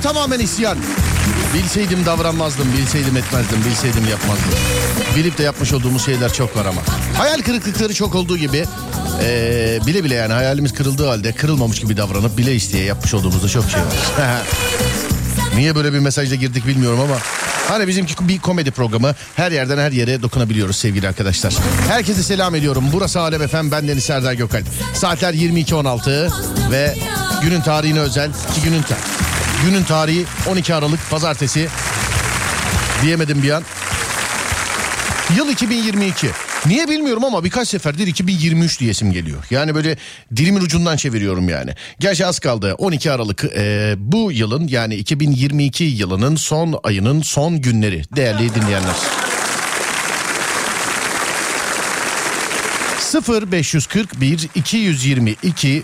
tamamen isyan. Bilseydim davranmazdım, bilseydim etmezdim, bilseydim yapmazdım. Bilip de yapmış olduğumuz şeyler çok var ama. Hayal kırıklıkları çok olduğu gibi bile bile yani hayalimiz kırıldığı halde kırılmamış gibi davranıp bile isteye yapmış olduğumuzda çok şey var. Niye böyle bir mesajla girdik bilmiyorum ama hani bizimki bir komedi programı, her yerden her yere dokunabiliyoruz sevgili arkadaşlar. Herkese selam ediyorum. Burası Alem FM, ben Deniz Serdar Gökalp. Saatler 22.16 ve günün tarihine özel ki günün tarihi 12 Aralık Pazartesi diyemedim bir an. Yıl 2022. Niye bilmiyorum ama birkaç seferdir 2023 diyesim geliyor. Yani böyle dilimin ucundan çeviriyorum yani. Gerçi az kaldı. 12 Aralık bu yılın yani 2022 yılının son ayının son günleri değerli dinleyenler. 0541 222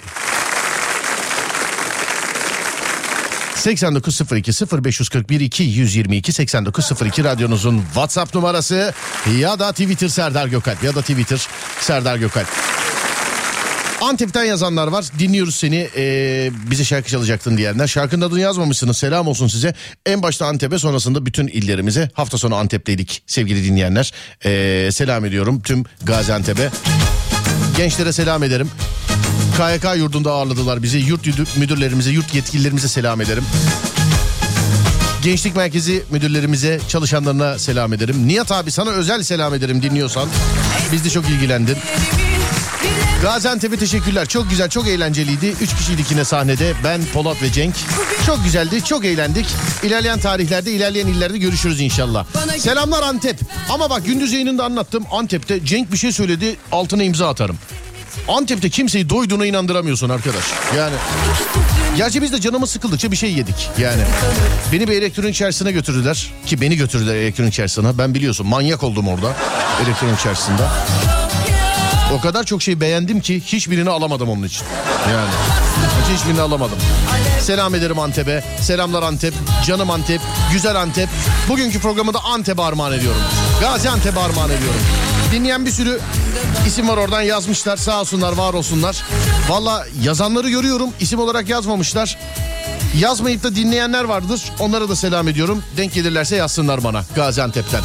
8902 0541 222 8902 radyonuzun WhatsApp numarası ya da Twitter Serdar Gökalp ya da Twitter Serdar Gökalp. Antep'ten yazanlar var. Dinliyoruz seni. Bize şarkı çalacaktın diyenler. Şarkının adını yazmamışsınız. Selam olsun size. En başta Antep'e, sonrasında bütün illerimize. Hafta sonu Antep'teydik sevgili dinleyenler. Selam ediyorum tüm Gaziantep'e. Gençlere selam ederim. KYK yurdunda ağırladılar bizi. Yurt müdürlerimize, yurt yetkililerimize selam ederim. Gençlik merkezi müdürlerimize, çalışanlarına selam ederim. Nihat abi sana özel selam ederim dinliyorsan. Biz de çok ilgilendin. Gaziantep'e teşekkürler. Çok güzel, çok eğlenceliydi. 3 kişiydik yine sahnede. Ben, Polat ve Cenk. Çok güzeldi, çok eğlendik. İlerleyen tarihlerde, ilerleyen illerde görüşürüz inşallah. Selamlar Antep. Ama bak gündüz yayınında anlattım. Antep'te Cenk bir şey söyledi, altına imza atarım. Antep'te kimseyi doyduğuna inandıramıyorsun arkadaş. Yani gerçi biz de canımız sıkıldıkça bir şey yedik. Yani beni bir elektronik çarşısına götürdüler. Ki beni götürdüler elektronik çarşısına. Ben biliyorsun manyak oldum orada elektronik çarşısında. O kadar çok şey beğendim ki hiçbirini alamadım onun için. Yani hiçbirini alamadım. Selam ederim Antep'e. Selamlar Antep. Canım Antep. Güzel Antep. Bugünkü programı da Antep'e armağan ediyorum. Gaziantep'e armağan ediyorum. Dinleyen bir sürü isim var, oradan yazmışlar. Sağ olsunlar, var olsunlar. Valla yazanları görüyorum. İsim olarak yazmamışlar. Yazmayıp da dinleyenler vardır. Onlara da selam ediyorum. Denk gelirlerse yazsınlar bana Gaziantep'ten.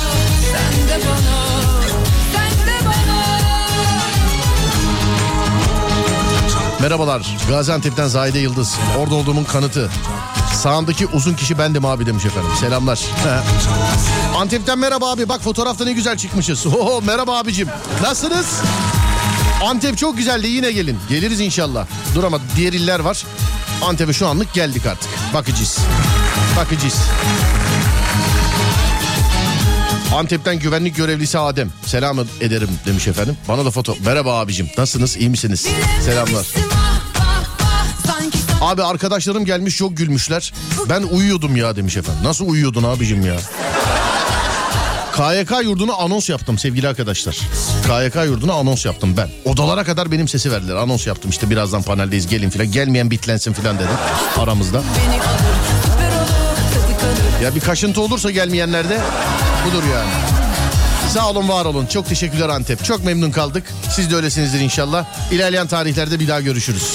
Merhabalar, Gaziantep'ten Zahide Yıldız. Orada olduğumun kanıtı. Sağındaki uzun kişi bendim abi demiş efendim. Selamlar. Antep'ten merhaba abi. Bak fotoğrafta ne güzel çıkmışız. Oho, merhaba abicim. Nasılsınız? Antep çok güzeldi, yine gelin. Geliriz inşallah. Dur ama diğer iller var. Antep'e şu anlık geldik artık. Bakacağız. Antep'ten güvenlik görevlisi Adem. Selam ederim demiş efendim. Bana da foto. Merhaba abicim. Nasılsınız? İyi misiniz? Selamlar. Abi arkadaşlarım gelmiş, çok gülmüşler. Ben uyuyordum ya demiş efendim. Nasıl uyuyordun abicim ya? KYK yurduna anons yaptım sevgili arkadaşlar. KYK yurduna anons yaptım ben. Odalara kadar benim sesi verdiler. Anons yaptım işte, birazdan paneldeyiz gelin filan. Gelmeyen bitlensin filan dedim aramızda. Ya bir kaşıntı olursa gelmeyenlerde budur yani. Sağ olun, var olun. Çok teşekkürler Antep. Çok memnun kaldık. Siz de öylesinizdir inşallah. İlerleyen tarihlerde bir daha görüşürüz.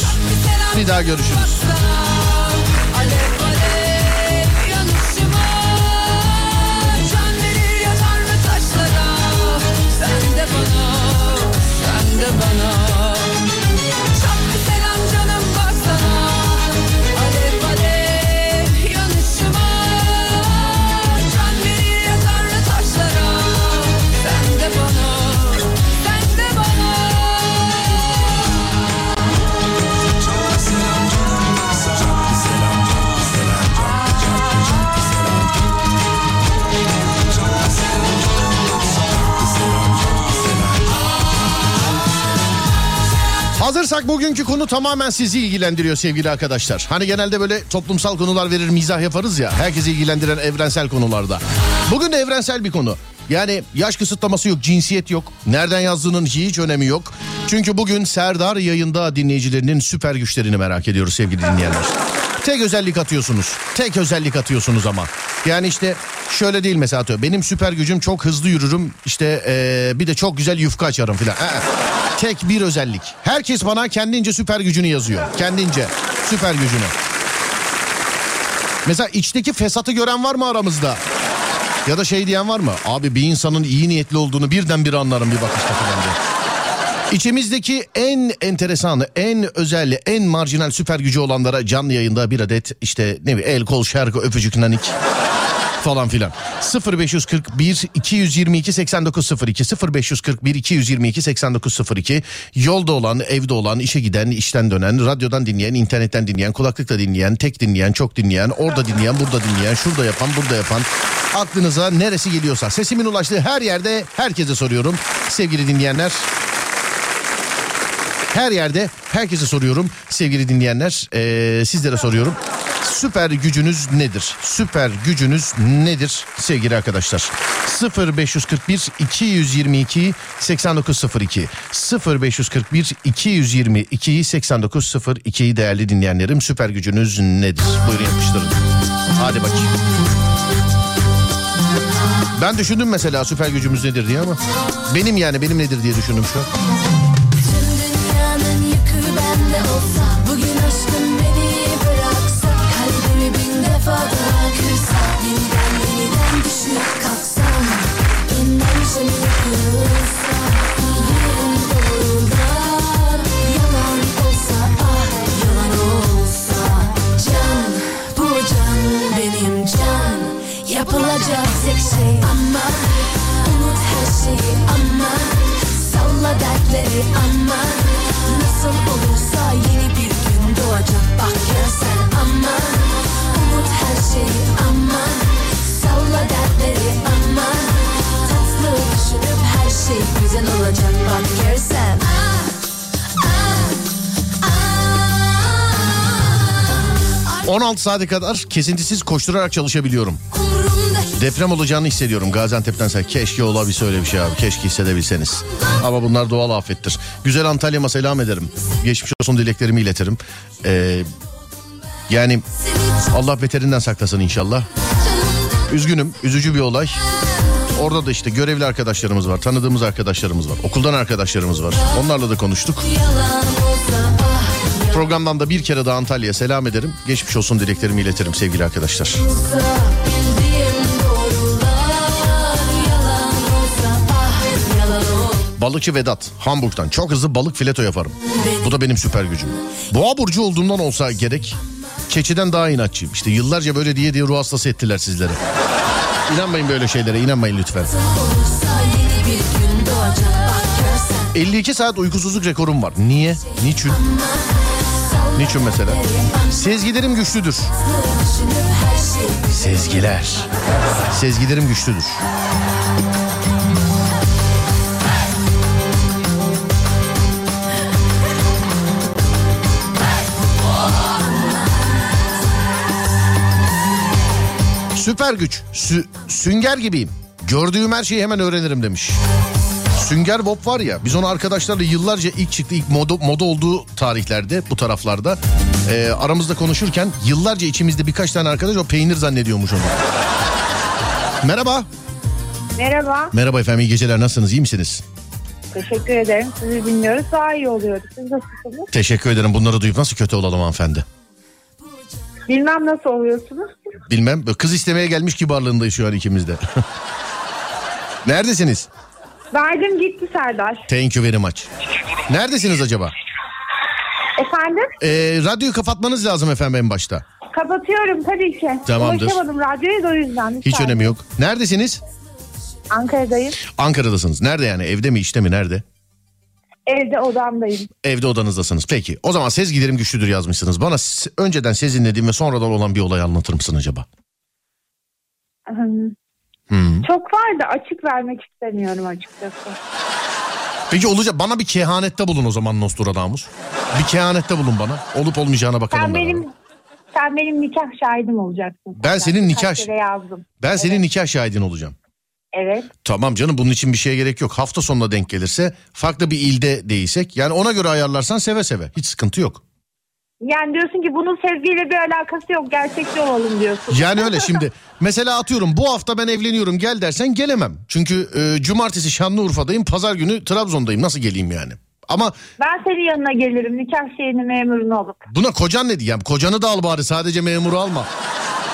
Hazırsak bugünkü konu tamamen sizi ilgilendiriyor sevgili arkadaşlar. Hani genelde böyle toplumsal konular verir, mizah yaparız ya, herkesi ilgilendiren evrensel konularda. Bugün de evrensel bir konu. Yani yaş kısıtlaması yok, cinsiyet yok, nereden yazdığının hiç önemi yok. Çünkü bugün Serdar yayında dinleyicilerinin süper güçlerini merak ediyoruz sevgili dinleyenler. Tek özellik atıyorsunuz ama. Yani işte şöyle değil mesela, atıyor. Benim süper gücüm çok hızlı yürürüm. İşte bir de çok güzel yufka açarım filan. Tek bir özellik. Herkes bana kendince süper gücünü yazıyor. Kendince süper gücünü. Mesela içteki fesatı gören var mı aramızda? Ya da şey diyen var mı? Abi bir insanın iyi niyetli olduğunu birdenbire anlarım bir bakışta falan diye. İçimizdeki en enteresan, en özel, en marjinal süper gücü olanlara canlı yayında bir adet işte ne bileyim el, kol, şarkı, öpücük, nanik falan filan. 0541 222 8902 0541 222 8902 yolda olan, evde olan, işe giden, işten dönen, radyodan dinleyen, internetten dinleyen, kulaklıkla dinleyen, tek dinleyen, çok dinleyen, orada dinleyen, burada dinleyen, şurada yapan, burada yapan, aklınıza neresi geliyorsa sesimin ulaştığı her yerde herkese soruyorum sevgili dinleyenler. Her yerde herkese soruyorum sevgili dinleyenler, sizlere soruyorum. Süper gücünüz nedir? Süper gücünüz nedir sevgili arkadaşlar? 0541 222 8902 0541 222 8902 değerli dinleyenlerim, süper gücünüz nedir? Buyurun yapıştırın. Hadi bakayım. Ben düşündüm mesela süper gücümüz nedir diye ama benim nedir diye düşündüm şu an. Olsa, bugün aşkın beni bıraksa, kalbimi bin defa daha kırsa, yeniden düşünüp kalksam, enerjimi kırılsa, yerim doğrular, yalan olsa, ah yalan olsa, can, bu can benim can, yapılacak tek şey ama, unut her şeyi ama, salla dertleri ama, nasıl olursa yeni bir gün doğacak bak görsen ama, unut her şeyi ama, salla dertleri ama, tatlı düşünüp her şey güzel olacak bak görsen. 16 saate kadar kesintisiz koşturarak çalışabiliyorum. Deprem olacağını hissediyorum Gaziantep'ten sen. Keşke olabilse öyle bir şey abi. Keşke hissedebilseniz. Ama bunlar doğal afettir. Güzel Antalya'ma selam ederim. Geçmiş olsun dileklerimi iletirim. Yani Allah beterinden saklasın inşallah. Üzgünüm. Üzücü bir olay. Orada da işte görevli arkadaşlarımız var. Tanıdığımız arkadaşlarımız var. Okuldan arkadaşlarımız var. Onlarla da konuştuk. Programdan da bir kere daha Antalya'ya selam ederim. Geçmiş olsun dileklerimi iletirim sevgili arkadaşlar. Balıkçı Vedat Hamburg'dan çok hızlı balık fileto yaparım. Bu da benim süper gücüm. Boğa burcu olduğumdan olsa gerek keçiden daha inatçıyım. İşte yıllarca böyle diye ruh hastası ettiler sizlere. İnanmayın böyle şeylere, inanmayın lütfen. 52 saat uykusuzluk rekorum var. Niye? Niçin? Niçin mesela? Sezgilerim güçlüdür. Sezgiler. Sezgilerim güçlüdür. Süper güç. Sünger gibiyim. Gördüğüm her şeyi hemen öğrenirim demiş. Sünger Bob var ya, biz onu arkadaşlarla yıllarca ilk çıktı, ilk moda olduğu tarihlerde, bu taraflarda aramızda konuşurken yıllarca içimizde birkaç tane arkadaş o peynir zannediyormuş onu. Merhaba. Merhaba. Merhaba efendim, iyi geceler, nasılsınız, iyi misiniz? Teşekkür ederim, sizi dinliyoruz, daha iyi oluyoruz. Siz nasılsınız? Teşekkür ederim, bunları duyup nasıl kötü olalım hanımefendi? Bilmem nasıl oluyorsunuz? Bilmem, kız istemeye gelmiş kibarlığındayız şu an ikimiz de. Neredesiniz? Verdim gitti Serdar. Thank you very much. Neredesiniz acaba? Efendim? Radyoyu kapatmanız lazım efendim en başta. Kapatıyorum tabii ki. Tamamdır. Ulaşamadım radyoya da o yüzden. Hiç önemi yok. Neredesiniz? Ankara'dayım. Ankara'dasınız. Nerede yani? Evde mi, işte mi, nerede? Evde odamdayım. Evde odanızdasınız. Peki. O zaman sezgilerim güçlüdür yazmışsınız. Bana önceden sezinlediğim ve sonradan olan bir olayı anlatır mısın acaba? Çok var da açık vermek istemiyorum açıkçası. Peki olacak. Bana bir kehanette bulun o zaman Nostradamus. Bir kehanette bulun bana. Olup olmayacağına bakalım. Sen benim nikah şahidim olacaksın. Ben senin nikah yazdım. Ben senin nikah şahidin olacağım. Evet. Tamam canım, bunun için bir şeye gerek yok. Hafta sonuna denk gelirse, farklı bir ilde değilsek, yani ona göre ayarlarsan seve seve. Hiç sıkıntı yok. Yani diyorsun ki bunun sevgiyle bir alakası yok, gerçekçi olalım diyorsun. Yani öyle şimdi mesela atıyorum bu hafta ben evleniyorum gel dersen gelemem. Çünkü cumartesi Şanlıurfa'dayım, pazar günü Trabzon'dayım, nasıl geleyim yani? Ama ben senin yanına gelirim nikah şeyini, memurunu alıp. Buna kocan ne diyeyim? Kocanı da al bari, sadece memuru alma.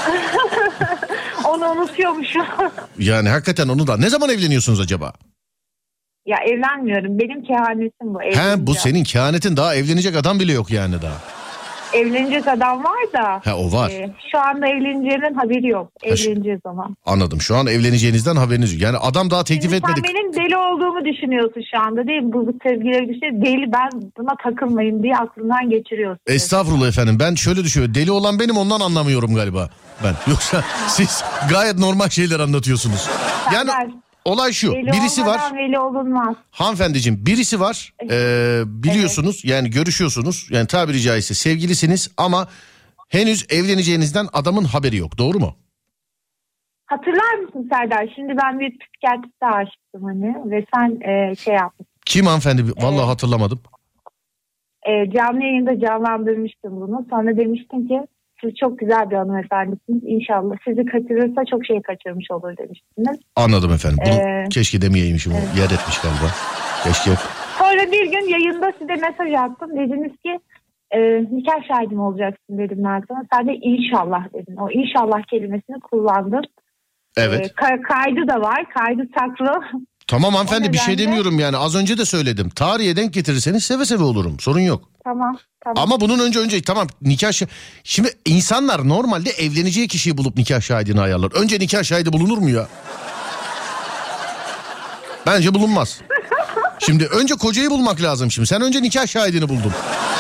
Onu unutuyormuşum. Yani hakikaten onu da. Ne zaman evleniyorsunuz acaba? Ya evlenmiyorum. Benim kehanetim bu. He, bu senin kehanetin, daha evlenecek adam bile yok yani daha. Evlenecek adam var da. He, o var. Şu anda evleneceğimin haberi yok. Evleneceğiz ama. Anladım. Şu an evleneceğinizden haberiniz yok. Yani adam daha teklif Şimdi etmedi. sen benim deli olduğumu düşünüyorsun şu anda değil mi? Bu sevgileri düşünüyor. Deli, ben buna takılmayayım diye aklından geçiriyorsun. Estağfurullah efendim. Ben şöyle düşünüyorum. Deli olan benim, ondan anlamıyorum galiba ben. Yoksa siz gayet normal şeyler anlatıyorsunuz. Yani olay şu. Deli Birisi var. veli olunmaz. Hanımefendiciğim, birisi var. Biliyorsunuz yani görüşüyorsunuz. Yani tabiri caizse sevgilisiniz ama henüz evleneceğinizden adamın haberi yok. Doğru mu? Hatırlar mısın Serdar? Şimdi ben bir psikiyatriste aşıktım hani ve sen şey yapmıştın. Kim hanımefendi? Vallahi hatırlamadım. Canlı yayında canlandırmıştım bunu. Sonra demiştin ki siz çok güzel bir hanımefendisiniz. İnşallah sizi kaçırırsa çok şey kaçırmış olur demiştiniz. Anladım efendim. Bunu keşke demeyeymişim. Evet. Yer etmiş galiba. Keşke. Sonra bir gün yayında size mesaj attım. Dediniz ki nikah şahidim olacaksın dedim ben sana. Sen de inşallah dedin. O inşallah kelimesini kullandın. Evet. Kaydı da var. Kaydı saklı. Tamam hanımefendi, bir şey nedenle... demiyorum yani. Az önce de söyledim. Tarihe denk getirirseniz seve seve olurum. Sorun yok. Tamam. Ama bunun önce tamam nikah Şimdi insanlar normalde evleneceği kişiyi bulup nikah şahidini ayarlar. Önce nikah şahidi bulunur mu ya? Bence bulunmaz. Şimdi önce kocayı bulmak lazım şimdi. Sen önce nikah şahidini buldun.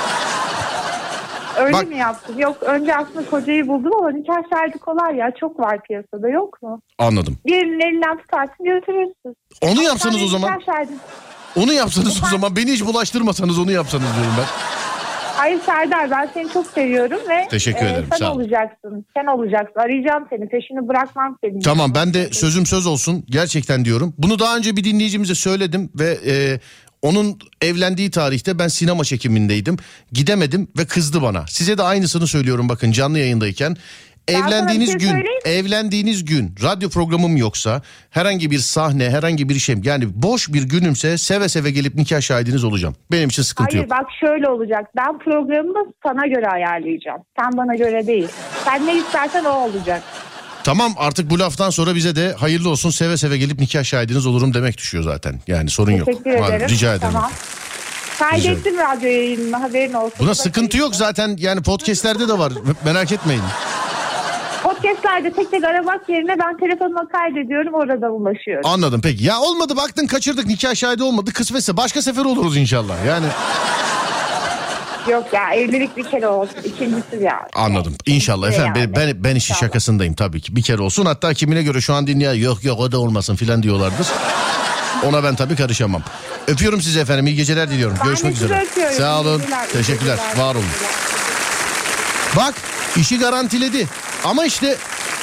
Öyle mi yaptın? Yok, önce aslında kocayı buldum ama nikah şahidi kolay ya. Çok var piyasada, yok mu? Anladım. Birinin elinden tutarsın götürürsün. Onu yapsanız o zaman. Onu yapsanız o zaman. Beni hiç bulaştırmasanız onu yapsanız diyorum ben. Hayır Serdar, ben seni çok seviyorum ve teşekkür ederim, sen sağ ol. olacaksın. Sen olacaksın. Arayacağım seni. Peşini bırakmam seni. Tamam, ben de sözüm söz olsun. Gerçekten diyorum. Bunu daha önce bir dinleyicimize söyledim ve onun evlendiği tarihte ben sinema çekimindeydim. Gidemedim ve kızdı bana. Size de aynısını söylüyorum bakın, canlı yayındayken. Evlendiğiniz gün radyo programım yoksa, herhangi bir sahne, herhangi bir şey, yani boş bir günümse seve seve gelip nikah şahidiniz olacağım. Benim için sıkıntı yok. Hayır bak, şöyle olacak. Ben programı sana göre ayarlayacağım. Sen bana göre değil. Sen ne istersen o olacak. Tamam, artık bu laftan sonra bize de hayırlı olsun, seve seve gelip nikah şahidiniz olurum demek düşüyor zaten. Yani sorun yok. Teşekkür ederim. Rica ederim. Tamam. Kaydettim radyo yayınını, haberin olsun. Buna sıkıntı yok zaten, yani podcastlerde de var, merak etmeyin. Podcastlerde tek tek aramak yerine ben telefonuma kaydediyorum, oradan ulaşıyorum. Anladım, peki. Ya olmadı, baktın kaçırdık, nikah şahidi olmadı, kısmetse başka sefer oluruz inşallah yani. Yok ya, evlilik bir kere olsun, ikincisi ya. Anladım. İnşallah efendim. Yani. Ben işin şakasındayım tabii ki. Bir kere olsun, hatta kimine göre şu an dinleyen yok o da olmasın filan diyorlardır. Ona ben tabii karışamam. Öpüyorum sizi efendim. İyi geceler diliyorum. Ben görüşmek üzere. Öpüyorum. Sağ olun. Teşekkürler. Var olun. Bak, işi garantiledi. Ama işte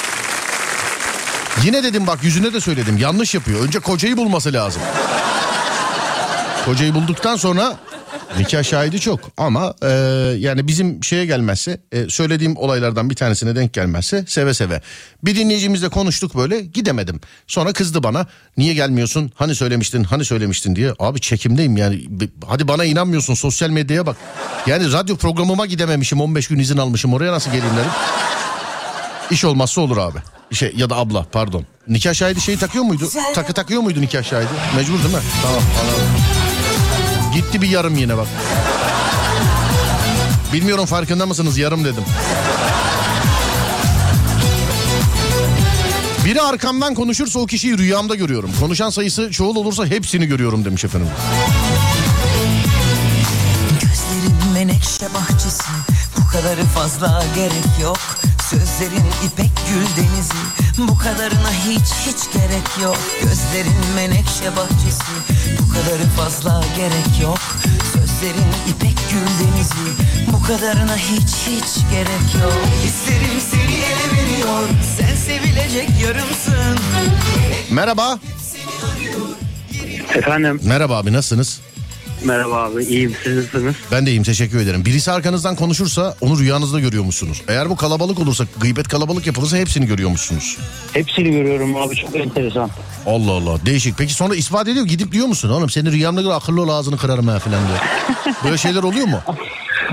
yine dedim, bak yüzüne de söyledim. Yanlış yapıyor. Önce kocayı bulması lazım. Kocayı bulduktan sonra nikah şahidi çok, ama yani bizim şeye gelmezse, söylediğim olaylardan bir tanesine denk gelmezse seve seve. Bir dinleyicimizle konuştuk, böyle gidemedim. Sonra kızdı bana, niye gelmiyorsun, hani söylemiştin diye. Abi çekimdeyim yani, hadi bana inanmıyorsun, sosyal medyaya bak. Yani radyo programıma gidememişim, 15 gün izin almışım, oraya nasıl geleyim dedim. İş olmazsa olur abi. Ya da abla, pardon. Nikah şahidi şeyi takıyor muydu? Takıyor muydu nikah şahidi? Mecbur değil mi? Tamam, anladım. Gitti bir yarım yine bak. Bilmiyorum farkında mısınız, yarım dedim. Biri arkamdan konuşursa o kişiyi rüyamda görüyorum. Konuşan sayısı çoğul olursa hepsini görüyorum demiş efendim. Gözlerin menekşe bahçesi, bu kadarı fazla gerek yok. Sözlerin ipek gül denizi, bu kadarına hiç gerek yok. Gözlerin menekşe bahçesi, bu kadarı fazla gerek yok. Sözlerin ipek gül denizi, bu kadarına hiç gerek yok. Hislerim seni ele veriyor, sen sevilecek yarımsın. Merhaba. Efendim. Merhaba abi, nasılsınız? Merhaba abi, iyiyim, siz nasılsınız? Ben de iyiyim, teşekkür ederim. Birisi arkanızdan konuşursa onu rüyanızda görüyormuşsunuz. Eğer bu kalabalık olursa, gıybet kalabalık yapılırsa hepsini görüyormuşsunuz. Hepsini görüyorum abi, çok enteresan. Allah Allah, değişik. Peki sonra ispat ediyor, gidip diyor musun? Oğlum seni rüyamda göre akıllı ol, ağzını kırarım ha falan diyor. Böyle şeyler oluyor mu?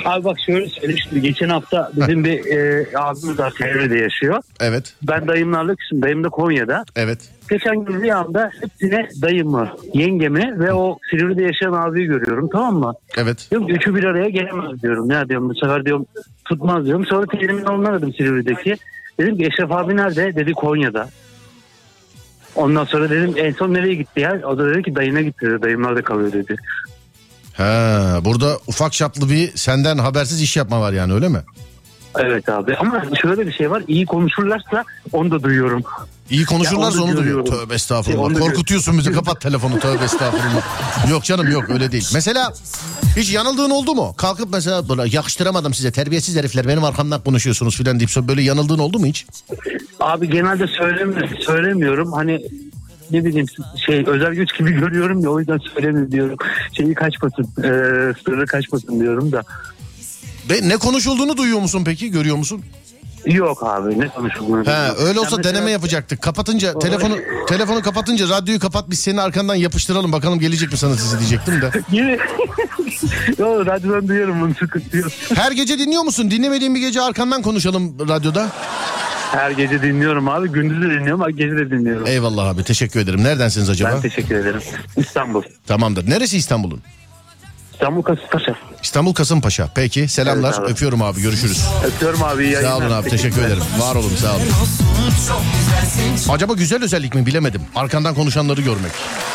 Abi bak şöyle söyleyeyim. Şimdi geçen hafta bizim bir abimiz var, Silivri'de yaşıyor. Evet. Ben dayımlarla küsüm. Dayım da Konya'da. Evet. Geçen gün rüyamda hepsine dayımı, yengemi ve o Silivri'de yaşayan abiyi görüyorum, tamam mı? Evet. Diyorum üçü bir araya gelemez diyorum. Ya diyorum, bu sefer diyorum tutmaz diyorum. Sonra teyzemin oğlunu aradım Silivri'deki. Dedim ki Eşref abi nerede? Dedi Konya'da. Ondan sonra dedim en son nereye gitti ya? O da dedi ki dayına gitti dedi. Dayımlar da kalıyor dedi. Ha, burada ufak çaplı bir senden habersiz iş yapma var yani, öyle mi? Evet abi, ama şöyle bir şey var. İyi konuşurlarsa onu da duyuyorum. İyi konuşurlarsa Ya onu onu da duyuyor. görüyorum. Tövbe estağfurullah. Onu da Korkutuyorsun bizi, kapat telefonu, tövbe estağfurullah. Yok canım, yok öyle değil. Mesela hiç yanıldığın oldu mu? Kalkıp mesela böyle yakıştıramadım size, terbiyesiz herifler benim arkamdan konuşuyorsunuz filan deyip böyle yanıldığın oldu mu hiç? Abi genelde söylemiyorum. Hani ne bileyim özel güç gibi görüyorum ya, o yüzden söylemiyorum diyorum. Şeyi kaçmasın, sırrı kaçmasın diyorum da. Ne konuşulduğunu duyuyor musun peki, görüyor musun? Yok abi, ne konuşulduğunu. He, öyle olsa mesela deneme yapacaktık. Kapatınca telefonu kapatınca radyoyu kapat, biz seni arkandan yapıştıralım bakalım gelecek mi sana sizi diyecektim de. Yine yo, radyodan duyuyorum bunu, sıkıntı yok. Her gece dinliyor musun? Dinlemediğin bir gece arkandan konuşalım radyoda. Her gece dinliyorum abi, gündüz de dinliyorum, gece de dinliyorum. Eyvallah abi, teşekkür ederim. Neredensiniz acaba? Ben teşekkür ederim. İstanbul. Tamamdır. Neresi İstanbul'un? İstanbul Kasımpaşa. İstanbul Kasımpaşa. Peki, selamlar. Evet abi. Öpüyorum abi, görüşürüz. Öpüyorum abi, iyi yayınlar. Sağ olun abi, teşekkür ederim. Var olun, sağ olun. Acaba güzel özellik mi, bilemedim. Arkandan konuşanları görmek.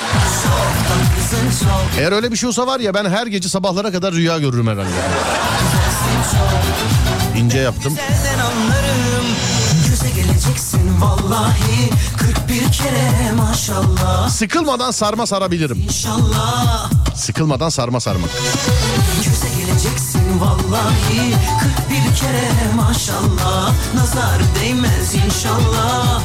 Eğer öyle bir şey olsa var ya, ben her gece sabahlara kadar rüya görürüm herhalde. İnce yaptım. Geleceksin vallahi 41 kere maşallah. Sıkılmadan sarma sarabilirim. İnşallah. Sıkılmadan sarma sarmak. Göze geleceksin vallahi 41 kere maşallah. Nazar değmez inşallah.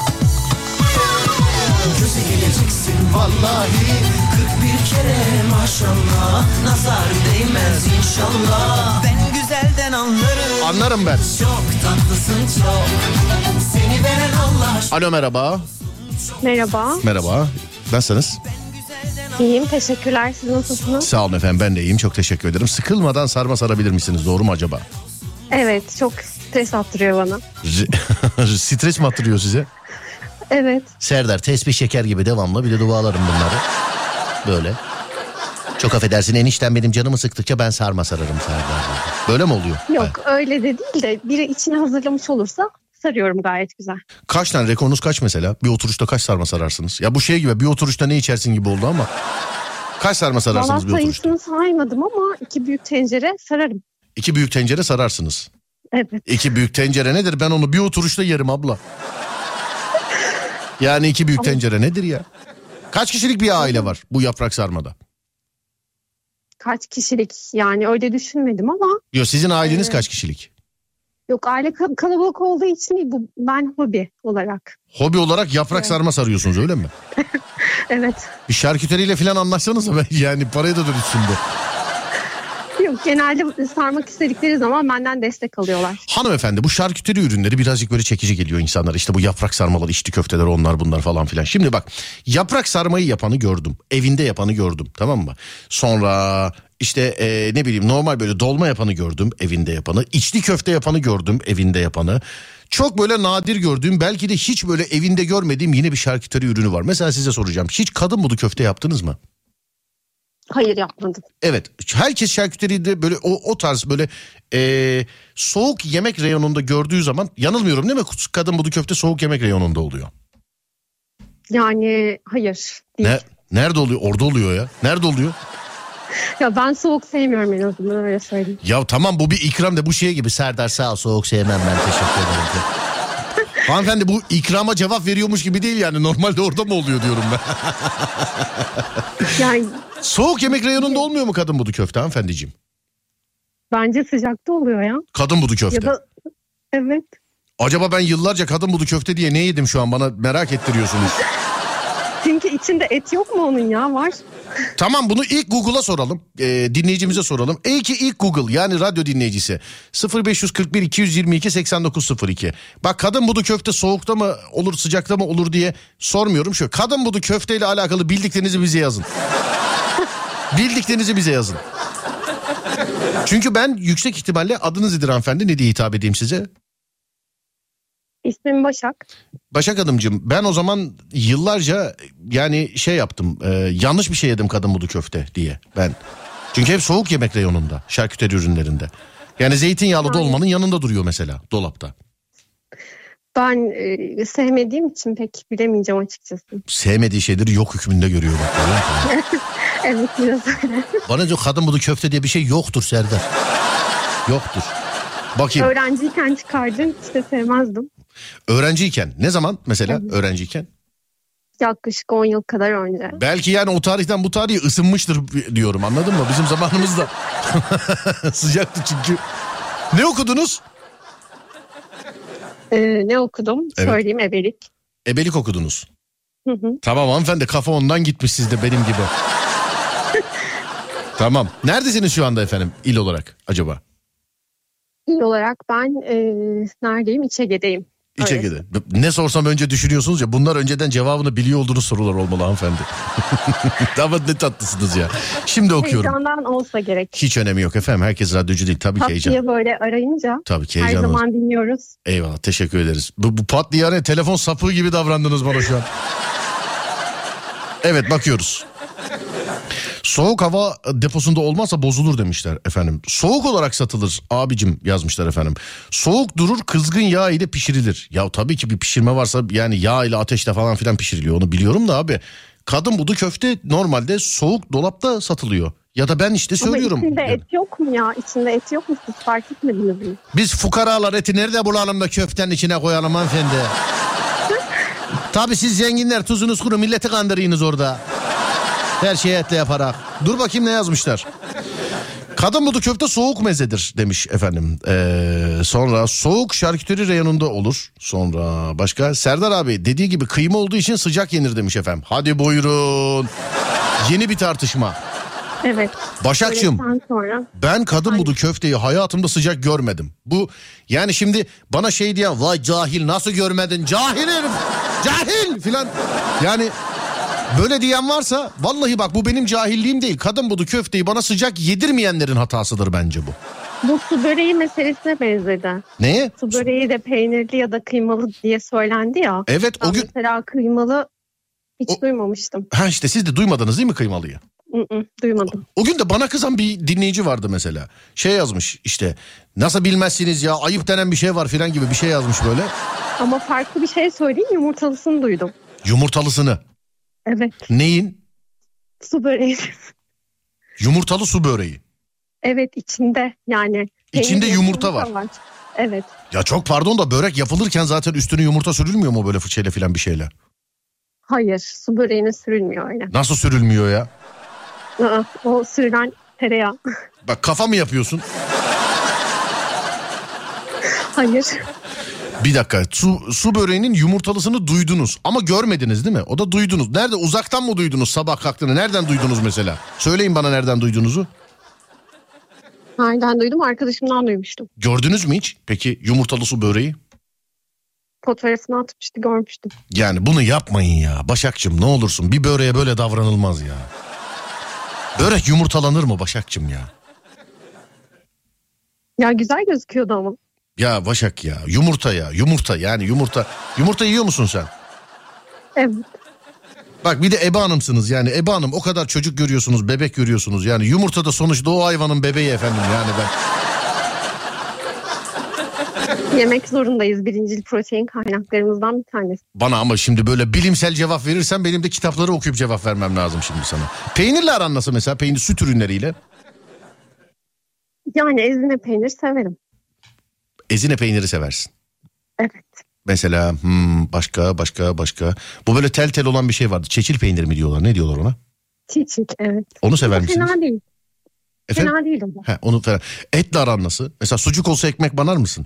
Göze geleceksin vallahi 41 kere maşallah. Nazar değmez inşallah. Ben güzelden anlarım. Anlarım ben. Çok tatlısın çok. Seni veren Allah. Alo, merhaba. Merhaba. Merhaba. Nasılsınız? İyiyim, teşekkürler. Siz nasılsınız? Sağ olun efendim, ben de iyiyim, çok teşekkür ederim. Sıkılmadan sarma sarabilir misiniz, doğru mu acaba? Evet, çok stres attırıyor bana. Stres mi attırıyor size? Evet. Serdar tesbih şeker gibi devamlı, bir de dualarım bunları. Böyle. Çok affedersin enişten benim canımı sıktıkça ben sarma sararım Serdar. Böyle mi oluyor? Yok öyle de değil de biri içine hazırlamış olursa sarıyorum gayet güzel. Kaç tane, rekorunuz kaç mesela? Bir oturuşta kaç sarma sararsınız? Ya bu şey gibi, bir oturuşta ne içersin gibi oldu ama. Kaç sarma sararsınız bir Valla oturuşta? sayısını saymadım ama 2 büyük tencere sararım. 2 büyük tencere sararsınız. Evet. 2 büyük tencere nedir? Ben onu bir oturuşta yerim abla. Yani 2 büyük tencere nedir ya? Kaç kişilik bir aile var bu yaprak sarmada? Kaç kişilik yani öyle düşünmedim ama. Yok, sizin aileniz kaç kişilik? Yok aile kalabalık olduğu için değil, bu ben hobi olarak. Hobi olarak yaprak sarma sarıyorsunuz, öyle mi? Evet. Bir şarküteriyle falan anlaşsanız ben yani parayı da dönüşsün bu. Yok genelde sarmak istedikleri zaman benden destek alıyorlar. Hanımefendi, bu şarküteri ürünleri birazcık böyle çekici geliyor insanlar. İşte bu yaprak sarmalar, içli köfteler, onlar bunlar falan filan. Şimdi bak, yaprak sarmayı yapanı gördüm. Evinde yapanı gördüm, tamam mı? Sonra işte ne bileyim normal böyle dolma yapanı gördüm, evinde yapanı. İçli köfte yapanı gördüm, evinde yapanı. Çok böyle nadir gördüğüm, belki de hiç böyle evinde görmediğim yine bir şarküteri ürünü var. Mesela size soracağım, hiç kadın budu köfte yaptınız mı? Hayır, yapmadım. Evet, herkes şarküteride böyle o tarz böyle soğuk yemek reyonunda gördüğü zaman, yanılmıyorum değil mi? Kadın budu köfte soğuk yemek reyonunda oluyor. Yani hayır değil. Nerede oluyor? Orada oluyor ya. Nerede oluyor? Ya ben soğuk sevmiyorum, en azından öyle söyleyeyim. Ya tamam, bu bir ikram da bu şey gibi. Serdar sağ ol, soğuk sevmem ben, teşekkür ederim. Hanımefendi, bu ikrama cevap veriyormuş gibi değil yani. Normalde orada mı oluyor diyorum ben. Yani Soğuk yemek reyonunda olmuyor mu kadın budu köfte hanımefendiciğim? bence sıcakta oluyor ya. Kadın budu köfte. Ya da evet. Acaba ben yıllarca kadın budu köfte diye ne yedim şu an, bana merak ettiriyorsunuz. Çünkü içinde et yok mu onun ya? Var. Tamam, bunu ilk Google'a soralım. Dinleyicimize soralım. İlk Google, yani radyo dinleyicisi. 0541 222 8902. Bak, kadın budu köfte soğukta mı olur, sıcakta mı olur diye sormuyorum. Şu kadın budu köfteyle alakalı bildiklerinizi bize yazın. Bildiklerinizi bize yazın. Çünkü ben yüksek ihtimalle adınız nedir hanımefendi, ne diye hitap edeyim size? İsmim Başak. Başak Hanımcığım, ben o zaman yıllarca yani şey yaptım, yanlış bir şey yedim kadın budu köfte diye ben. Çünkü hep soğuk yemek reyonunda, şarküteri ürünlerinde. Yani zeytinyağlı dolmanın yanında duruyor mesela dolapta. Ben sevmediğim için pek bilemeyeceğim açıkçası. Sevmediği şeyleri yok hükmünde görüyor bak. Evet, biraz öyle. Bana diyor kadın budu köfte diye bir şey yoktur Serdar. Yoktur. Bakayım. Öğrenciyken çıkardım, işte sevmezdim. Öğrenciyken ne zaman mesela, evet. Öğrenciyken? Yaklaşık 10 yıl kadar önce. Belki yani o tarihten bu tarihe ısınmıştır diyorum, anladın mı? Bizim zamanımızda sıcaktı çünkü. Ne okudunuz? Ne okudum? Evet. Söyleyeyim, ebelik. Ebelik okudunuz. Hı hı. Tamam hanımefendi, kafa ondan gitmiş sizde benim gibi. Tamam. Neredesiniz şu anda efendim il olarak acaba? İl olarak ben neredeyim? İçege'deyim. İçege'de. Ne sorsam önce düşünüyorsunuz ya, bunlar önceden cevabını biliyor olduğunuz sorular olmalı hanımefendi. Ama ne tatlısınız ya. Şimdi okuyorum. Heyecandan olsa gerek. Hiç önemi yok efendim, herkes radyocu değil tabii ki, heyecan. Pat diye böyle arayınca tabii ki heyecan her zaman olur. dinliyoruz. Eyvallah, teşekkür ederiz. Bu pat diye araya telefon sapığı gibi davrandınız bana şu an. Evet, bakıyoruz. Soğuk hava deposunda olmazsa bozulur demişler efendim. Soğuk olarak satılır abicim yazmışlar efendim. Soğuk durur, kızgın yağ ile pişirilir. Ya tabii ki bir pişirme varsa yani yağ ile ateşle falan filan pişiriliyor, onu biliyorum da abi. Kadın budu köfte normalde soğuk dolapta satılıyor. Ya da ben işte söylüyorum. Ama içinde et yok mu ya? İçinde et yok mu? Siz fark etmediniz mi? Biz fukaralar eti nerede bulalım da köftenin içine koyalım hanımefendi? Tabii siz zenginler tuzunuz kuru, milleti kandırıyorsunuz orada. Her şeyi etle yaparak. Dur bakayım ne yazmışlar. Kadın budu köfte soğuk mezedir demiş efendim. Sonra soğuk şarküteri reyonunda olur. Sonra başka, Serdar abi dediği gibi kıyma olduğu için sıcak yenir demiş efendim. Hadi buyurun. Yeni bir tartışma. Evet. Başakçığım, ben kadın budu köfteyi hayatımda sıcak görmedim. Bu yani şimdi bana şey diyen, vay cahil nasıl görmedin, cahil herif, cahil filan. Yani böyle diyen varsa vallahi bak, bu benim cahilliğim değil. Kadın budu köfteyi bana sıcak yedirmeyenlerin hatasıdır bence bu. Bu su böreği meselesine benzedi. Neye? Su böreği de peynirli ya da kıymalı diye söylendi ya. Evet, ben o gün. Mesela kıymalı hiç duymamıştım. Ha işte siz de duymadınız değil mi kıymalıyı? Duymadım. O gün de bana kızan bir dinleyici vardı mesela. Şey yazmış işte, nasıl bilmezsiniz ya, ayıp denen bir şey var filan gibi bir şey yazmış böyle. Ama farklı bir şey söyleyeyim, yumurtalısını duydum. Yumurtalısını? Evet. Neyin? Su böreği. Yumurtalı su böreği. Evet, içinde yani. İçinde yumurta var. Evet. Ya çok pardon da börek yapılırken zaten üstüne yumurta sürülmüyor mu böyle fıçıyla filan bir şeyle? Hayır, su böreğine sürülmüyor öyle. Nasıl sürülmüyor ya? O sürülen tereyağı. Bak kafa mı yapıyorsun? Hayır. Bir dakika, su böreğinin yumurtalısını duydunuz ama görmediniz değil mi? O da duydunuz. Nerede, uzaktan mı duydunuz sabah kalktığını? Nereden duydunuz mesela? Söyleyin bana nereden duyduğunuzu. Nereden duydum? Arkadaşımdan duymuştum. Gördünüz mü hiç? Peki yumurtalı su böreği? Fotoğrafını atmıştı, görmüştüm. Yani bunu yapmayın ya Başakçım, ne olursun. Bir böreğe böyle davranılmaz ya. Börek yumurtalanır mı Başakçım ya? Ya güzel gözüküyordu ama. Ya Başak ya, yumurta ya, yumurta yani yumurta. Yumurta yiyor musun sen? Evet. Bak bir de ebe hanımsınız yani, ebe hanım o kadar çocuk görüyorsunuz, bebek görüyorsunuz. Yani yumurta da sonuçta o hayvanın bebeği efendim yani ben. Yemek zorundayız, birincil protein kaynaklarımızdan bir tanesi. Bana ama şimdi böyle bilimsel cevap verirsen benim de kitapları okuyup cevap vermem lazım şimdi sana. Peynirle aran nasıl mesela, peynir süt ürünleriyle? Yani ezine peynir severim. Ezine peyniri seversin. Evet. Mesela başka. Bu böyle tel tel olan bir şey vardı. Çeçil peynir mi diyorlar? Ne diyorlar ona? Çiçik, evet. Onu sever misiniz? Fena değil. Efendim? Fena değil o da. Onu falan. Etle aran nasıl? Mesela sucuk olsa ekmek banar mısın?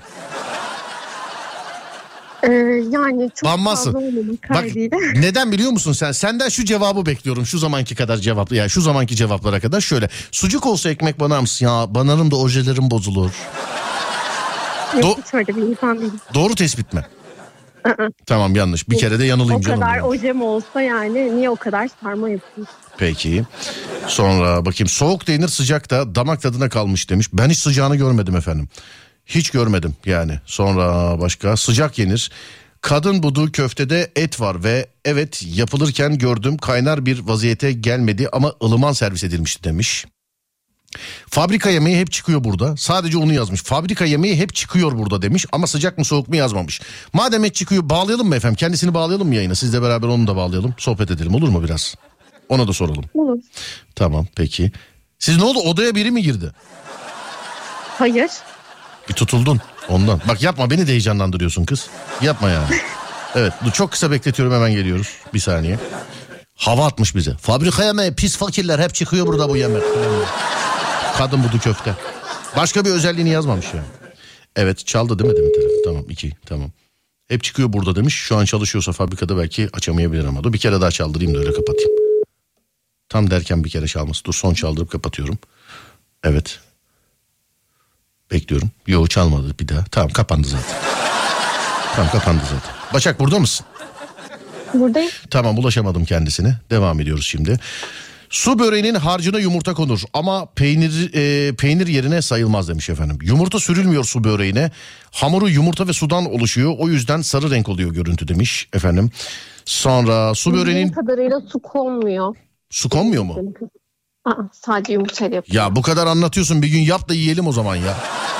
Yani çok banmazsın. fazla olmamak Bak kaydıyla. neden biliyor musun sen? Senden şu cevabı bekliyorum. Şu zamanki kadar cevap. Yani şu zamanki cevaplara kadar şöyle. Sucuk olsa ekmek banar mısın? Ya banarım da ojelerim bozulur. Yok, hiç öyle bir insan değilim. Doğru tespit mi? Tamam, yanlış. Bir kere de yanılayım O canım. kadar ya. ojem olsa yani niye o kadar sarma yapayım? Peki. Sonra bakayım, soğuk da yenir, sıcak da damak tadına kalmış demiş. Ben hiç sıcağını görmedim efendim. Hiç görmedim yani. Sonra başka, sıcak yenir. Kadın budu köftede et var ve evet yapılırken gördüm, kaynar bir vaziyete gelmedi ama ılıman servis edilmişti demiş. Fabrika yemeği hep çıkıyor burada. Sadece onu yazmış. Fabrika yemeği hep çıkıyor burada demiş ama sıcak mı soğuk mu yazmamış. Madem et çıkıyor, bağlayalım mı efendim? Kendisini bağlayalım mı yayına? Sizle beraber onu da bağlayalım. Sohbet edelim, olur mu biraz? Ona da soralım. Olur. Tamam, peki. Siz ne oldu, odaya biri mi girdi? Hayır. Bir tutuldun ondan. Bak yapma, beni de heyecanlandırıyorsun kız. Yapma yani. Evet, dur, çok kısa bekletiyorum, hemen geliyoruz. Bir saniye. Hava atmış bize. Fabrika yemeği, pis fakirler hep çıkıyor burada bu yemek. Kadın budu köfte. Başka bir özelliğini yazmamış yani. Evet, çaldı değil mi demin telefon? Tamam, 2 tamam. Hep çıkıyor burada demiş. Şu an çalışıyorsa fabrikada belki açamayabilir ama. Dur bir kere daha çaldırayım da öyle kapatayım. Tam derken bir kere çalması. Dur, son çaldırıp kapatıyorum. Evet. Bekliyorum. Yok, çalmadı bir daha. Tamam, kapandı zaten. Tamam, kapandı zaten. Başak, burada mısın? Buradayım. Tamam, ulaşamadım kendisine. Devam ediyoruz şimdi. Su böreğinin harcına yumurta konur ama peynir yerine sayılmaz demiş efendim. Yumurta sürülmüyor su böreğine. Hamuru yumurta ve sudan oluşuyor. O yüzden sarı renk oluyor görüntü demiş efendim. Sonra su böreğinin... Bildiğim kadarıyla su konmuyor. Su konmuyor mu? Sadece yumurtayla yapıyor. Ya bu kadar anlatıyorsun, bir gün yap da yiyelim o zaman ya.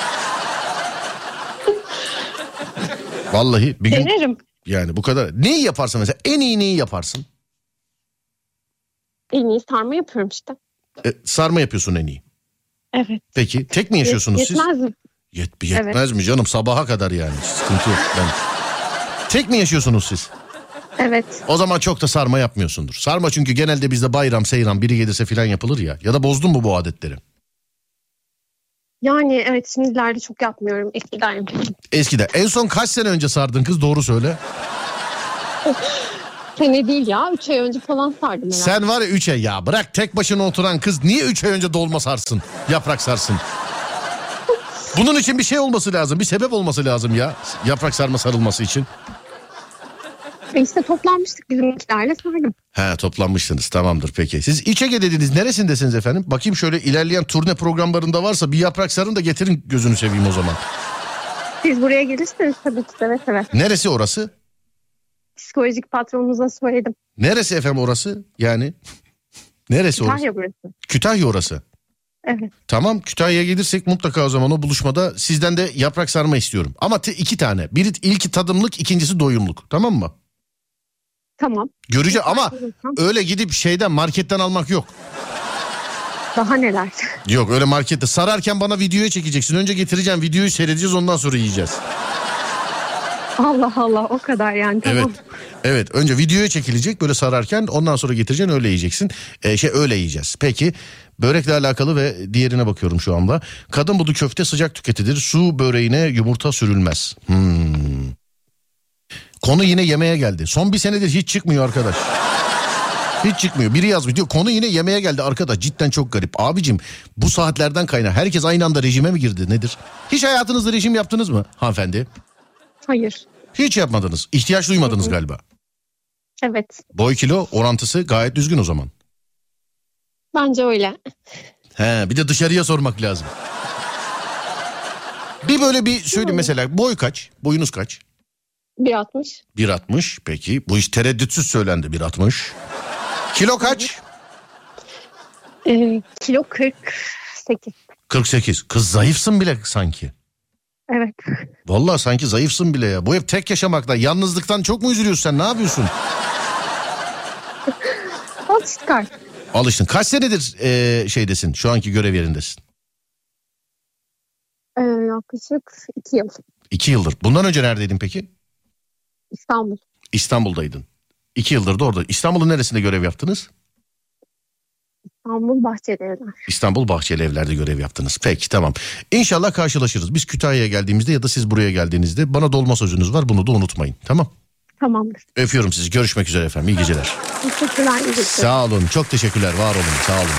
Vallahi bir gün... Denerim. Yani bu kadar. Neyi yaparsın mesela? En iyi neyi yaparsın? En iyi sarma yapıyorum işte. Sarma yapıyorsun en iyi. Evet. Peki tek mi yaşıyorsunuz siz? Yetmez mi? Yetmez mi canım, sabaha kadar yani, sıkıntı yok. Tek mi yaşıyorsunuz siz? Evet. O zaman çok da sarma yapmıyorsundur. Sarma çünkü genelde bizde bayram seyran biri gelirse filan yapılır ya. Ya da bozdun mu bu adetleri? Yani evet, şimdilerde çok yapmıyorum. Eskiden yapıyordum. Eskiden. En son kaç sene önce sardın kız, doğru söyle. Sene değil ya, 3 ay önce falan sardım herhalde. Sen var ya 3 ay, ya bırak tek başına oturan kız niye 3 ay önce dolma sarsın, yaprak sarsın? Bunun için bir şey olması lazım, bir sebep olması lazım ya, yaprak sarma sarılması için. İşte toplanmıştık bizimkilerle, sardım. He, toplanmışsınız, tamamdır peki. Siz İç Ege dediniz, neresindesiniz efendim? Bakayım şöyle ilerleyen turne programlarında varsa bir yaprak sarın da getirin, gözünü seveyim o zaman. Siz buraya gelirseniz tabii ki seve seve. Neresi orası? Psikolojik patronunuza söyledim. Neresi efendim orası? Yani neresi orası? Kütahya burası. Kütahya orası. Evet. Tamam, Kütahya'ya gelirsek mutlaka o zaman o buluşmada sizden de yaprak sarma istiyorum. Ama 2 tane. Biri ilki tadımlık, ikincisi doyumluk. Tamam mı? Tamam. Göreceğim ama öyle gidip şeyden, marketten almak yok. Daha neler? Yok, öyle markette sararken bana videoya çekeceksin. Önce getireceğim, videoyu seyredeceğiz, ondan sonra yiyeceğiz. Allah Allah, o kadar yani, tamam. Evet. Evet, önce videoya çekilecek böyle sararken, ondan sonra getireceksin, öyle yiyeceksin. Öyle yiyeceğiz. Peki börekle alakalı ve diğerine bakıyorum şu anda. Kadın budu köfte sıcak tüketilir. Su böreğine yumurta sürülmez. Konu yine yemeğe geldi. Son bir senedir hiç çıkmıyor arkadaş. Hiç çıkmıyor. Biri yazmış diyor, konu yine yemeğe geldi arkadaş. Cidden çok garip. Abicim bu saatlerden kaynak. Herkes aynı anda rejime mi girdi, nedir? Hiç hayatınızda rejim yaptınız mı hanımefendi? Hayır. Hiç yapmadınız. İhtiyaç duymadınız galiba. Evet. Boy kilo orantısı gayet düzgün o zaman. Bence öyle. He, bir de dışarıya sormak lazım. Bir böyle bir söyleyeyim mesela, boy kaç? Boyunuz kaç? 1.60. 1.60. Peki bu iş tereddütsüz söylendi, 1.60. Kilo kaç? Kilo 48. 48. Kız zayıfsın bile sanki. Evet. Vallahi sanki zayıfsın bile ya. Bu hep tek yaşamaktan, yalnızlıktan çok mu üzülüyorsun sen? Ne yapıyorsun? Alıştık artık. Alıştın. Kaç senedir şeydesin? Şu anki görev yerindesin. Yaklaşık 2 yıl. 2 yıldır. Bundan önce neredeydin peki? İstanbul. İstanbul'daydın. 2 yıldır da orada. İstanbul'un neresinde görev yaptınız? İstanbul Bahçelievler. İstanbul Bahçelievler'de görev yaptınız. Peki, tamam. İnşallah karşılaşırız. Biz Kütahya'ya geldiğimizde ya da siz buraya geldiğinizde bana dolma sözünüz var. Bunu da unutmayın. Tamam. Tamamdır. Öpüyorum sizi. Görüşmek üzere efendim. İyi geceler. Teşekkürler. Sağ olun. Çok teşekkürler. Var olun. Sağ olun.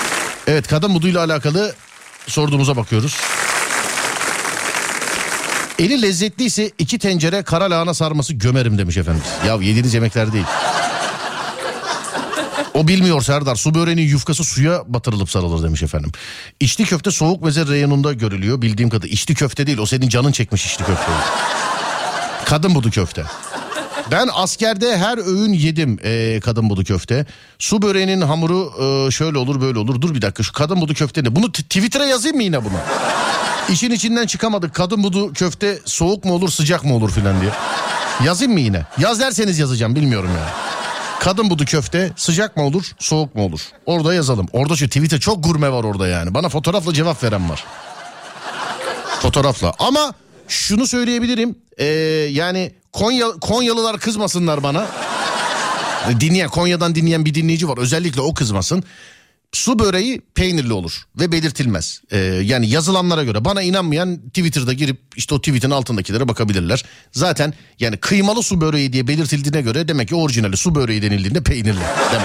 Evet, kadın buduyla alakalı sorduğumuza bakıyoruz. Eli lezzetliyse 2 tencere kara lahana sarması gömerim demiş efendim. Ya yediğiniz yemekler değil. O bilmiyor Serdar. Su böreğinin yufkası suya batırılıp sarılır demiş efendim. İçli köfte soğuk meze reyonunda görülüyor bildiğim kadarıyla. İçli köfte değil, o senin canın çekmiş içli köfteyi. Kadın budu köfte. Ben askerde her öğün yedim kadın budu köfte. Su böreğinin hamuru şöyle olur böyle olur. Dur bir dakika, şu kadın budu köfte ne? Bunu Twitter'a yazayım mı yine bunu? İşin içinden çıkamadık. Kadın budu köfte soğuk mu olur sıcak mı olur filan diye. Yazayım mı yine? Yaz derseniz yazacağım, bilmiyorum yani. Kadın budu köfte sıcak mı olur soğuk mu olur? Orada yazalım. Orada şu Twitter çok gurme var orada yani. Bana fotoğrafla cevap veren var. Fotoğrafla. Ama şunu söyleyebilirim. Yani Konyalılar kızmasınlar bana. Konya'dan dinleyen bir dinleyici var. Özellikle o kızmasın. Su böreği peynirli olur ve belirtilmez. Yani yazılanlara göre, bana inanmayan Twitter'da girip işte o tweetin altındakilere bakabilirler. Zaten yani kıymalı su böreği diye belirtildiğine göre demek ki orijinali su böreği denildiğinde peynirli demek.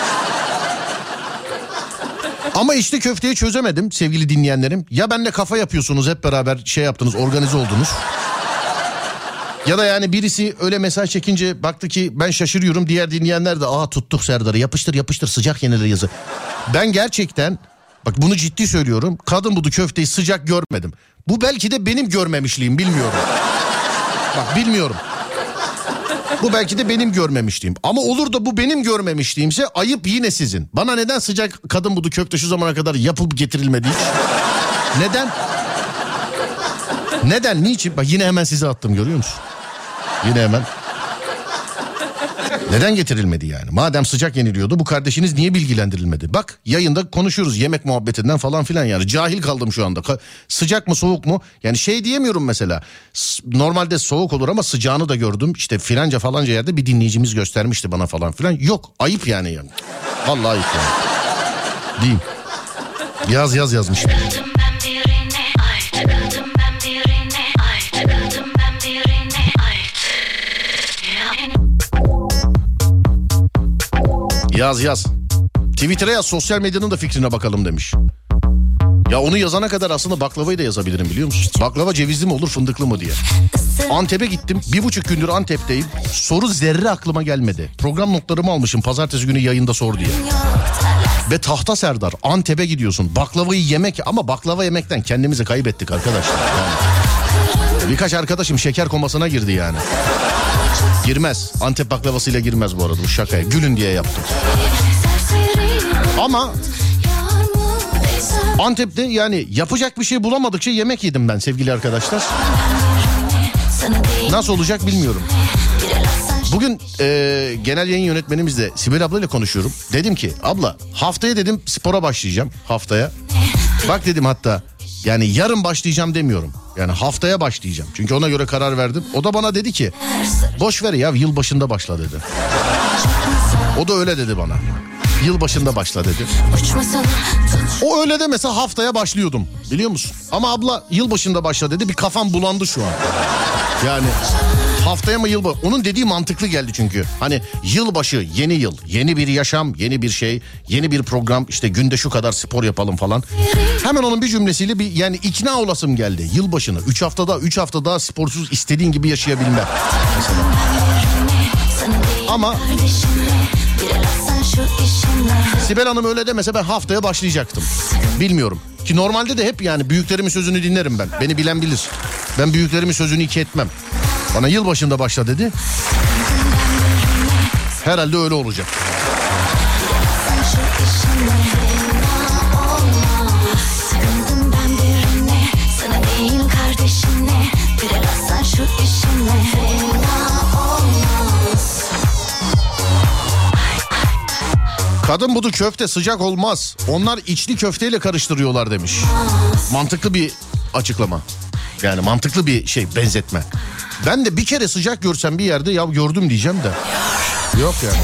Ama işte köfteyi çözemedim sevgili dinleyenlerim. Ya benimle kafa yapıyorsunuz, hep beraber şey yaptınız, organize oldunuz. Ya da yani birisi öyle mesaj çekince baktı ki ben şaşırıyorum. Diğer dinleyenler de tuttuk Serdar'ı, yapıştır sıcak yenilir yazı. Ben gerçekten bak bunu ciddi söylüyorum. Kadın budu köfteyi sıcak görmedim. Bu belki de benim görmemişliğim, bilmiyorum. Bak bilmiyorum. Bu belki de benim görmemişliğim. Ama olur da bu benim görmemişliğimse ayıp yine sizin. Bana neden sıcak kadın budu köfte şu zamana kadar yapıp getirilmedi hiç? Neden? Neden? Niçin? Bak yine hemen size attım, görüyor musun? Yine hemen. Neden getirilmedi yani? Madem sıcak yeniliyordu, bu kardeşiniz niye bilgilendirilmedi? Bak yayında konuşuyoruz yemek muhabbetinden falan filan yani. Cahil kaldım şu anda. Sıcak mı soğuk mu? Yani şey diyemiyorum mesela. Normalde soğuk olur ama sıcağını da gördüm. İşte filanca falanca yerde bir dinleyicimiz göstermişti bana falan filan. Yok, ayıp yani. Vallahi ayıp yani. Diyeyim. Yaz yazmış. Yaz. Twitter'a yaz, sosyal medyanın da fikrine bakalım demiş. Ya onu yazana kadar aslında baklavayı da yazabilirim, biliyor musun? Baklava cevizli mi olur fındıklı mı diye. Antep'e gittim. 1,5 gündür Antep'teyim. Soru zerre aklıma gelmedi. Program notlarımı almışım pazartesi günü yayında sor diye. Ve tahta Serdar, Antep'e gidiyorsun. Baklavayı yemek, ama baklava yemekten kendimizi kaybettik arkadaşlar. Yani. Birkaç arkadaşım şeker komasına girdi yani. Girmez. Antep baklavasıyla girmez bu arada. Bu şakaya. Gülün diye yaptım. Ama Antep'te yani yapacak bir şey bulamadıkça yemek yedim ben sevgili arkadaşlar. Nasıl olacak bilmiyorum. Bugün genel yayın yönetmenimizle Sibel ablayla konuşuyorum. Dedim ki abla haftaya dedim spora başlayacağım haftaya. Bak dedim hatta yani yarın başlayacağım demiyorum. Yani haftaya başlayacağım. Çünkü ona göre karar verdim. O da bana dedi ki boş ver ya yılbaşında başla dedi. O da öyle dedi bana. Yılbaşında başla dedi. O öyle demese haftaya başlıyordum biliyor musun? Ama abla yılbaşında başla dedi, bir kafam bulandı şu an. Yani haftaya mı yılbaşı? Onun dediği mantıklı geldi çünkü. Hani yılbaşı, yeni yıl, yeni bir yaşam, yeni bir şey, yeni bir program, işte günde şu kadar spor yapalım falan. Hemen onun bir cümlesiyle bir yani ikna olasım geldi. Yılbaşını 3 hafta daha sporsuz istediğin gibi yaşayabilme. Mesela. Ama Sibel Hanım öyle demese ben haftaya başlayacaktım. Bilmiyorum. Ki normalde de hep yani büyüklerimin sözünü dinlerim ben. Beni bilen bilir. Ben büyüklerimin sözünü iki etmem. Bana yılbaşında başla dedi. Herhalde öyle olacak. Kadın budu köfte sıcak olmaz. Onlar içli köfteyle karıştırıyorlar demiş. Mantıklı bir açıklama. Yani mantıklı bir şey, benzetme. Ben de bir kere sıcak görsem bir yerde ya gördüm diyeceğim de. Yok yani.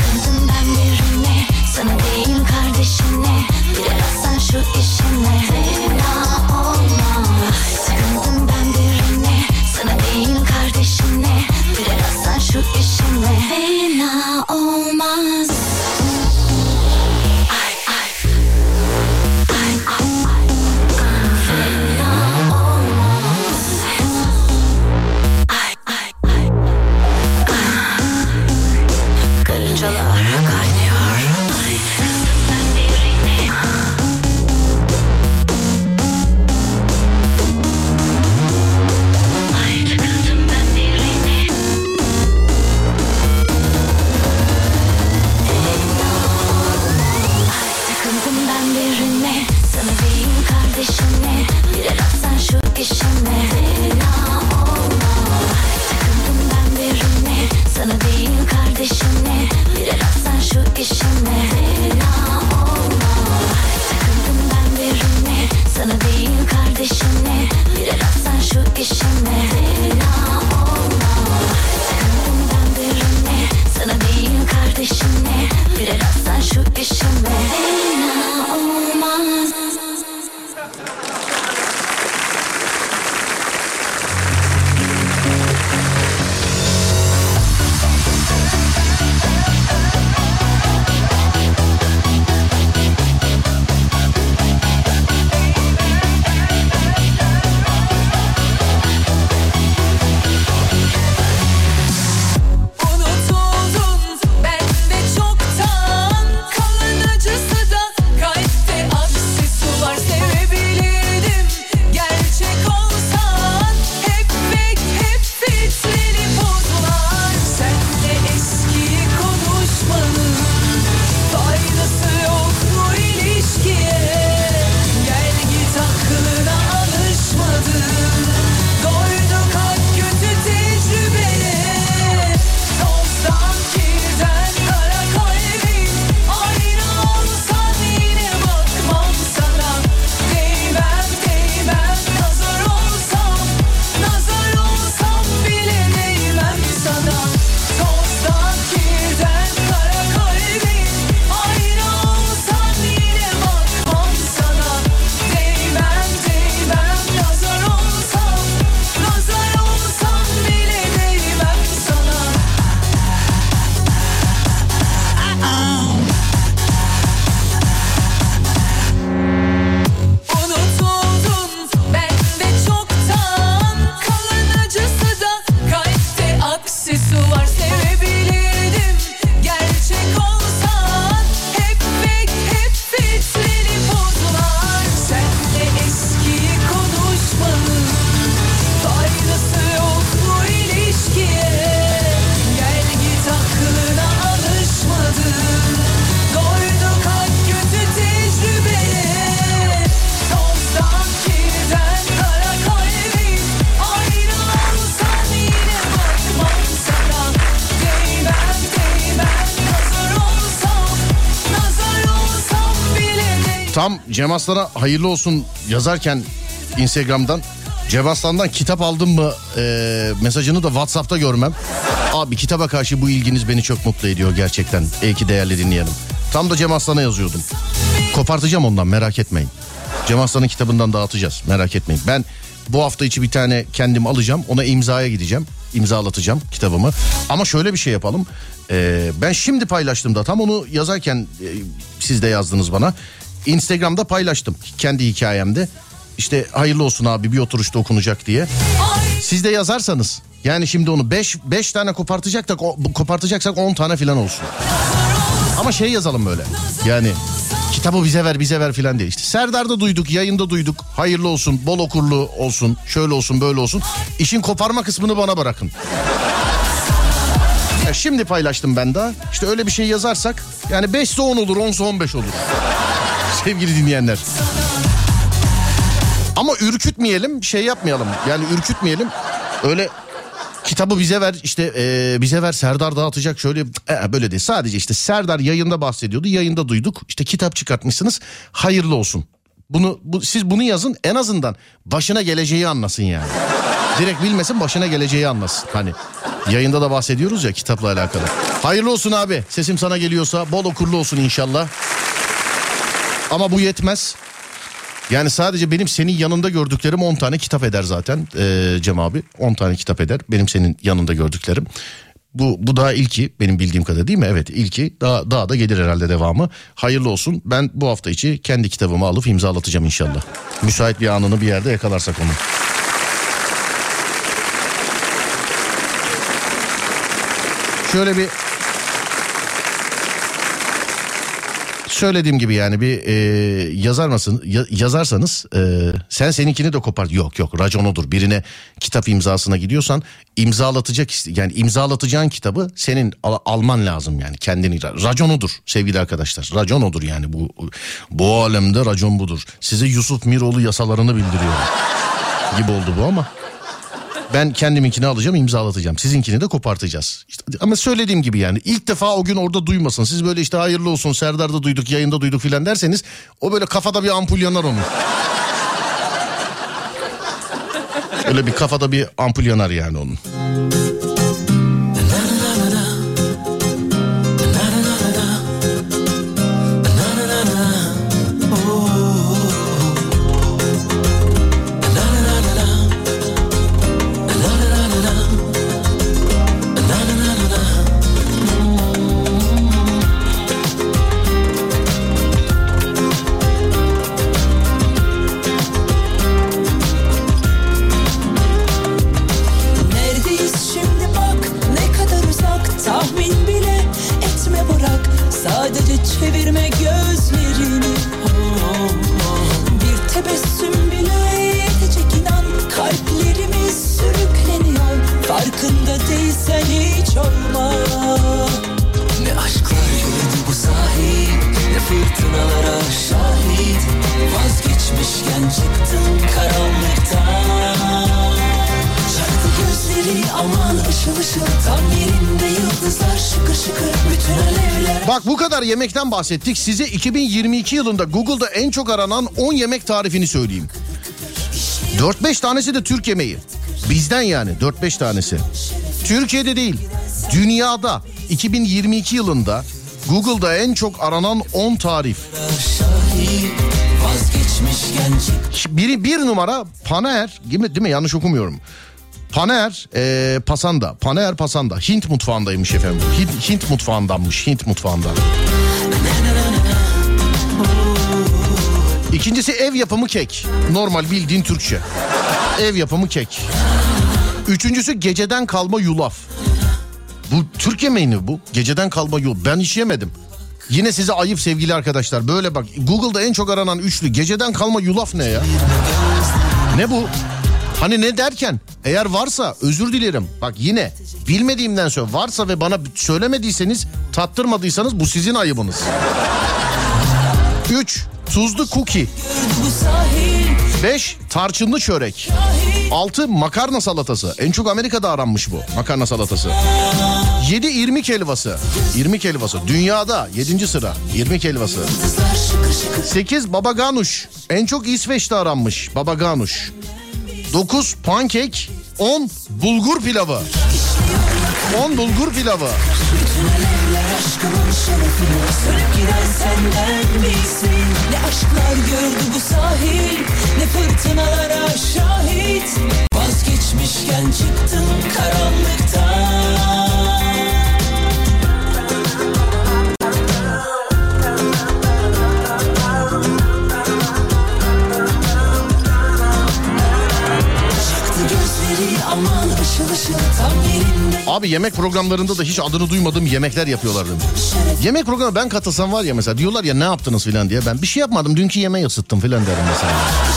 Tam Cem Aslan'a hayırlı olsun yazarken Instagram'dan Cem Aslan'dan kitap aldın mı mesajını da WhatsApp'ta görmem. Abi kitaba karşı bu ilginiz beni çok mutlu ediyor gerçekten. İyi ki değerli dinleyenim. Tam da Cem Aslan'a yazıyordum. Kopartacağım ondan, merak etmeyin. Cem Aslan'ın kitabından dağıtacağız, merak etmeyin. Ben bu hafta içi bir tane kendim alacağım, ona imzaya gideceğim. İmzalatacağım kitabımı. Ama şöyle bir şey yapalım. Ben şimdi paylaştım da tam onu yazarken siz de yazdınız bana. Instagram'da paylaştım kendi hikayemde. İşte hayırlı olsun abi, bir oturuşta okunacak diye. Siz de yazarsanız, yani şimdi onu 5 tane kopartacaksak 10 tane falan olsun. Ama şey yazalım böyle. Yani kitabı bize ver filan değil. İşte Serdar'da duyduk, yayında duyduk. Hayırlı olsun, bol okurlu olsun, şöyle olsun, böyle olsun. İşin koparma kısmını bana bırakın. Ya şimdi paylaştım ben daha. İşte öyle bir şey yazarsak yani 5'se 10 olur, 10'sa 15 olur. Sevgili dinleyenler. Ama ürkütmeyelim, şey yapmayalım. Yani ürkütmeyelim. Öyle kitabı bize ver, işte bize ver, Serdar dağıtacak, şöyle böyle değil. Sadece işte Serdar yayında bahsediyordu. Yayında duyduk. İşte kitap çıkartmışsınız. Hayırlı olsun. Siz bunu yazın, en azından başına geleceği anlasın yani. Direkt bilmesin, başına geleceği anlasın. Hani yayında da bahsediyoruz ya kitapla alakalı. Hayırlı olsun abi. Sesim sana geliyorsa bol okurlu olsun inşallah. Ama bu yetmez. Yani sadece benim senin yanında gördüklerim 10 tane kitap eder zaten Cem abi. 10 tane kitap eder benim senin yanında gördüklerim. Bu daha ilki benim bildiğim kadar, değil mi? Evet, ilki, daha da gelir herhalde devamı. Hayırlı olsun. Ben bu hafta içi kendi kitabımı alıp imzalatacağım inşallah. Müsait bir anını bir yerde yakalarsak onu. Şöyle bir söylediğim gibi yani bir yazarsanız sen seninkini de kopart. Yok racon odur. Birine kitap imzasına gidiyorsan yani imzalatacağın kitabı senin alman lazım yani kendini. Racon odur sevgili arkadaşlar. Racon odur yani bu alemde racon budur. Size Yusuf Miroğlu yasalarını bildiriyor gibi oldu bu ama. Ben kendiminkini alacağım, imzalatacağım. Sizinkini de kopartacağız. İşte, ama söylediğim gibi yani ilk defa o gün orada duymasın. Siz böyle işte hayırlı olsun, Serdar'da duyduk, yayında duyduk filan derseniz o böyle kafada bir ampul yanar onun. Öyle bir kafada bir ampul yanar yani onun. Çevirme gözlerini, bir tebessüm bile yetecek, inan kalplerimiz sürükleniyor. Farkında değilsen hiç olma. Ne aşklar yürüdü bu sahil, ne fırtınalara şahit. Vazgeçmişken çıktım karanlıktan. Çaktı gözleri aman ışıl ışıl, tam yerinde yıldızlar şıkır şıkır, bütün alevler. Bak bu kadar yemekten bahsettik. Size 2022 yılında Google'da en çok aranan 10 yemek tarifini söyleyeyim. 4-5 tanesi de Türk yemeği. Bizden yani 4-5 tanesi. Türkiye'de değil, dünyada 2022 yılında Google'da en çok aranan 10 tarif. Bir numara Paneer, değil mi? Yanlış okumuyorum. Paneer Pasanda. Paneer Pasanda. Hint mutfağındaymış efendim. Hint mutfağındanmış. Hint mutfağından. İkincisi ev yapımı kek. Normal bildiğin Türkçe. Ev yapımı kek. Üçüncüsü geceden kalma yulaf. Bu Türk yemeği mi bu? Geceden kalma yulaf. Ben hiç yemedim. Yine size ayıp sevgili arkadaşlar. Böyle bak, Google'da en çok aranan üçlü. Geceden kalma yulaf ne ya? Ne bu? Hani ne derken, eğer varsa özür dilerim. Bak yine bilmediğimden sonra varsa ve bana söylemediyseniz, tattırmadıysanız bu sizin ayıbınız. 3. tuzlu cookie. 5 tarçınlı çörek. 6 makarna salatası. En çok Amerika'da aranmış bu makarna salatası. 7 irmik helvası. İrmik helvası dünyada 7. sıra irmik helvası. 8 baba ganuş. En çok İsveç'te aranmış baba ganuş. 9 pankek. 10 bulgur pilavı. 10 bulgur pilavı. Ne aşklar gördü bu sahil, ne fırtınalara şahit. Vazgeçmişken çıktım karanlıktan. Abi yemek programlarında da hiç adını duymadığım yemekler yapıyorlar demiş. Yemek programı ben katılsam var ya mesela, diyorlar ya ne yaptınız filan diye, ben bir şey yapmadım dünkü yemeği ısıttım filan derim mesela.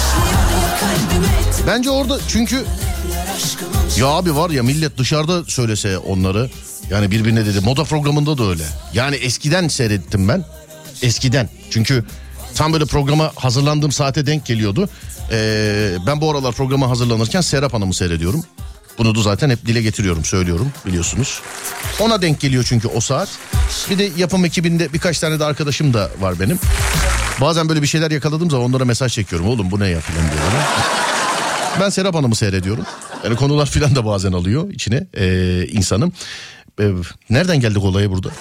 Bence orada çünkü ya abi var ya, millet dışarıda söylese onları, yani birbirine dedi, moda programında da öyle. Yani eskiden seyrettim ben, eskiden çünkü tam böyle programa hazırlandığım saate denk geliyordu. Ben bu aralar programa hazırlanırken Serap Hanım'ı seyrediyorum. Bunu da zaten hep dile getiriyorum, söylüyorum biliyorsunuz. Ona denk geliyor çünkü o saat. Bir de yapım ekibinde birkaç tane de arkadaşım da var benim. Bazen böyle bir şeyler yakaladığım zaman onlara mesaj çekiyorum. Oğlum bu ne ya filan diyorum. Ben Serap Hanım'ı seyrediyorum. Yani konular filan da bazen alıyor içine insanım. Nereden geldik olaya burada?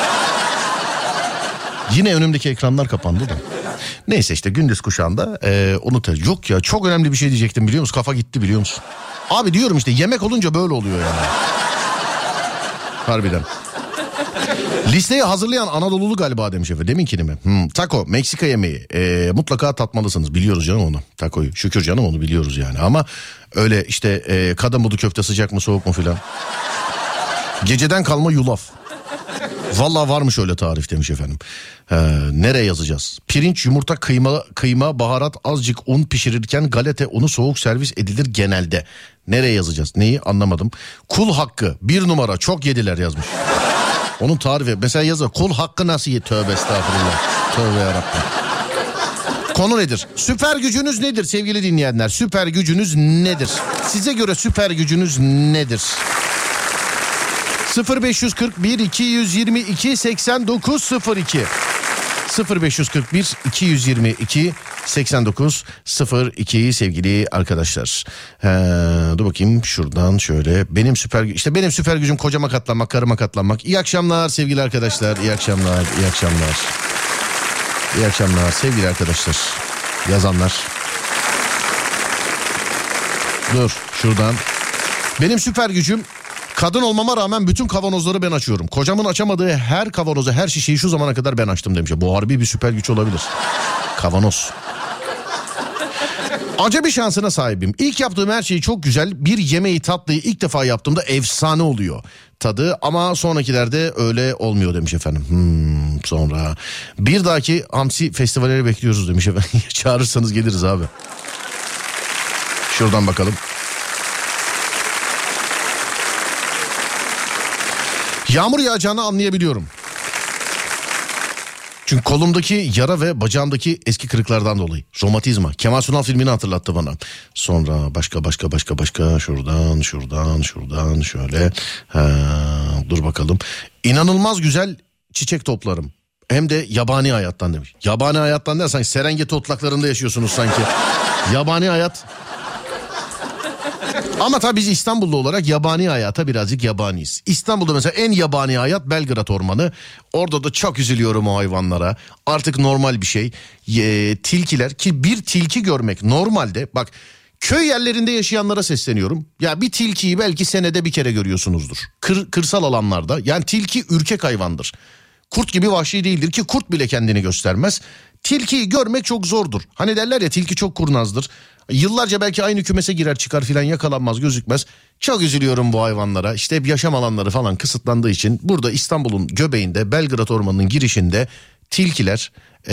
Yine önümdeki ekranlar kapandı da. Neyse işte gündüz kuşağında yok ya, çok önemli bir şey diyecektim biliyor musun? Kafa gitti biliyor musun? Abi diyorum işte, yemek olunca böyle oluyor yani. Harbiden. Listeyi hazırlayan Anadolulu galiba demiş efendim. Deminkini mi? Taco, Meksika yemeği. Mutlaka tatmalısınız. Biliyoruz canım onu. Taco'yu. Şükür canım onu biliyoruz yani. Ama öyle işte kadın budu köfte sıcak mı soğuk mu filan. Geceden kalma yulaf. Vallahi varmış öyle tarif demiş efendim. Nereye yazacağız? Pirinç, yumurta, kıyma, baharat, azıcık un pişirirken galeta unu soğuk servis edilir genelde. Nereye yazacağız? Neyi anlamadım. Kul hakkı 1 numara çok yediler yazmış. Onun tarifi mesela yazar. Kul hakkı nasıl ye? Tövbe estağfurullah. Tövbe yarabbim. Konu nedir? Süper gücünüz nedir sevgili dinleyenler? Süper gücünüz nedir? Size göre süper gücünüz nedir? 0541 222 8902 0541 222 8902 sevgili arkadaşlar. Dur bakayım şuradan şöyle. Benim süper gücüm kocama katlanmak, karıma katlanmak. İyi akşamlar sevgili arkadaşlar. İyi akşamlar. İyi akşamlar sevgili arkadaşlar. Yazanlar. Dur şuradan. Benim süper gücüm, kadın olmama rağmen bütün kavanozları ben açıyorum. Kocamın açamadığı her kavanozu, her şişeyi şu zamana kadar ben açtım demiş. Bu harbi bir süper güç olabilir. Kavanoz. Acayip bir şansına sahibim. İlk yaptığım her şey çok güzel. Bir yemeği, tatlıyı ilk defa yaptığımda efsane oluyor tadı. Ama sonrakilerde öyle olmuyor demiş efendim. Sonra bir dahaki hamsi festivalleri bekliyoruz demiş efendim. Çağırırsanız geliriz abi. Şuradan bakalım. Yağmur yağacağını anlayabiliyorum. Çünkü kolumdaki yara ve bacağımdaki eski kırıklardan dolayı. Romatizma. Kemal Sunal filmini hatırlattı bana. Sonra başka şuradan şöyle. Dur bakalım. İnanılmaz güzel çiçek toplarım. Hem de yabani hayattan demiş. Yabani hayattan dersen Serengeti otlaklarında yaşıyorsunuz sanki. Yabani hayat. Ama tabii biz İstanbullu olarak yabani hayata birazcık yabaniyiz. İstanbul'da mesela en yabani hayat Belgrad Ormanı. Orada da çok üzülüyorum o hayvanlara. Artık normal bir şey. Tilkiler, ki bir tilki görmek normalde, bak köy yerlerinde yaşayanlara sesleniyorum. Ya bir tilkiyi belki senede bir kere görüyorsunuzdur. Kırsal alanlarda. Yani tilki ürkek hayvandır. Kurt gibi vahşi değildir ki kurt bile kendini göstermez. Tilkiyi görmek çok zordur. Hani derler ya, tilki çok kurnazdır. Yıllarca belki aynı kümese girer çıkar filan, yakalanmaz, gözükmez. Çok üzülüyorum bu hayvanlara. İşte hep yaşam alanları falan kısıtlandığı için burada İstanbul'un göbeğinde Belgrad Ormanı'nın girişinde tilkiler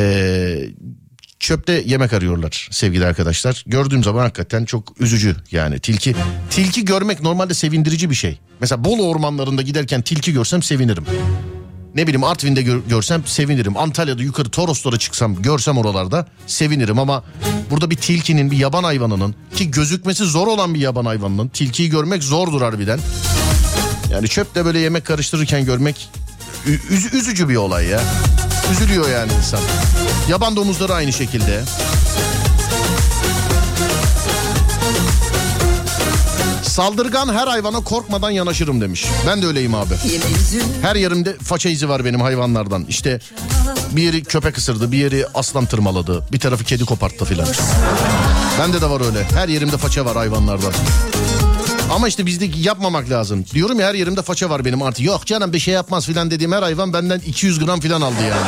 çöpte yemek arıyorlar sevgili arkadaşlar. Gördüğüm zaman hakikaten çok üzücü yani. Tilki görmek normalde sevindirici bir şey. Mesela Bolu ormanlarında giderken tilki görsem sevinirim. Ne bileyim Artvin'de görsem sevinirim. Antalya'da yukarı Toroslara çıksam görsem oralarda sevinirim. Ama burada bir tilkinin, bir yaban hayvanının, ki gözükmesi zor olan bir yaban hayvanının, tilkiyi görmek zordur harbiden. Yani çöple böyle yemek karıştırırken görmek üzücü bir olay ya. Üzülüyor yani insan. Yaban domuzları aynı şekilde. Saldırgan her hayvana korkmadan yanaşırım demiş. Ben de öyleyim abi. Her yerimde faça izi var benim hayvanlardan. İşte bir yeri köpek ısırdı, bir yeri aslan tırmaladı, bir tarafı kedi koparttı filan. Bende de var öyle. Her yerimde faça var hayvanlardan. Ama işte bizde yapmamak lazım. Diyorum ya, her yerimde faça var benim artık. Yok canım bir şey yapmaz filan dediğim her hayvan benden 200 gram filan aldı yani.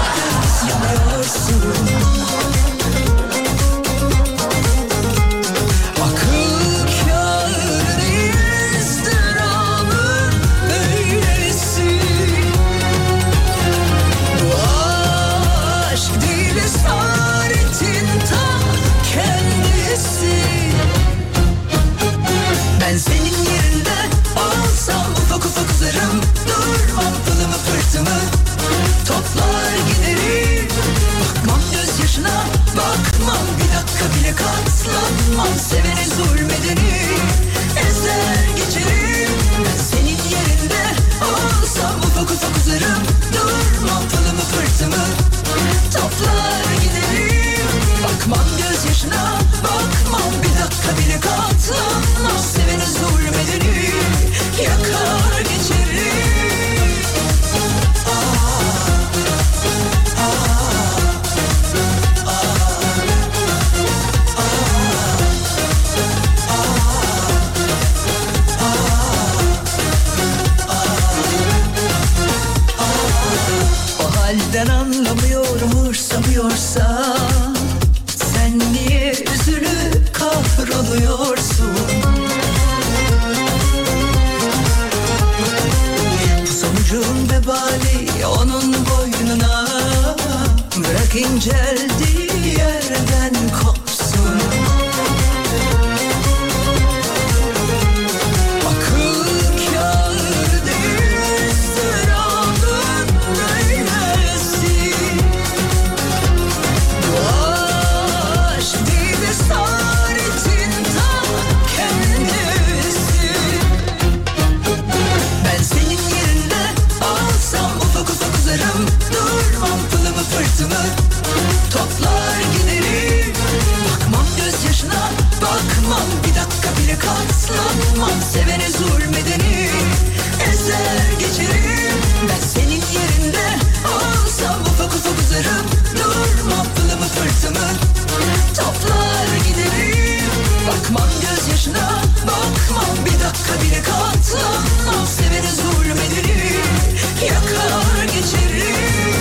Ben senin yerinde olsam ufak ufak uzarım, durmam pılımı pırtımı, toplar giderim. Bakmam gözyaşına, bakmam bir dakika bile katlanmam, sevene zulmedeni ezer geçerim. Ben senin yerinde olsam ufak ufak uzarım, durmam pılımı pırtımı, toplar giderim. Bakmam gözyaşına, bakmam bir dakika bile katlanmam, sevene zulmedeni yakar geçerim. O halden anlamıyorum, umursamıyorsa sen niye üzülüp kahroluyorsun? Bu sonucun vebali onun boynuna, bırak inceldiği yerden kopsun. Akıl kâr değil, ızdırabın böylesi. Bu aşk değil, esaretin ta kendisi. Ben senin yerinde olsam ufak ufak uzarım, durmam pılımı pırtımı, toplar giderim. Bakmam gözyaşına, bakmam bir dakika bile katlanmam, sevene zulmedeni ezer geçerim. Ben senin yerinde olsam ufak ufak uzarım, durmam pılımı pırtımı, toplar giderim. Bakmam gözyaşına, bakmam bir dakika bile katlanmam, sevene zulmedeni yakar geçerim.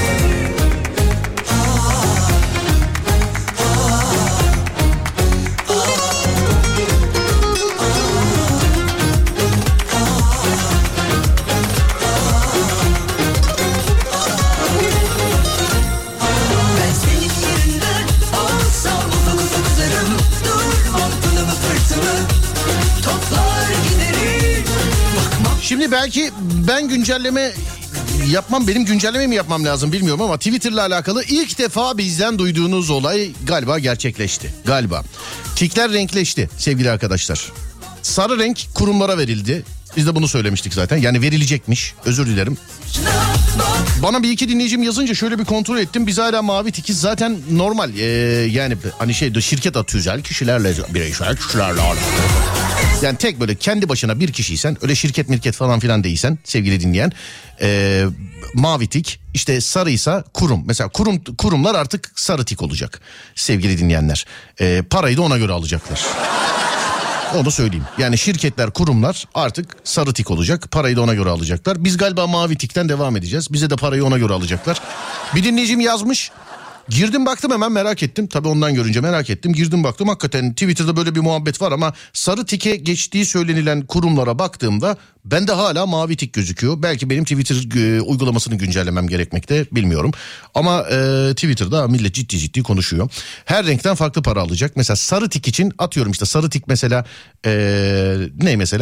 Ben senin yerinde olsam ufak ufak uzarım, durmam pılımı pırtımı, toplar giderim. Bakmam. Şimdi belki ben güncelleme yapmam, benim güncelleme mi yapmam lazım bilmiyorum ama Twitter'la alakalı ilk defa bizden duyduğunuz olay galiba gerçekleşti. Galiba. Tikler renkleşti sevgili arkadaşlar. Sarı renk kurumlara verildi. Biz de bunu söylemiştik zaten. Yani verilecekmiş. Özür dilerim. Bana bir iki dinleyicim yazınca şöyle bir kontrol ettim. Biz hala mavi tikiz zaten normal. Yani hani şirket atıyor, özel kişilerle, bireysel kişilerle. Yani tek böyle kendi başına bir kişiysen, öyle şirket falan filan değilsen sevgili dinleyen, mavi tik, işte sarıysa kurum. Mesela kurumlar artık sarı tik olacak sevgili dinleyenler. Parayı da ona göre alacaklar. Onu söyleyeyim. Yani şirketler, kurumlar artık sarı tik olacak. Parayı da ona göre alacaklar. Biz galiba mavi tikten devam edeceğiz. Bize de parayı ona göre alacaklar. Bir dinleyicim yazmış. Girdim baktım, hemen merak ettim. Tabii ondan görünce merak ettim. Girdim baktım, hakikaten Twitter'da böyle bir muhabbet var ama sarı tike geçtiği söylenilen kurumlara baktığımda bende hala mavi tik gözüküyor. Belki benim Twitter uygulamasını güncellemem gerekmekte, bilmiyorum. Ama Twitter'da millet ciddi konuşuyor. Her renkten farklı para alacak. Mesela sarı tik için atıyorum, işte sarı tik mesela ne mesela?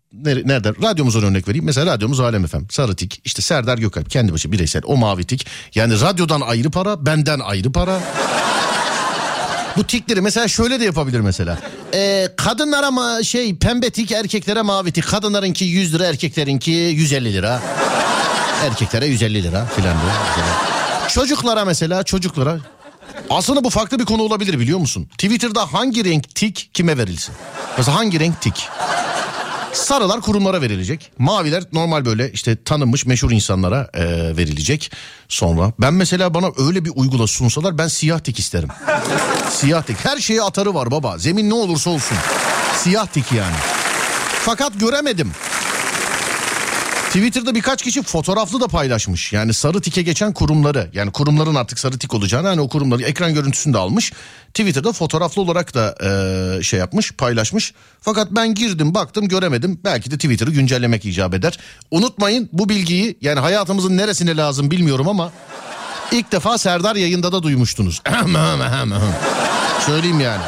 nerede? Radyomuzdan örnek vereyim. Mesela radyomuz Alem FM. Sarı tik. İşte Serdar Gökalp kendi başı bireysel. O mavi tik. Yani radyodan ayrı para, benden ayrı para. Bu tikleri mesela şöyle de yapabilir mesela. Kadınlara pembe tik, erkeklere mavi tik. Kadınlarınki 100 lira, erkeklerinki 150 lira. Erkeklere 150 lira filan diyor. Çocuklara mesela, çocuklara. Aslında bu farklı bir konu olabilir, biliyor musun? Twitter'da hangi renk tik kime verilsin? Mesela hangi renk tik? Sarılar kurumlara verilecek. Maviler normal böyle işte tanınmış meşhur insanlara verilecek. Sonra ben mesela bana öyle bir uygula sunsalar ben siyah tik isterim. Siyah tik. Her şeye atarı var baba. Zemin ne olursa olsun. Siyah tik yani. Fakat göremedim. Twitter'da birkaç kişi fotoğraflı da paylaşmış. Yani sarı tike geçen kurumları, yani kurumların artık sarı tik olacağını, hani o kurumları ekran görüntüsünü de almış. Twitter'da fotoğraflı olarak da yapmış, paylaşmış. Fakat ben girdim, baktım, göremedim. Belki de Twitter'ı güncellemek icap eder. Unutmayın bu bilgiyi, yani hayatımızın neresine lazım bilmiyorum ama ilk defa Serdar yayında da duymuştunuz. Söyleyeyim yani.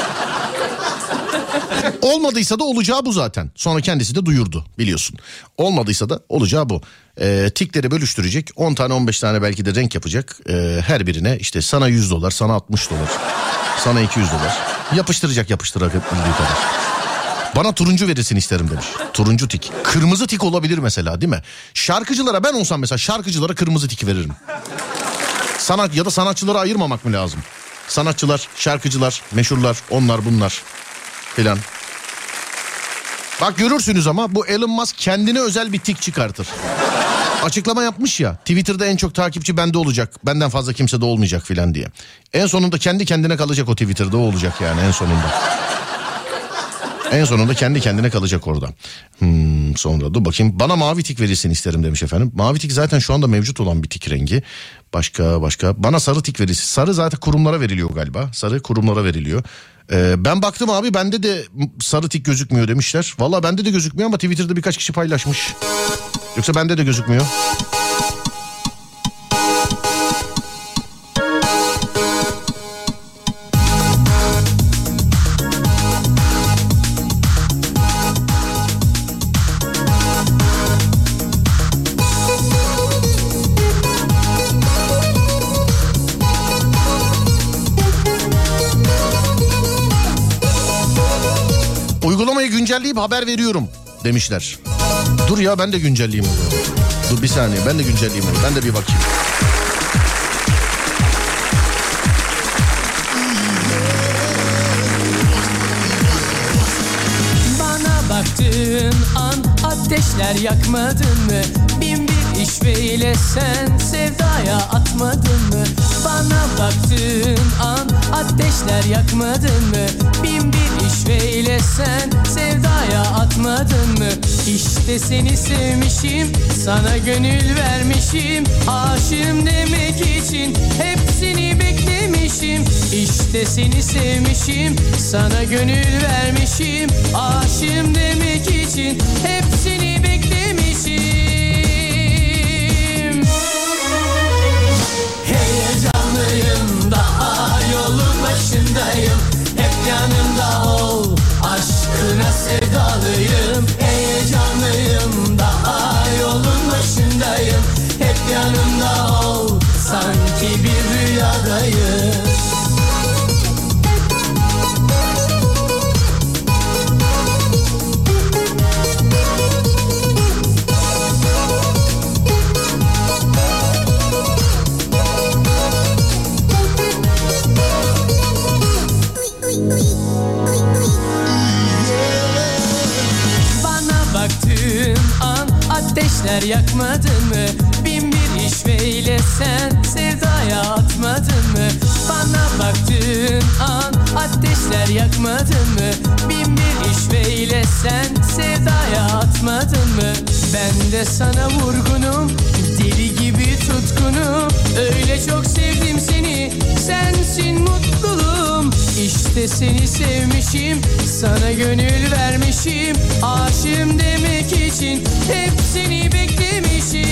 Olmadıysa da olacağı bu zaten. Sonra kendisi de duyurdu, biliyorsun. Olmadıysa da olacağı bu. Tikleri bölüştürecek. 10 tane 15 tane belki de renk yapacak. Her birine işte sana $100, sana $60, sana $200. Yapıştırabildiği kadar. Bana turuncu verirsin isterim demiş. Turuncu tik. Kırmızı tik olabilir mesela, değil mi? Şarkıcılara, ben olsam mesela şarkıcılara kırmızı tik veririm. Sanat ya da sanatçıları ayırmamak mı lazım? Sanatçılar, şarkıcılar, meşhurlar, onlar bunlar filan. Bak görürsünüz ama bu Elon Musk kendine özel bir tik çıkartır. Açıklama yapmış ya, Twitter'da en çok takipçi bende olacak, benden fazla kimse de olmayacak filan diye. En sonunda kendi kendine kalacak o Twitter'da, o olacak yani en sonunda. En sonunda kendi kendine kalacak orada. Sonra dur bakayım, bana mavi tik verilsin isterim demiş efendim. Mavi tik zaten şu anda mevcut olan bir tik rengi. Başka bana sarı tik verilsin. Sarı zaten kurumlara veriliyor galiba. Sarı kurumlara veriliyor. Ben baktım abi, bende de sarı tik gözükmüyor demişler. Valla bende de gözükmüyor ama Twitter'da birkaç kişi paylaşmış. Yoksa bende de gözükmüyor. Uygulamayı güncelleyip haber veriyorum demişler. Dur ya, ben de güncelleyeyim onu. Dur bir saniye, ben de güncelleyeyim onu. Ben de bir bakayım. Bana baktığın an ateşler yakmadın mı? Bin bir işveyle sen sevdaya atmadın mı? Bana baktığın an ateşler yakmadın mı? Bin bir işveyle sen sevdaya atmadın mı? İşte seni sevmişim, sana gönül vermişim, aşığım demek için hepsini beklemişim. İşte seni sevmişim, sana gönül vermişim, aşığım demek için hepsini beklemişim. Heyecanlıyım, daha yolun başındayım, hep yanımda ol, aşkına sevdalıyım. Heyecanlıyım, daha yolun başındayım, hep yanımda ol, sanki bir rüyadayım. Bana baktığın an ateşler yakmadın mı? Bin bir işveyle sen sevdaya atmadın mı? Bana baktığın an ateşler yakmadın mı? Bin bir işveyle sen sevdaya atmadın mı? Ben de sana vurgunum, deli gibi tutkunum, öyle çok sevdim seni, sensin mutluluğum. İşte seni sevmişim, sana gönül vermişim, aşığım demek için hepsini beklemişim.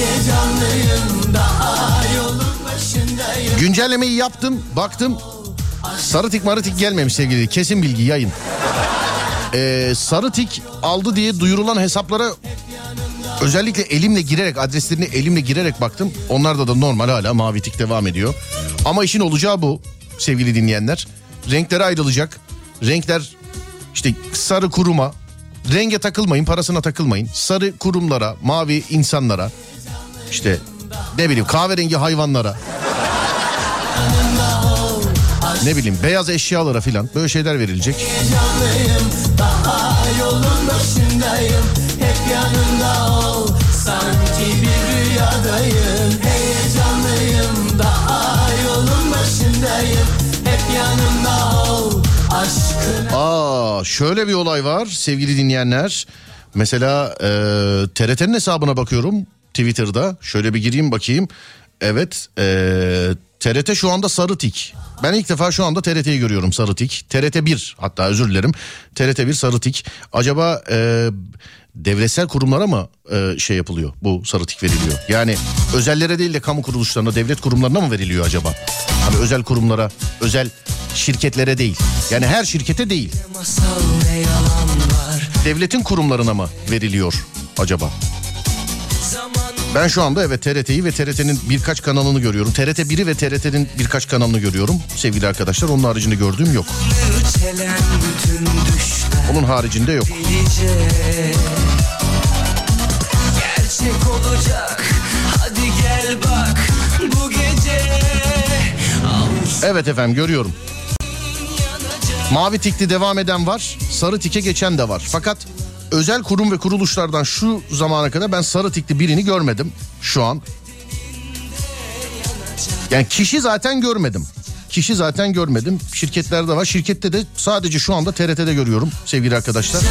Heyecanlıyım, daha yolun başındayım. Güncellemeyi yaptım, baktım. Sarı tik marı tik gelmemiş sevgili. Kesin bilgi yayın. Sarı tik aldı diye duyurulan hesaplara özellikle elimle girerek, adreslerini elimle girerek baktım. Onlarda da normal, hala mavi tik devam ediyor. Ama işin olacağı bu sevgili dinleyenler. Renkleri ayrılacak. Renkler işte sarı kuruma. Renge takılmayın, parasına takılmayın. Sarı kurumlara, mavi insanlara, işte ne bileyim kahverengi hayvanlara, ne bileyim beyaz eşyalara filan böyle şeyler verilecek. Heyecanlıyım, daha yolun başındayım. Hep yanımda ol, sanki bir rüyadayım. Heyecanlıyım, daha yolun başındayım. Hep yanımda ol, aşkına. Şöyle bir olay var sevgili dinleyenler. Mesela TRT'nin hesabına bakıyorum Twitter'da. Şöyle bir gireyim bakayım. Evet, TRT şu anda sarı tik. Ben ilk defa şu anda TRT'yi görüyorum sarı tik. TRT 1 hatta, özür dilerim. TRT 1 sarı tik. Acaba devletsel kurumlara mı şey yapılıyor, bu sarı tik veriliyor? Yani özellere değil de kamu kuruluşlarına, devlet kurumlarına mı veriliyor acaba? Hani özel kurumlara, özel şirketlere değil. Yani her şirkete değil. Devletin kurumlarına mı veriliyor acaba? Ben şu anda evet TRT'yi ve TRT'nin birkaç kanalını görüyorum. TRT 1'i ve TRT'nin birkaç kanalını görüyorum sevgili arkadaşlar. Onun haricinde gördüğüm yok. Onun haricinde yok. Gerçek olacak, hadi gel bak bu gece. Evet efendim, görüyorum. Mavi tikli devam eden var, sarı tike geçen de var. Fakat özel kurum ve kuruluşlardan şu zamana kadar ben sarı tikli birini görmedim şu an. Yani kişi zaten görmedim. Kişi zaten görmedim. Şirketlerde var. Şirkette de sadece şu anda TRT'de görüyorum sevgili arkadaşlar.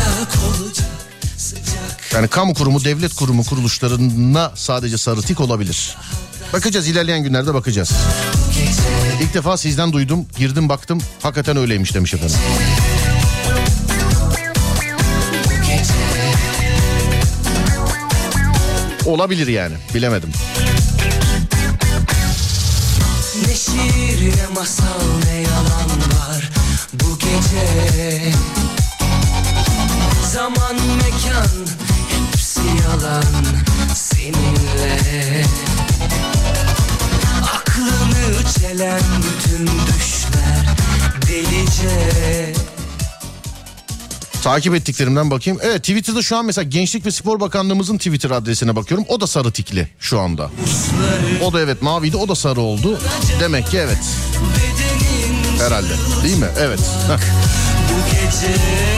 Yani kamu kurumu, devlet kurumu kuruluşlarına sadece sarı tik olabilir. Bakacağız, ilerleyen günlerde bakacağız. İlk defa sizden duydum, girdim baktım, hakikaten öyleymiş demiş efendim. Olabilir yani, bilemedim. Ne şiir ne masal ne yalan var bu gece. Zaman mekan hepsi yalan seninle. Aklını çelen bütün düşler delice. Takip ettiklerimden bakayım. Evet, Twitter'da şu an mesela Gençlik ve Spor Bakanlığımızın Twitter adresine bakıyorum. O da sarı tikli şu anda. O da evet maviydi, o da sarı oldu. Demek ki evet. Herhalde değil mi? Evet. Bu gece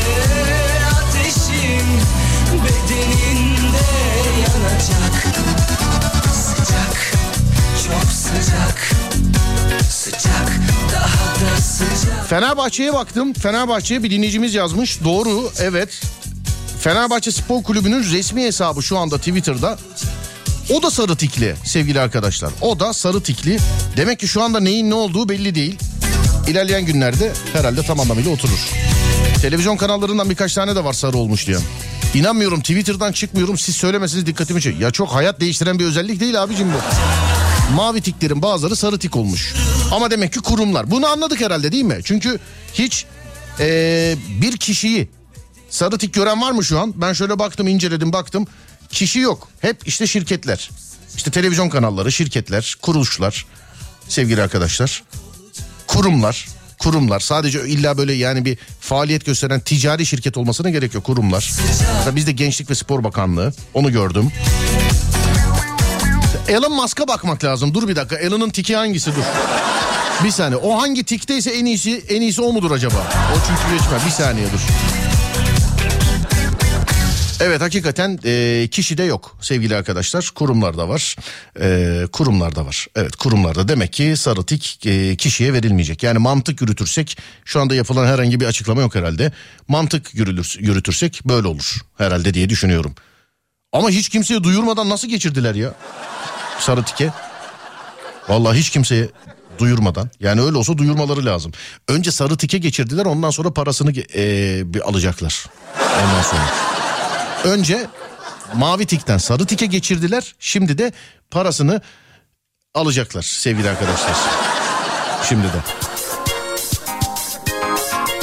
ateşin bedeninde yanacak. Sıcak, çok sıcak. Sıcak, daha da sıcak. Fenerbahçe'ye baktım. Fenerbahçe'ye bir dinleyicimiz yazmış. Doğru, evet. Fenerbahçe Spor Kulübü'nün resmi hesabı şu anda Twitter'da. O da sarı tikli sevgili arkadaşlar. O da sarı tikli. Demek ki şu anda neyin ne olduğu belli değil. İlerleyen günlerde herhalde tam anlamıyla oturur. Televizyon kanallarından birkaç tane de var sarı olmuş diye. İnanmıyorum, Twitter'dan çıkmıyorum, siz söylemeseniz dikkatimi çekiyor. Ya çok hayat değiştiren bir özellik değil abicim bu. Mavi tiklerin bazıları sarı tik olmuş. Ama demek ki kurumlar. Bunu anladık herhalde değil mi? Çünkü hiç bir kişiyi sarı tik gören var mı şu an? Ben şöyle baktım, inceledim, baktım. Kişi yok. Hep işte şirketler. İşte televizyon kanalları, şirketler, kuruluşlar. Sevgili arkadaşlar. Kurumlar. Sadece illa böyle yani bir faaliyet gösteren ticari şirket olmasına gerek yok. Kurumlar. Mesela bizde Gençlik ve Spor Bakanlığı. Onu gördüm. Elon Musk'a bakmak lazım. Dur bir dakika. Elon'un tiki hangisi? Dur. Bir saniye. O hangi tikteyse en iyisi o mudur acaba? O çünkü geçme. Bir saniye dur. Evet, hakikaten kişide yok sevgili arkadaşlar. Kurumlarda var. Kurumlarda var. Evet, kurumlarda. Demek ki sarı tik kişiye verilmeyecek. Yani mantık yürütürsek, şu anda yapılan herhangi bir açıklama yok herhalde. Mantık yürütürsek böyle olur herhalde diye düşünüyorum. Ama hiç kimseye duyurmadan nasıl geçirdiler ya sarı tike? Vallahi hiç kimseye duyurmadan. Yani öyle olsa duyurmaları lazım. Önce sarı tike geçirdiler, ondan sonra parasını bir alacaklar. Ondan sonra. Önce mavi tikten sarı tike geçirdiler. Şimdi de parasını alacaklar sevgili arkadaşlar. Şimdi de.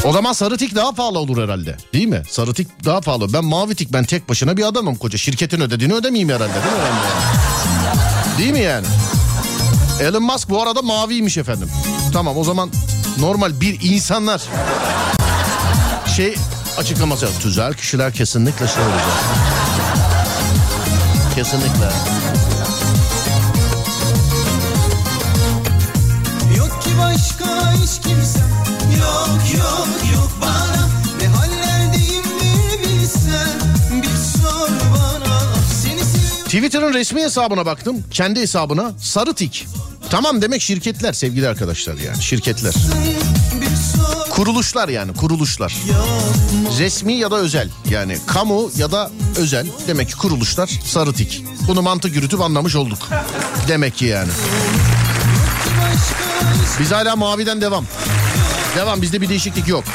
O zaman sarı tik daha pahalı olur herhalde. Değil mi? Sarı tik daha pahalı. Ben mavi tik, ben tek başına bir adamım koca. Şirketin ödediğini ödemeyeyim herhalde. Değil mi yani? Değil mi yani? Elon Musk bu arada maviymiş efendim. Tamam, o zaman normal bir insanlar açıklaması yok. Tüzel kişiler kesinlikle şey olacak. Kesinlikle. Yok ki başka hiç kimsem, yok bana. Ne hallerdeyim bir bilsen, bir sor bana. Seni seviyorum. Twitter'ın resmi hesabına baktım. Kendi hesabına sarı tik. Tamam demek şirketler sevgili arkadaşlar, yani şirketler. Kuruluşlar, yani kuruluşlar. Resmi ya da özel, yani kamu ya da özel, demek ki kuruluşlar sarı tik. Bunu mantık yürütüp anlamış olduk. Demek ki yani. Biz hala maviden devam. Devam, bizde bir değişiklik yok.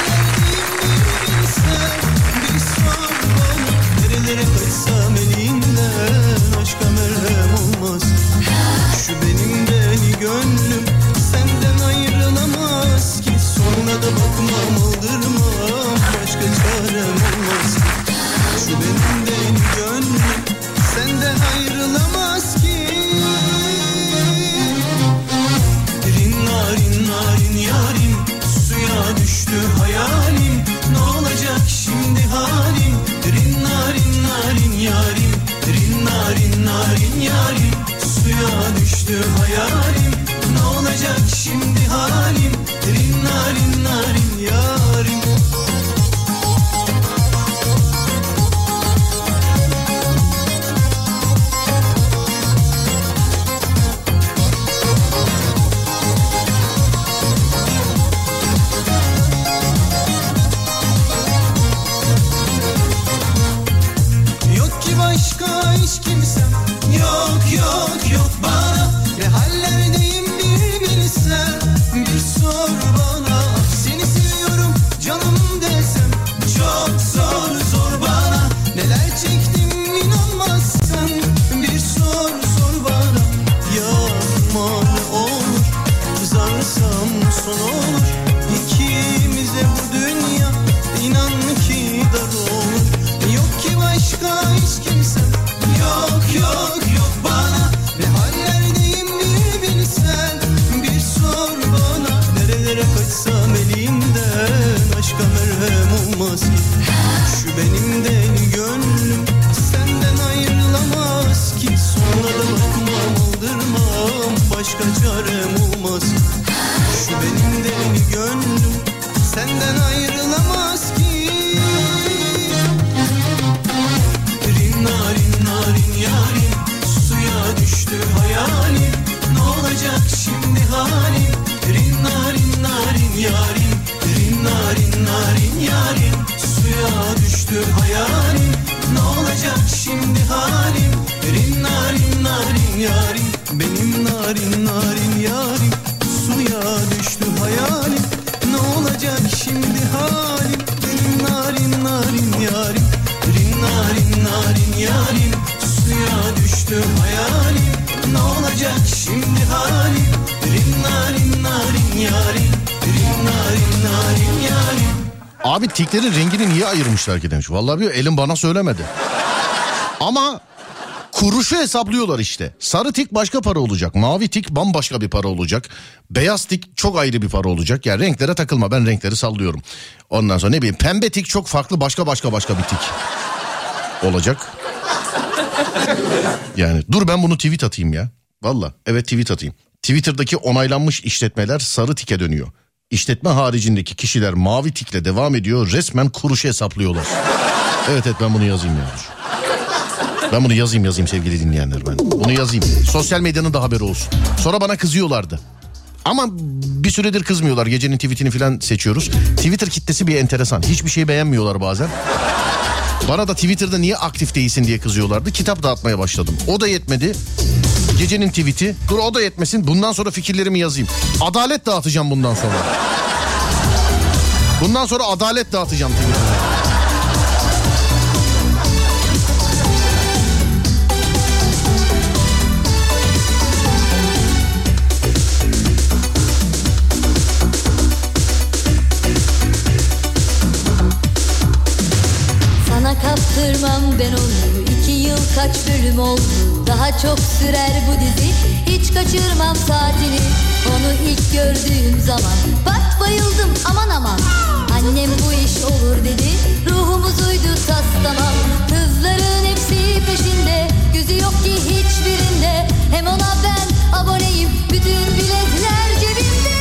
Nerelere kaçsam elinden aşka merhem olmaz. Şu benim deli gönlüm senden ayrılamaz ki. Sonuna da bakmam, aldırmam, başka çarem olmaz. Şu benim deli gönlüm senden ayrılamaz ki. Rin yarim, suya düştü hayalim. Ne olacak şimdi halim? Rin yarim, rin yarim, suya düştü hayalim. Ne olacak şimdi halim? Rin yarim. Yok ki başka hiç kimsem, yok bana. Ne hallerdeyim bir bilsen, bir sor bana. Seni seviyorum canım desem, çok zor bana. Neler çektim inanmazsan, bir sor bana. Yapma ne olur, kızarsam son olur. İkimize bu dünya inan ki dar olur. Yok ki başka hiç kimsem, yok bana. Ne hallerdeyim bir bilsen, bir sor bana. Nerelere kaçsam elimden aşka merhem olmaz ki. Şu benim deli gönlüm senden ayrılamaz ki. Sonra da bakmam, aldırmam, başka çarem olmaz. Şu benim deli gönlüm senden ayrılamaz ki. Rin yarim, suya düştü hayalim. Ne olacak şimdi halim? Rin yarim, rin yarim, suya düştü hayalim. Ne olacak şimdi halim? Rin yarim, benim narin yarim, suya düştü hayalim. Ne olacak şimdi halim? Benim narin yarim, rin yarim, suya düştü hayalim. Ne olacak şimdi halim? Rin yarim, rin yarim. Abi tiklerin rengini niye ayırmışlar ki demiş. Vallahi bir elim bana söylemedi. Ama kuruşu hesaplıyorlar işte. Sarı tik başka para olacak. Mavi tik bambaşka bir para olacak. Beyaz tik çok ayrı bir para olacak. Yani renklere takılma, ben renkleri sallıyorum. Ondan sonra ne bileyim, pembe tik çok farklı, başka bir tik olacak. Yani dur ben bunu tweet atayım ya. Vallahi evet, tweet atayım. Twitter'daki onaylanmış işletmeler sarı tike dönüyor. İşletme haricindeki kişiler mavi tikle devam ediyor. Resmen kuruşu hesaplıyorlar. Evet ben bunu yazayım ya. Ben bunu yazayım sevgili dinleyenler, ben. Bunu yazayım. Sosyal medyanın da haberi olsun. Sonra bana kızıyorlardı. Ama bir süredir kızmıyorlar. Gecenin tweetini falan seçiyoruz. Twitter kitlesi bir enteresan. Hiçbir şey beğenmiyorlar bazen. Bana da Twitter'da niye aktif değilsin diye kızıyorlardı. Kitap dağıtmaya başladım. O da yetmedi. Gecenin tweet'i. Dur o da yetmesin. Bundan sonra fikirlerimi yazayım. Adalet dağıtacağım bundan sonra. Bundan sonra adalet dağıtacağım Twitter'da. çok sürer bu dizi. Hiç kaçırmam saatini. Onu ilk gördüğüm zaman bak bayıldım aman aman. Annem bu iş olur dedi. Ruhumuz uydu tas tamam. Kızların hepsi peşinde. Gözü yok ki hiçbirinde. Hem ona ben aboneyim. Bütün biletler cebimde.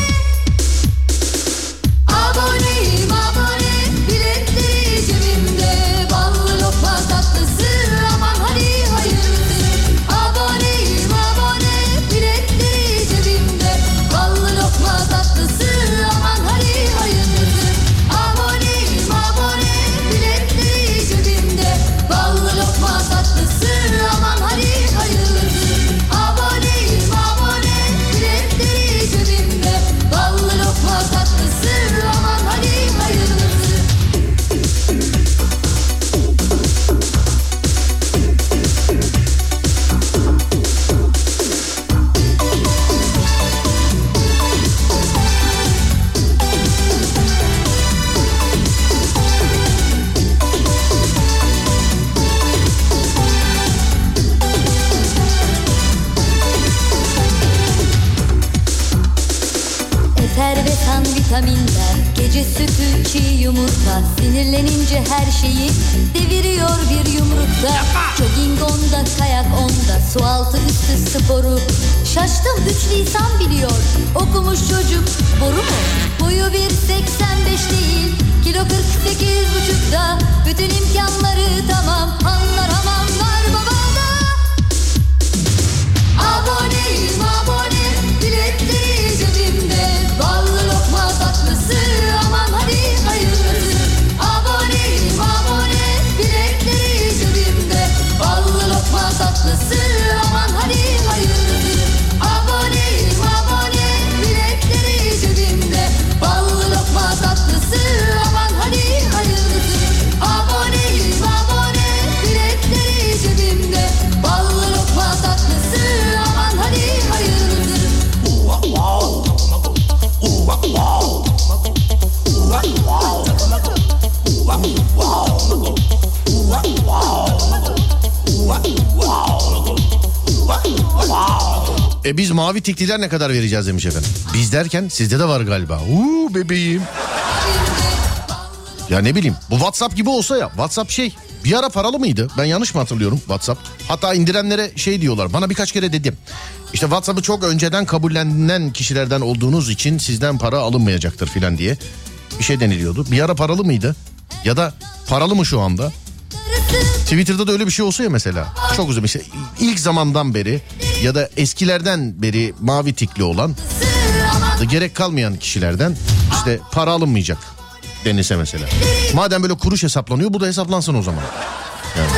Aboneyim abone. Biletleri cebimde. Ballı lokma tatlısı. Aman hadi hayırlısı. Aboneyim abone. Biletleri cebimde. Ballı lokma tatlısı. Aman hadi hayırlısı. Aboneyim abone. Biletleri cebimde. Ballı lokma tatlısı. Aman hadi hayırlısı. Aboneyim abone. Biletleri cebimde. Ballı lokma tatlısı. Aman hadi hayırlısı. Efervesan vitaminler, gece sütü, çiğ yumurta. Sinirlenince her şeyi deviriyor bir yumrukta. Jogging onda, kayak onda, su altı üstü sporu. Şaştım 3 lisan biliyor, okumuş çocuk boru mu? Boyu 1.85 değil, kilo 48,5'da. Bütün imkanları tamam, anlar hamamlar babada. Aboneyim abone, biletleri cebimde. Ballı lokma tatlısı, aman hadi hayırlısı. Aboneyim abone, biletleri cebimde. Ballı lokma tatlısı, aman hadi hayırlısı. Aboneyim abone, biletleri cebimde. Ballı lokma tatlısı, aman hadi hayırlısı. Aboneyim abone, biletleri cebimde. Ballı lokma tatlısı, aman hadi hayırlısı. Biz mavi tikliler ne kadar vereceğiz demiş efendim. Biz derken sizde de var galiba. Bebeğim. Ya ne bileyim, bu WhatsApp gibi olsa ya. WhatsApp bir ara paralı mıydı? Ben yanlış mı hatırlıyorum WhatsApp? Hatta indirenlere diyorlar. Bana birkaç kere dedim. İşte WhatsApp'ı çok önceden kabullenen kişilerden olduğunuz için sizden para alınmayacaktır filan diye bir şey deniliyordu. Bir ara paralı mıydı? Ya da paralı mı şu anda? Twitter'da da öyle bir şey olsa ya mesela. Çok uzun işte ilk zamandan beri ya da eskilerden beri mavi tikli olan, gerek kalmayan kişilerden işte para alınmayacak denilse mesela. Madem böyle kuruş hesaplanıyor, bu da hesaplansın o zaman. Yani.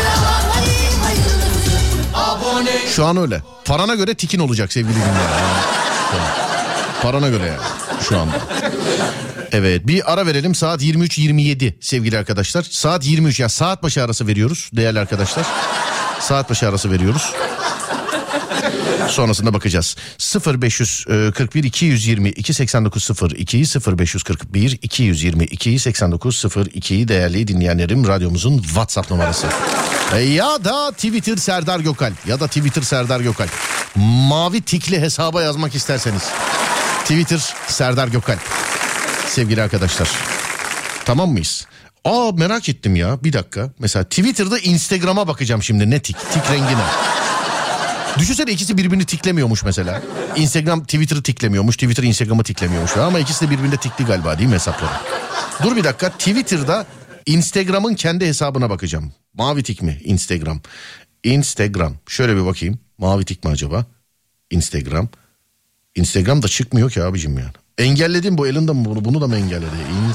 Şu an öyle. Parana göre tikin olacak sevgili dinleyenler. Yani. Parana göre yani şu anda. Evet, bir ara verelim. Saat 23.27 sevgili arkadaşlar. Saat 23, ya saat başı arası veriyoruz değerli arkadaşlar. Saat başı arası veriyoruz. Sonrasında bakacağız. 0541 222 8902 0541 222 8902 değerli dinleyenlerim, radyomuzun WhatsApp numarası. Ya da Twitter Serdar Gökalp. Mavi tikli hesaba yazmak isterseniz. Twitter Serdar Gökalp. Sevgili arkadaşlar. Tamam mıyız? Merak ettim ya, bir dakika. Mesela Twitter'da Instagram'a bakacağım şimdi, ne tik rengine. Düşünsene, ikisi birbirini tiklemiyormuş mesela. Instagram Twitter'ı tiklemiyormuş, Twitter Instagram'ı tiklemiyormuş. Ama ikisi de birbirinde tikli galiba, değil mi hesapları? Dur bir dakika, Twitter'da Instagram'ın kendi hesabına bakacağım. Mavi tik mi Instagram. Şöyle bir bakayım. Mavi tik mi acaba? Instagram da çıkmıyor ki abicim yani. Engelledim, bu elinde mi bunu da mı engelledi?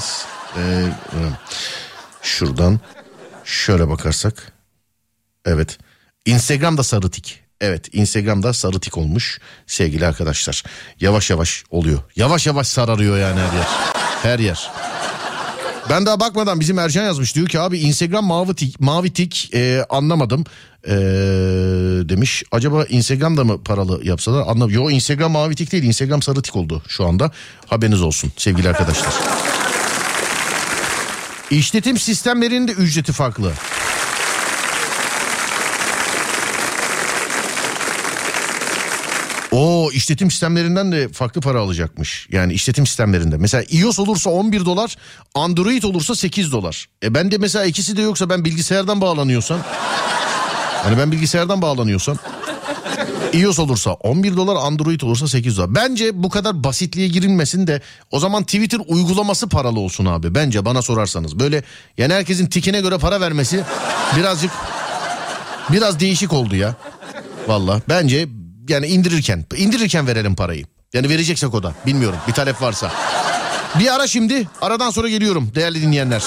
Şuradan şöyle bakarsak. Evet. Instagram'da sarı tik. Evet, Instagram'da sarı tik olmuş sevgili arkadaşlar. Yavaş yavaş oluyor. Yavaş yavaş sararıyor yani her yer. Her yer. Ben daha bakmadan bizim Ercan yazmış, diyor ki abi Instagram mavi tik anlamadım demiş. Acaba Instagram'da mı paralı yapsalar? Yo, Instagram mavi tik değil, Instagram sarı tik oldu şu anda. Haberiniz olsun sevgili arkadaşlar. İşletim sistemlerinin de ücreti farklı. O işletim sistemlerinden de farklı para alacakmış. Yani işletim sistemlerinde. Mesela iOS olursa $11, Android olursa $8. Ben de mesela ikisi de yoksa ben bilgisayardan bağlanıyorsam. Hani ben bilgisayardan bağlanıyorsam. iOS olursa $11, Android olursa $8. Bence bu kadar basitliğe girilmesin de o zaman Twitter uygulaması paralı olsun abi. Bence bana sorarsanız. Böyle yani herkesin tikine göre para vermesi biraz değişik oldu ya. Vallahi bence yani indirirken verelim parayı. Yani vereceksek o da bilmiyorum bir talep varsa. Bir ara şimdi, aradan sonra geliyorum değerli dinleyenler.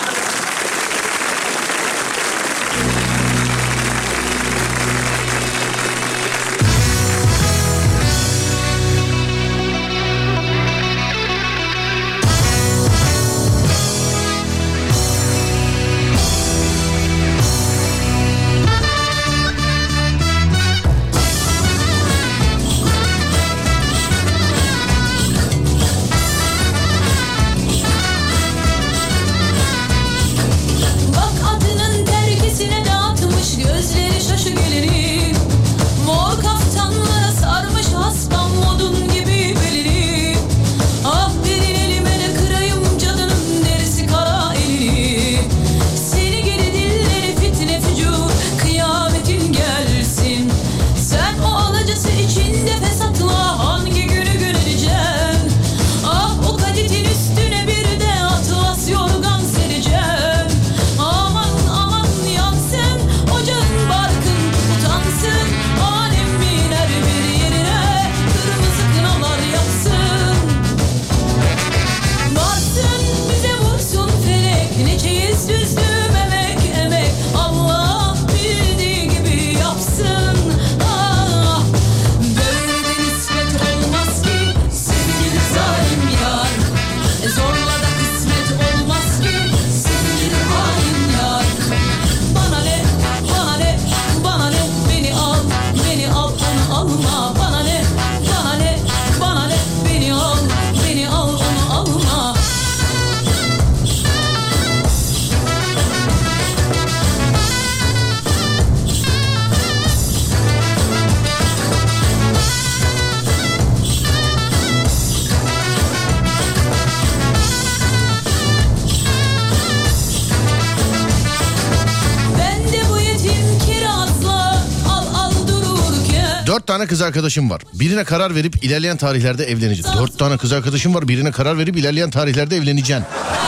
Kız arkadaşım var. Birine karar verip ilerleyen tarihlerde evleneceğim. 4 tane kız arkadaşım var. Birine karar verip ilerleyen tarihlerde evleneceğim.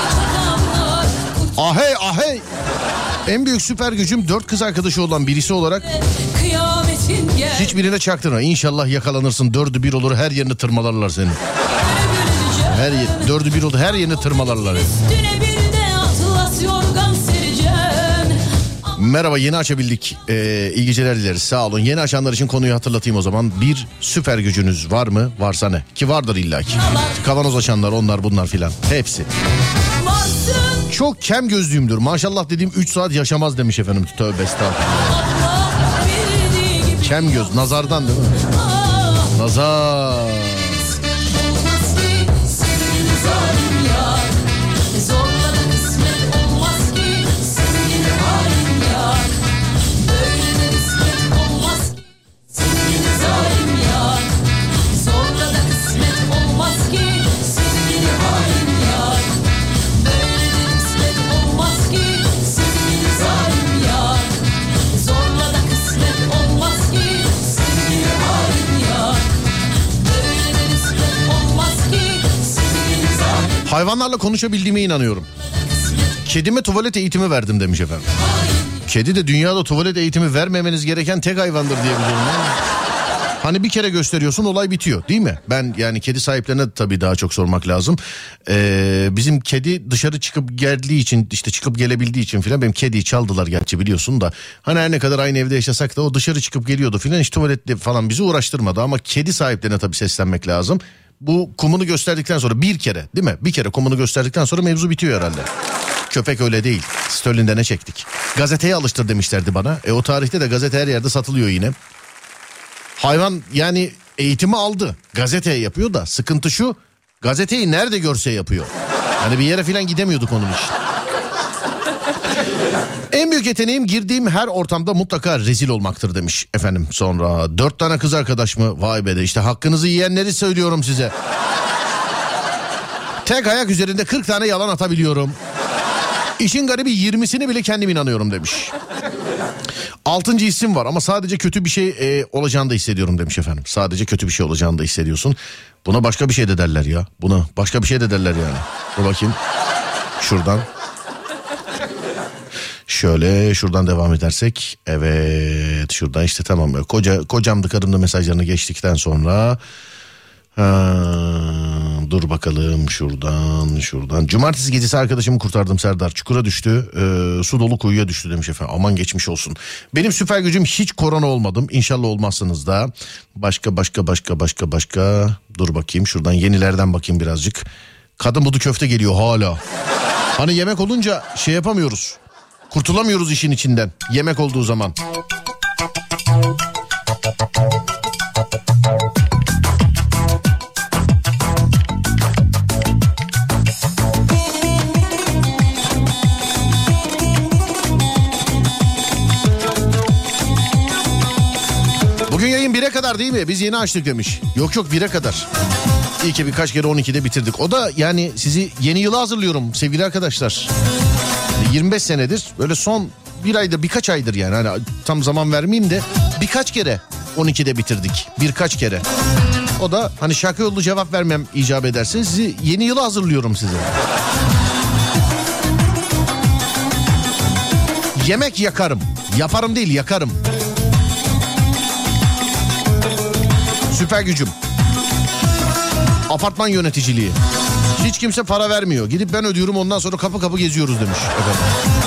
Ahey ahey. En büyük süper gücüm 4 kız arkadaşı olan birisi olarak hiçbirine çaktırma. İnşallah yakalanırsın. 4'ü 1 olur, her yerini tırmalarlar seni. Her yer 4'ü 1 olur, her yerini tırmalarlar. Merhaba, yeni açabildik. İyi geceler dileriz, sağ olun. Yeni açanlar için konuyu hatırlatayım o zaman. Bir süper gücünüz var mı? Varsa ne? Ki vardır illaki. Kavanoz açanlar, onlar bunlar filan. Hepsi. Çok kem gözlüyümdür. Maşallah dediğim 3 saat yaşamaz demiş efendim. Tövbe estağfurullah. Kem göz. Nazardan değil mi? Nazar. Hayvanlarla konuşabildiğime inanıyorum. Kedime tuvalet eğitimi verdim demiş efendim. Kedi de dünyada tuvalet eğitimi vermemeniz gereken tek hayvandır diye biliyorum. Hani bir kere gösteriyorsun, olay bitiyor değil mi? Ben yani kedi sahiplerine tabii daha çok sormak lazım. Bizim kedi dışarı çıkıp geldiği için, işte çıkıp gelebildiği için filan, benim kediyi çaldılar gerçi biliyorsun da. Hani her ne kadar aynı evde yaşasak da o dışarı çıkıp geliyordu filan, hiç tuvaletle falan bizi uğraştırmadı. Ama kedi sahiplerine tabii seslenmek lazım. Bu kumunu gösterdikten sonra bir kere, değil mi? Bir kere kumunu gösterdikten sonra mevzu bitiyor herhalde. Köpek öyle değil. Sterling'de ne çektik? Gazeteye alıştır demişlerdi bana. O tarihte de gazete her yerde satılıyor yine. Hayvan yani eğitimi aldı. Gazeteye yapıyor da sıkıntı şu. Gazeteyi nerede görse yapıyor. Hani bir yere falan gidemiyorduk onun için. En büyük yeteneğim girdiğim her ortamda mutlaka rezil olmaktır demiş efendim. Sonra 4 tane kız arkadaş mı? Vay be de işte hakkınızı yiyenleri söylüyorum size. Tek ayak üzerinde 40 tane yalan atabiliyorum. İşin garibi 20'sini bile kendim inanıyorum demiş. 6. isim var ama sadece kötü bir şey olacağını da hissediyorum demiş efendim. Sadece kötü bir şey olacağını da hissediyorsun. Buna başka bir şey de derler ya. Buna başka bir şey de derler yani. Dur bakayım. Şuradan. Şöyle şuradan devam edersek. Evet şuradan işte tamam. Kocamdı karımda mesajlarını geçtikten sonra. Dur bakalım şuradan. Cumartesi gecesi arkadaşımı kurtardım Serdar. Çukura düştü. Su dolu kuyuya düştü demiş efendim. Aman geçmiş olsun. Benim süper gücüm hiç korona olmadım. İnşallah olmazsınız da. Başka. Dur bakayım şuradan yenilerden bakayım birazcık. Kadın budu köfte geliyor hala. Hani yemek olunca şey yapamıyoruz. Kurtulamıyoruz işin içinden. Yemek olduğu zaman. Bugün yayın 1'e kadar değil mi? Biz yeni açtık demiş. Yok 1'e kadar. İyi ki birkaç kere 12'de bitirdik. O da yani sizi yeni yıla hazırlıyorum sevgili arkadaşlar. 25 senedir böyle son bir aydır birkaç aydır yani hani tam zaman vermeyeyim de birkaç kere 12'de bitirdik. Birkaç kere. O da hani şaka yollu cevap vermem icap ederse sizi yeni yıla hazırlıyorum size. Yemek yakarım. Yaparım değil yakarım. Süper gücüm. Apartman yöneticiliği. Hiç kimse para vermiyor. Gidip ben ödüyorum ondan sonra kapı kapı geziyoruz demiş efendim.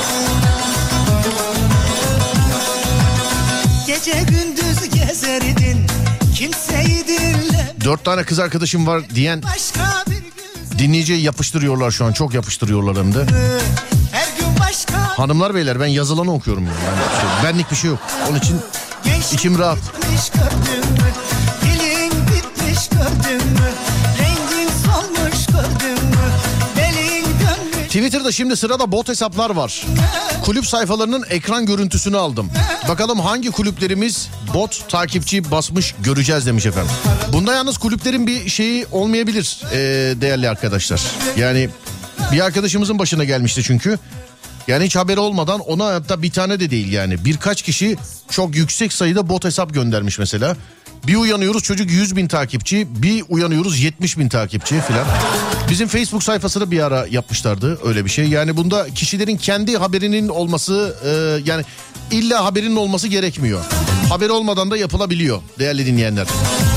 Gece gündüz gezerdin, kimseyi dinle. 4 tane kız arkadaşım var diyen dinleyiciye yapıştırıyorlar şu an. Çok yapıştırıyorlar hem de. Her gün başka. Hanımlar beyler ben yazılanı okuyorum. Yani benlik bir şey yok. Onun için içim rahat. Dilin bitmiş gördün mü? Rengin solmuş gördün mü? Belin dönmüş. Twitter'da şimdi sırada bot hesaplar var. Kulüp sayfalarının ekran görüntüsünü aldım. Bakalım hangi kulüplerimiz bot takipçi basmış göreceğiz demiş efendim. Bunda yalnız kulüplerin bir şeyi olmayabilir değerli arkadaşlar. Yani bir arkadaşımızın başına gelmişti çünkü. Yani hiç haberi olmadan ona hatta bir tane de değil yani. Birkaç kişi çok yüksek sayıda bot hesap göndermiş mesela. Bir uyanıyoruz çocuk 100.000 takipçi, bir uyanıyoruz 70.000 takipçi filan. Bizim Facebook sayfasını bir ara yapmışlardı öyle bir şey. Yani bunda kişilerin kendi haberinin olması yani illa haberinin olması gerekmiyor. Haberi olmadan da yapılabiliyor değerli dinleyenler.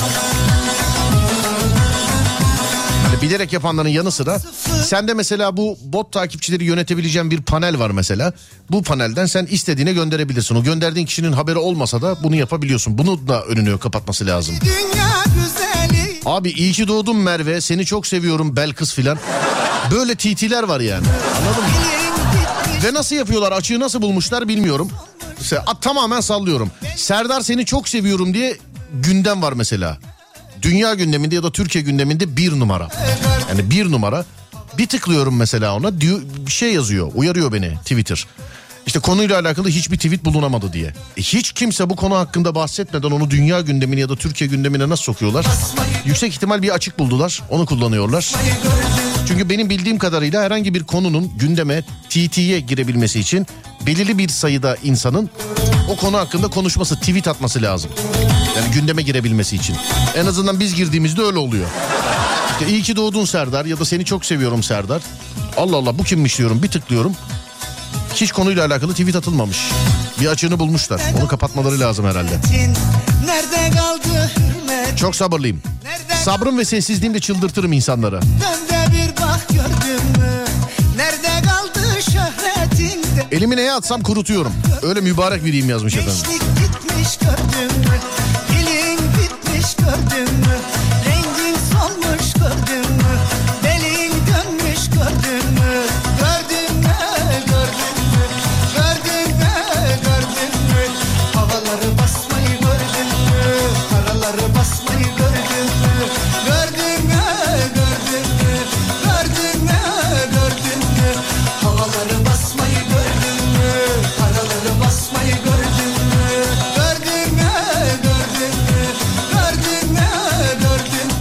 Yani bilerek yapanların yanı sıra sende mesela bu bot takipçileri yönetebileceğin bir panel var mesela. Bu panelden sen istediğine gönderebilirsin. O gönderdiğin kişinin haberi olmasa da bunu yapabiliyorsun. Bunu da önünü kapatması lazım. Abi iyi ki doğdun Merve, seni çok seviyorum Belkıs filan. Böyle TT'ler var yani. Anladın mı? Ve nasıl yapıyorlar, açığı nasıl bulmuşlar bilmiyorum. Tamamen sallıyorum. Serdar seni çok seviyorum diye gündem var mesela. Dünya gündeminde ya da Türkiye gündeminde 1 numara. Yani 1 numara. Bir tıklıyorum mesela ona, diyor, bir şey yazıyor, uyarıyor beni Twitter. İşte konuyla alakalı hiçbir tweet bulunamadı diye. Hiç kimse bu konu hakkında bahsetmeden onu dünya gündemine ya da Türkiye gündemine nasıl sokuyorlar? Yüksek ihtimal bir açık buldular, onu kullanıyorlar. Çünkü benim bildiğim kadarıyla herhangi bir konunun gündeme, TT'ye girebilmesi için belirli bir sayıda insanın o konu hakkında konuşması, tweet atması lazım. Yani gündeme girebilmesi için. En azından biz girdiğimizde öyle oluyor. İşte iyi ki doğdun Serdar ya da seni çok seviyorum Serdar. Allah Allah bu kimmiş diyorum, bir tıklıyorum. Hiç konuyla alakalı tweet atılmamış. Bir açığını bulmuşlar. Onu kapatmaları lazım herhalde. Nerede kaldı hürmet? Çok sabırlıyım. Sabrım ve sessizliğimle çıldırtırım insanları. Dönde bir bak gördün mü? Nerede kaldı şöhretin? Elimi neye atsam kurutuyorum. Öyle mübarek biriyim yazmış efendim. Gençlik gitmiş gördün mü? Dilin bitmiş gördün mü? Rengin solmuş gördün mü? Belin dönmüş gördün mü? Gördün mü? Gördün mü? Gördün mü? Gördün mü? Havaları basmayı gördün mü? Karaları basmayı gördün mü? Gördün mü? Gördün mü? Gördün mü? Gördün mü? Havaları basmayı gördün mü?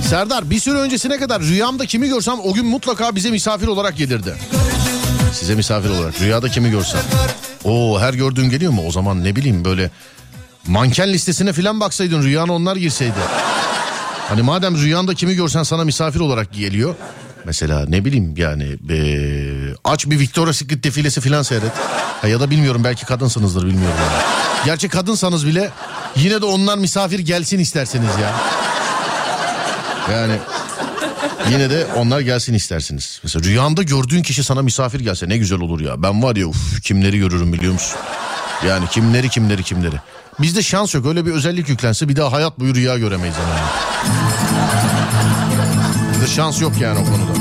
Serdar, bir süre öncesine kadar rüyamda kimi görsem o gün mutlaka bize misafir olarak gelirdi. Size misafir olarak rüyada kimi görsem. Oo, her gördüğün geliyor mu? O zaman ne bileyim, böyle manken listesine falan baksaydın, rüyana onlar girseydi. Hani madem rüyanda kimi görsen sana misafir olarak geliyor. Mesela ne bileyim yani aç bir Victoria's Secret defilesi falan seyret. Ya da bilmiyorum, belki kadınsınızdır, bilmiyorum. Yani. Gerçi kadınsanız bile yine de onlar misafir gelsin isterseniz ya. Yani yine de onlar gelsin istersiniz. Mesela rüyanda gördüğün kişi sana misafir gelse ne güzel olur ya. Ben var ya kimleri görürüm biliyor musun? Yani kimleri. Bizde şans yok, öyle bir özellik yüklense bir daha hayat boyu rüya göremeyiz yani. Bizde şans yok yani o konuda.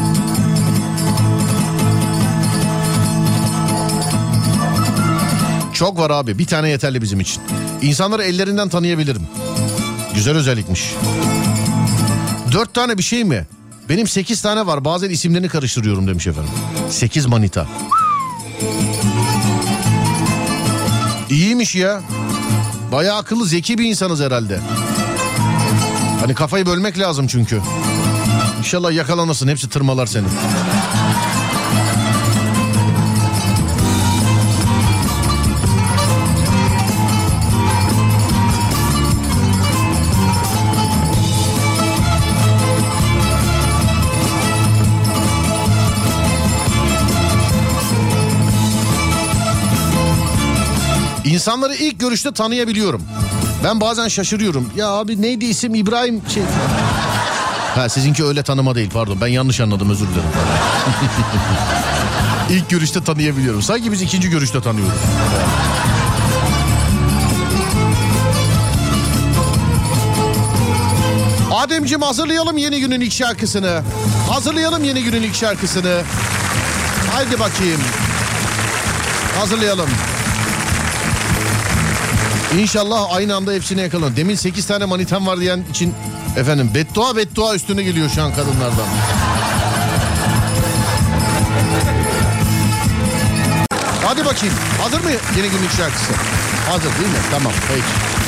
Çok var abi, bir tane yeterli bizim için. İnsanları ellerinden tanıyabilirim. Güzel özellikmiş. 4 tane bir şey mi? Benim 8 tane var, bazen isimlerini karıştırıyorum demiş efendim. 8 manita. İyiymiş ya. Bayağı akıllı, zeki bir insanız herhalde. Hani kafayı bölmek lazım çünkü. İnşallah yakalanırsın, hepsi tırmalar seni. İnsanları ilk görüşte tanıyabiliyorum. Ben bazen şaşırıyorum. Ya abi neydi isim, İbrahim şey. Ha, sizinki öyle tanıma değil, pardon, ben yanlış anladım, özür dilerim. İlk görüşte tanıyabiliyorum. Sanki biz ikinci görüşte tanıyoruz. Ademciğim, hazırlayalım yeni günün ilk şarkısını. Haydi bakayım. Hazırlayalım. İnşallah aynı anda hepsini yakalayalım. Demin 8 tane manitem var diyen için efendim beddua üstüne geliyor şu an kadınlardan. Hadi bakayım. Hazır mı yeni günlük şarkısı? Hazır değil mi? Tamam, peki.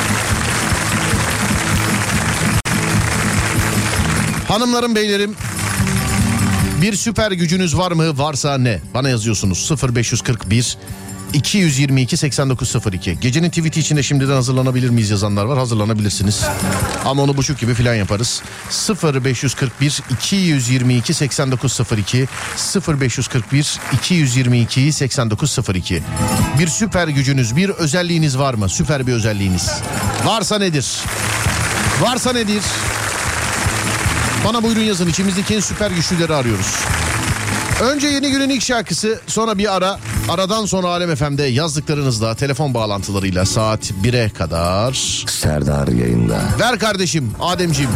Hanımlarım, beylerim, bir süper gücünüz var mı? Varsa ne? Bana yazıyorsunuz 0541 222 8902. Gecenin tweet'i içinde şimdiden hazırlanabilir miyiz yazanlar var. Hazırlanabilirsiniz. Ama onu buçuk gibi falan yaparız. 0541 222 8902 0541 222 8902. Bir süper gücünüz, bir özelliğiniz var mı? Süper bir özelliğiniz. Varsa nedir? Bana buyurun yazın. İçimizdeki en süper güçlüleri arıyoruz. Önce yeni günün ilk şarkısı, sonra bir ara. Aradan sonra Alem FM'de yazdıklarınızla, telefon bağlantılarıyla saat 1'e kadar. Serdar yayında. Ver kardeşim Ademciğim.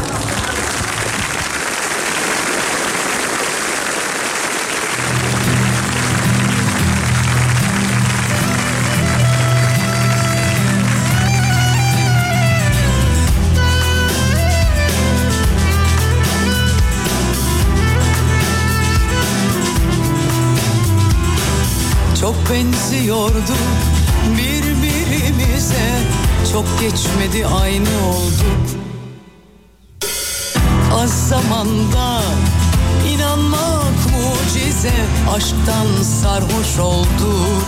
Çok benziyordu birbirimize, çok geçmedi aynı olduk. Az zamanda inanmak mucize, aşktan sarhoş olduk.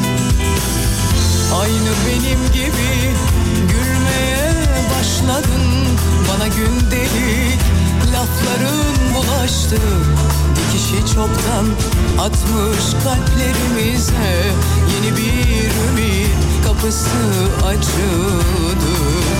Aynı benim gibi gülmeye başladın, bana gündelik lafların bulaştı. Dikişi çoktan atmış kalplerimize, yeni bir ümit kapısı açıldı.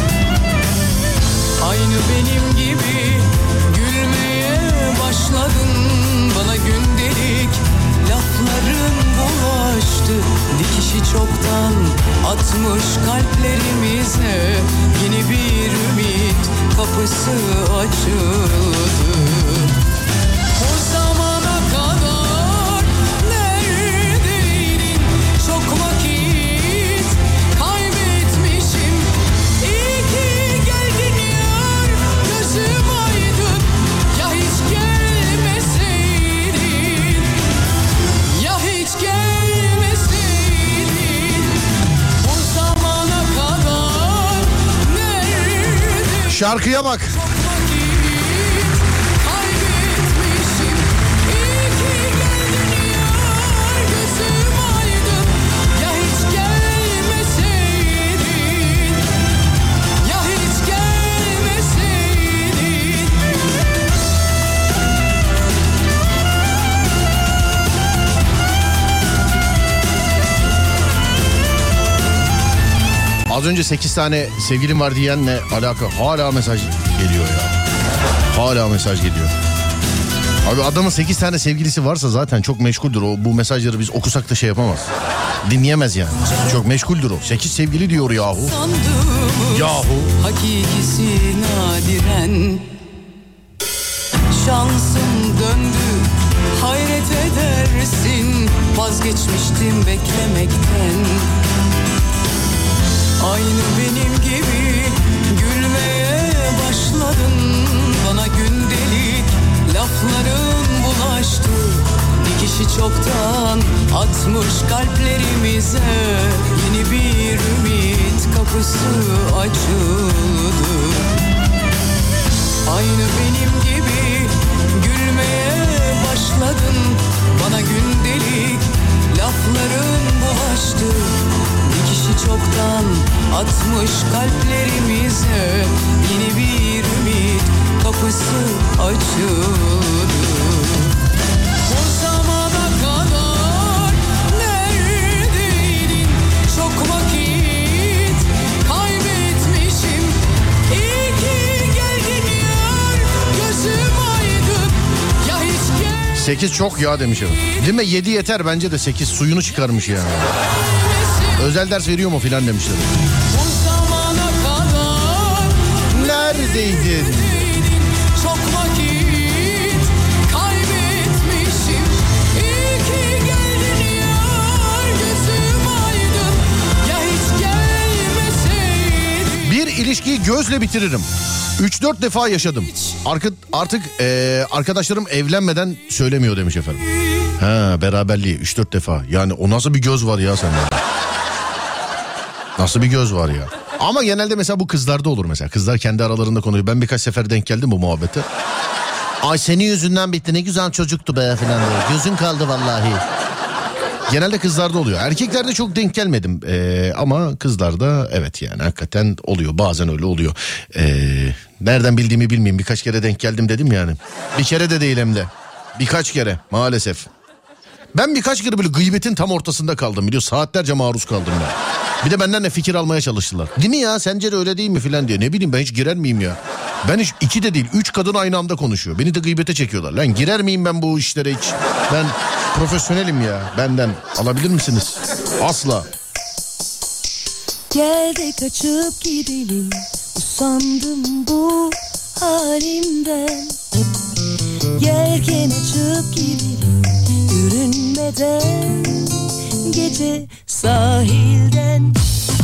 Aynı benim gibi gülmeye başladın, bana gündelik lafların bulaştı. Dikişi çoktan atmış kalplerimize, yeni bir ümit kapısı açıldı. O zamana kadar neredeydin? Çok vakit kaybetmişim. İyi ki geldin yar, gözüm aydın. Ya hiç gelmeseydin, ya hiç gelmeseydin. O zamana kadar neredeydin? Şarkıya bak. kaybetmişim. İyi ki geldin yar, gözüm aydın. Ya hiç gelmeseydin, ya hiç gelmeseydin. Az önce 8 tane sevgilim var diyenle alakalı hala mesaj geliyor ya. Hala mesaj geliyor. Abi adamın 8 tane sevgilisi varsa zaten çok meşguldür. Bu mesajları biz okusak da şey yapamaz. Dinleyemez yani. Çok meşguldür o. 8 sevgili diyor yahu. Yahu. Hakikisi nadiren. Şansım döndü, hayret edersin. Vazgeçmiştim beklemekten. Aynı benim gibi gülmeye başladın. Bana gündelik lafların bulaştı. Dikişi çoktan atmış kalplerimize. Yeni bir ümit kapısı açıldı. Aynı benim gibi gülmeye başladın. Bana gündelik lafların bulaştı. Dikişi çoktan atmış kalplerimize. Yeni bir ümit kapısı açıldı. O zamana kadar neredeydin? Çok vakit kaybetmişim. İyi ki geldin yar, gözüm aydın. Ya hiç 8 çok ya demiş efendim. Değil mi? 7 yeter bence de 8 suyunu çıkarmış yani. Özel ders veriyor mu filan demişler. o zamana kadar Neredeydin? çok vakit kaybetmişim. İyi ki geldin yar, gözüm aydın. Ya hiç gelmeseydin. Bir ilişkiyi gözle bitiririm. 3-4 defa yaşadım. Artık arkadaşlarım evlenmeden söylemiyor demiş efendim. Ha, beraberliği 3-4 defa. Yani o nasıl bir göz var ya sende? Nasıl bir göz var ya? Ama genelde mesela bu kızlarda olur mesela. Kızlar kendi aralarında konuşuyor. Ben birkaç sefer denk geldim bu muhabbete. Ay senin yüzünden bitti, ne güzel çocuktu be falan diye. Gözün kaldı vallahi. Genelde kızlarda oluyor. Erkeklerde çok denk gelmedim. Ama kızlarda evet yani hakikaten oluyor. Bazen öyle oluyor. Nereden bildiğimi bilmeyeyim. Birkaç kere denk geldim dedim yani. Bir kere de değil hem de. Birkaç kere maalesef. Ben birkaç kere böyle gıybetin tam ortasında kaldım biliyor. Saatlerce maruz kaldım ben. Bir de benden de fikir almaya çalıştılar. Değil mi ya, sence de öyle değil mi filan diye. Ne bileyim ben, hiç girer miyim ya? Ben hiç 2 de değil 3 kadın aynı anda konuşuyor. Beni de gıybete çekiyorlar. Lan girer miyim ben bu işlere hiç? Ben profesyonelim ya. Benden alabilir misiniz? Asla. Gel de kaçıp gidelim, usandım bu halimden. Yelken açıp gidelim, görünmeden gece sahilden.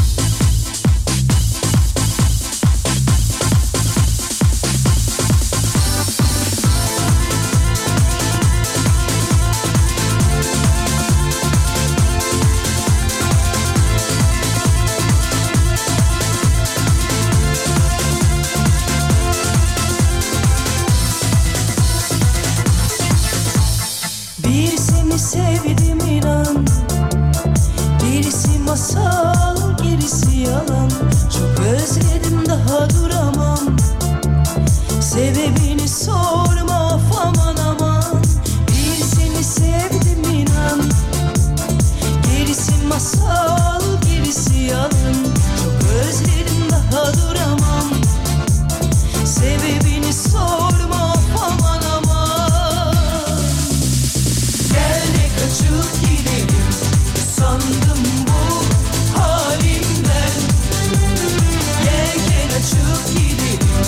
Birisini sevdim inan, birisi masal, gerisi yalan. Çok özledim, daha duramam. Sebebini sorma aman aman. Birisini sevdim inan, gerisi masal, gerisi yalan. Çok özledim, daha duramam. Sebebini sorma aman aman. Gel de kaçıp gidelim, sandım bu halimden. Yelken açıp gidelim,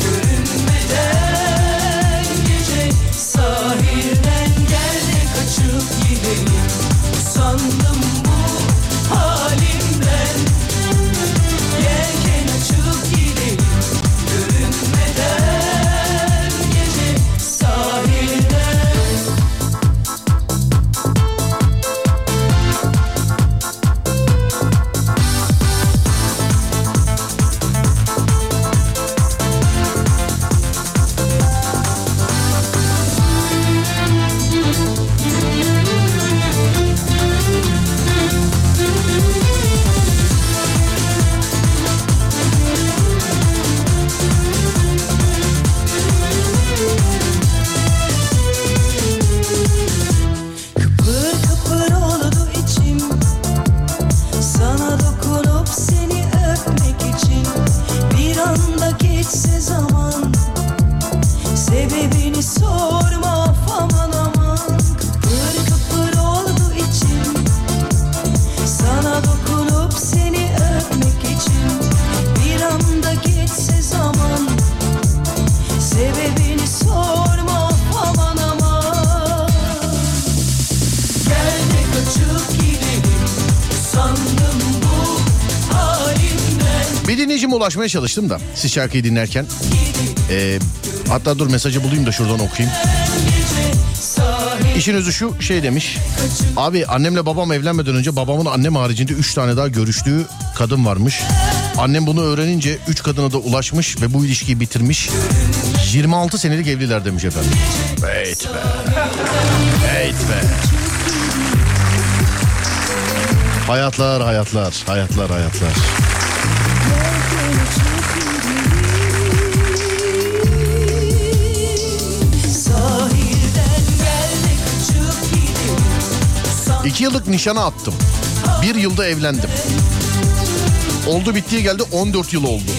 görünmeden gece sahilden. Gel de kaçıp gidelim, sandım bu halimden. Yelken açıp gidelim, görünmeden Sebebini sorma of aman aman. Kıpır kıpır oldu içim. Sana dokunup seni öpmek için. Bir anda geçse zaman. Sebebini sorma of aman aman. Gel de kaçıp gidelim. Sandım bu halimden. Bir dinleyicime ulaşmaya çalıştım da siz şarkıyı dinlerken. Hatta dur mesajı bulayım da şuradan okuyayım. İşin özü şu, şey demiş. Abi annemle babam evlenmeden önce babamın annem haricinde 3 tane daha görüştüğü kadın varmış. Annem bunu öğrenince 3 kadına da ulaşmış ve bu ilişkiyi bitirmiş. 26 senelik evliler demiş efendim. Evet be. Evet be. Hayatlar, hayatlar, hayatlar, hayatlar. Sahilden gel de kaçıp gidelim. 2 yıllık nişana attım. 1 yılda evlendim. Oldu bittiye geldi 14 yıl oldu.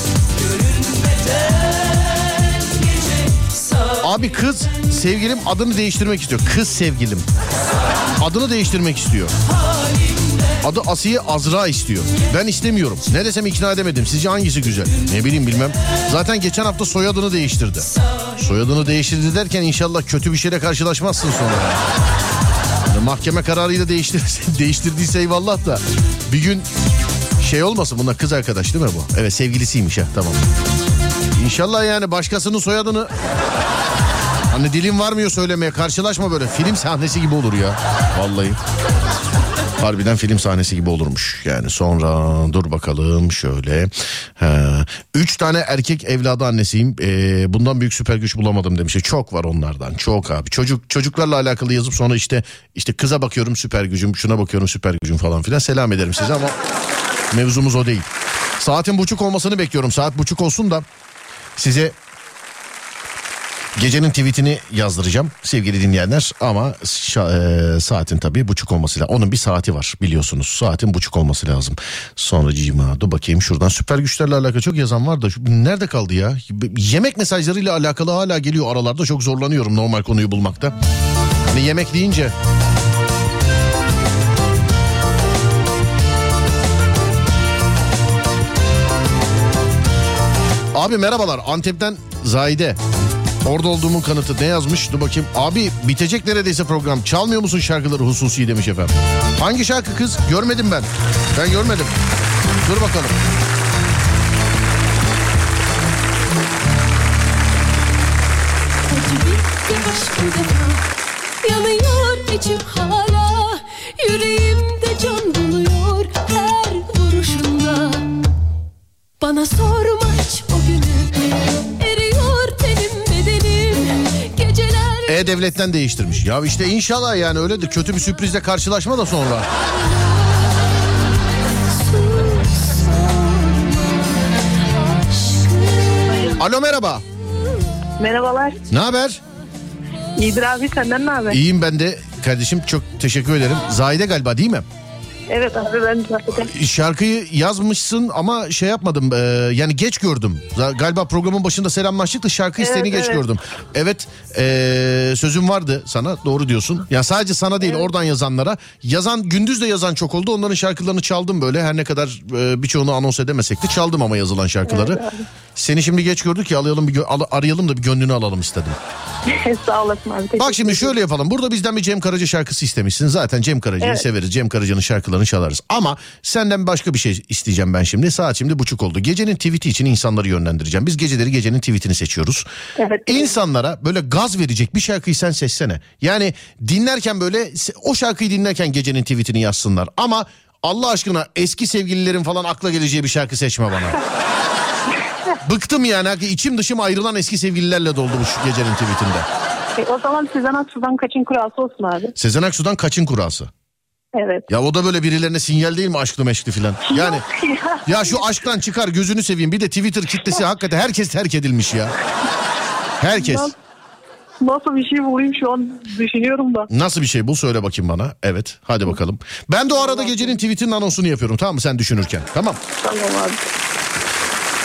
Abi kız sevgilim adını değiştirmek istiyor. Kız sevgilim adını değiştirmek istiyor. Adı Asiye Azra istiyor. Ben istemiyorum. Ne desem ikna edemedim. Sizce hangisi güzel? Ne bileyim bilmem. Zaten geçen hafta soyadını değiştirdi. Soyadını değiştirdi derken inşallah kötü bir şeyle karşılaşmazsın sonra. Yani mahkeme kararıyla değiştirdiyse eyvallah da bir gün şey olmasın, bunlar kız arkadaş değil mi bu? Evet, sevgilisiymiş ha, tamam. İnşallah yani başkasının soyadını... Hani dilim varmıyor söylemeye, karşılaşma böyle. Film sahnesi gibi olur ya. Vallahi. Harbiden film sahnesi gibi olurmuş. Yani sonra dur bakalım şöyle. 3 tane erkek evladı annesiyim. Bundan büyük süper güç bulamadım demiş. Çok var onlardan. Çok abi. Çocuklarla alakalı yazıp sonra işte kıza bakıyorum süper gücüm, şuna bakıyorum süper gücüm falan filan. Selam ederim size ama mevzumuz o değil. Saatin buçuk olmasını bekliyorum. Saat buçuk olsun da size gecenin tweetini yazdıracağım sevgili dinleyenler, ama saatin tabii buçuk olması lazım. Onun bir saati var biliyorsunuz. Saatin buçuk olması lazım. Sonra cima dur bakayım şuradan, süper güçlerle alakalı çok yazan var da nerede kaldı ya? Yemek mesajlarıyla alakalı hala geliyor aralarda, çok zorlanıyorum normal konuyu bulmakta. Hani yemek deyince... Abi merhabalar, Antep'ten Zahide. Orada olduğumun kanıtı, ne yazmış? Dur bakayım. Abi bitecek neredeyse program. Çalmıyor musun şarkıları hususi demiş efendim. Hangi şarkı kız? Görmedim ben. Ben görmedim. Dur bakalım. Yanıyor içim hala. Yüreğimde can buluyor her vuruşunda. Bana sorma hiç o günü. Eriyor tenim bedenim. Geceler... E-Devlet'ten değiştirmiş. Ya işte inşallah yani öyledir. Kötü bir sürprizle karşılaşma da sonra. Alo merhaba. Merhabalar. Ne haber? İyidir abi, senden ne haber? İyiyim ben de kardeşim, çok teşekkür ederim. Zahide galiba değil mi? Evet abi, ben zaten. Şarkıyı yazmışsın ama şey yapmadım, yani geç gördüm. Galiba programın başında selamlaştık da şarkı isteğini geç gördüm. Evet, sözüm vardı sana, doğru diyorsun. Ya sadece sana değil, oradan yazanlara. Gündüz de yazan çok oldu, onların şarkılarını çaldım böyle. Her ne kadar birçoğunu anons edemesek de çaldım ama yazılan şarkıları. Evet, seni şimdi geç gördük ya, arayalım da bir gönlünü alalım istedim. Sağ olasın abi. Bak şimdi şöyle yapalım. Burada bizden bir Cem Karaca şarkısı istemişsin. Zaten Cem Karaca'yı severiz. Cem Karaca'nın şarkılarını çalarız. Ama senden başka bir şey isteyeceğim ben şimdi. Saat şimdi buçuk oldu. Gecenin tweet'i için insanları yönlendireceğim. Biz geceleri gecenin tweet'ini seçiyoruz. Evet. İnsanlara böyle gaz verecek bir şarkıyı sen seçsene. Yani dinlerken böyle, o şarkıyı dinlerken gecenin tweet'ini yazsınlar. Ama Allah aşkına eski sevgililerin falan akla geleceği bir şarkı seçme bana. Bıktım yani, içim dışım ayrılan eski sevgililerle doldu bu gecenin tweetinde. O zaman Sezen Aksu'dan Kaçın Kurası olsun abi. Sezen Aksu'dan Kaçın Kurası. Evet. Ya o da böyle birilerine sinyal değil mi, aşklı meşkli filan? Yani ya şu aşktan çıkar gözünü seveyim. Bir de Twitter kitlesi hakikaten herkes terk edilmiş ya. Herkes. Nasıl bir şey bulayım şu an düşünüyorum da. Nasıl bir şey bul, söyle bakayım bana. Evet, hadi bakalım. Ben de o arada gecenin tweetinin anonsunu yapıyorum, tamam mı, sen düşünürken? Tamam. Tamam abi.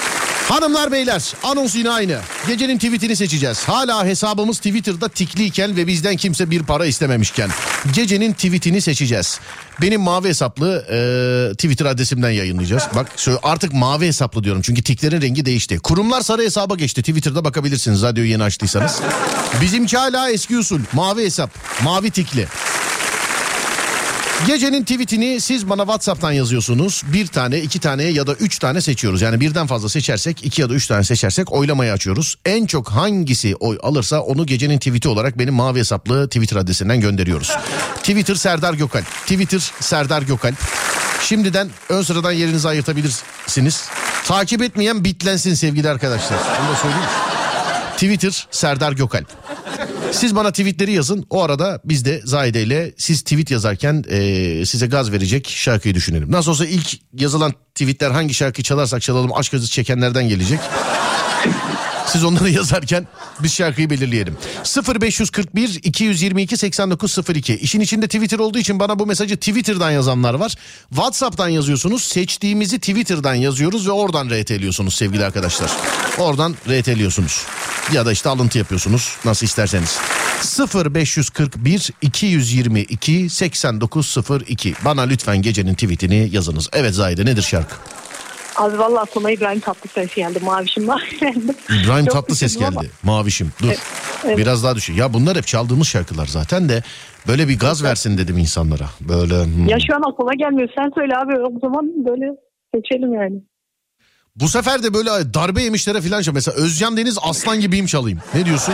Hanımlar beyler, anons yine aynı. Gecenin tweetini seçeceğiz. Hala hesabımız Twitter'da tikliyken ve bizden kimse bir para istememişken. Gecenin tweetini seçeceğiz. Benim mavi hesaplı Twitter adresimden yayınlayacağız. Bak artık mavi hesaplı diyorum çünkü tiklerin rengi değişti. Kurumlar sarı hesaba geçti. Twitter'da bakabilirsiniz radyoyu yeni açtıysanız. Bizimki hala eski usul. Mavi hesap, mavi tikli. Gecenin tweetini siz bana WhatsApp'tan yazıyorsunuz. 1 tane, 2 tane ya da 3 tane seçiyoruz. Yani birden fazla seçersek, 2 ya da 3 tane seçersek oylamayı açıyoruz. En çok hangisi oy alırsa onu gecenin tweeti olarak benim mavi hesaplı Twitter adresinden gönderiyoruz. Twitter Serdar Gökalp. Twitter Serdar Gökalp. Şimdiden ön sıradan yerinizi ayırtabilirsiniz. Takip etmeyen bitlensin sevgili arkadaşlar. Onu da söyleyeyim. Twitter Serdar Gökalp. Siz bana tweetleri yazın. O arada biz de Zahide ile siz tweet yazarken size gaz verecek şarkıyı düşünelim. Nasıl olsa ilk yazılan tweetler hangi şarkıyı çalarsak çalalım aşk acısı çekenlerden gelecek. Siz onları yazarken biz şarkıyı belirleyelim. 0541 222 8902. İşin içinde Twitter olduğu için bana bu mesajı Twitter'dan yazanlar var. WhatsApp'tan yazıyorsunuz. Seçtiğimizi Twitter'dan yazıyoruz ve oradan RT'liyorsunuz sevgili arkadaşlar. Oradan RT'liyorsunuz. Ya da işte alıntı yapıyorsunuz. Nasıl isterseniz. 0541 222 8902. Bana lütfen gecenin tweetini yazınız. Evet Zahide, nedir şarkı? Abi valla aklıma İbrahim Tatlıses geldi. Mavişim var. İbrahim Tatlıses geldi. Mavişim. Dur. Evet. Biraz daha düşün. Ya bunlar hep çaldığımız şarkılar zaten de böyle bir gaz versin dedim insanlara. Böyle. Ya şu an aklıma gelmiyor. Sen söyle abi, o zaman böyle seçelim yani. Bu sefer de böyle darbe yemişlere falan çalayım. Mesela Özcan Deniz Aslan Gibiyim çalayım. Ne diyorsun?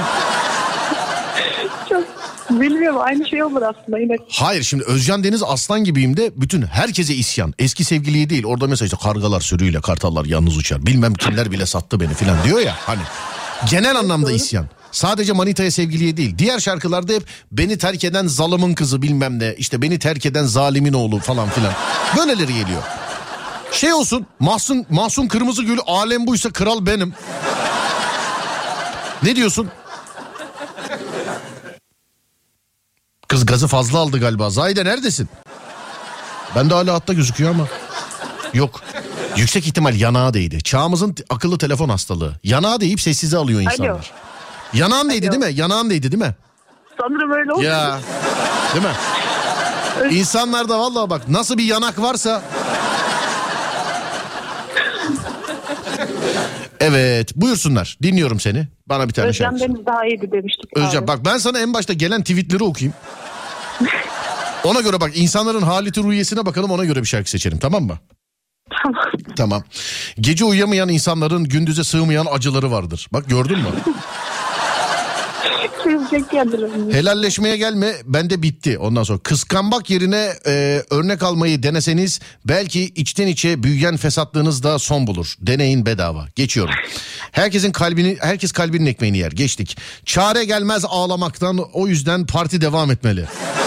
Çok bilmiyorum, aynı şey olur aslında yine. Hayır, şimdi Özcan Deniz Aslan Gibiyim de bütün herkese isyan. Eski sevgiliye değil. Orada mesela işte kargalar sürüyle kartallar yalnız uçar. Bilmem kimler bile sattı beni falan diyor ya. Hani genel anlamda isyan. Sadece manitaya sevgiliye değil. Diğer şarkılarda hep beni terk eden zalımın kızı bilmem ne. İşte beni terk eden zalimin oğlu falan filan. Böyleleri geliyor. Şey olsun, Mahsun Kırmızıgül alem buysa kral benim. Ne diyorsun? Kız gazı fazla aldı galiba. Zahide neredesin? Ben de hala hatta gözüküyor ama. Yok. Yüksek ihtimal yanağa değdi. Çağımızın akıllı telefon hastalığı. Yanağa değip sessize alıyor insanlar. Alo. Yanağın değdi değil mi? Yanağın değdi değil mi? Sanırım öyle oldu. Ya. Değil mi? İnsanlarda vallahi bak nasıl bir yanak varsa. Evet, buyursunlar. Dinliyorum seni. Bana bir tane şarkı. Özcan Deniz daha iyiydi demiştik. Özcan abi. bak, ben sana en başta gelen tweetleri okuyayım. Ona göre bak, insanların haleti ruhiyesine bakalım, ona göre bir şarkı seçelim, tamam mı? Tamam. Tamam. Gece uyuyamayan insanların gündüze sığmayan acıları vardır. Bak gördün mü? Helalleşmeye gelme, bende bitti. Ondan sonra kıskanmak yerine örnek almayı deneseniz belki içten içe büyüyen fesatlığınız da son bulur. Deneyin bedava. Geçiyorum. Herkes kalbinin ekmeğini yer. Geçtik. Çare gelmez ağlamaktan, o yüzden parti devam etmeli.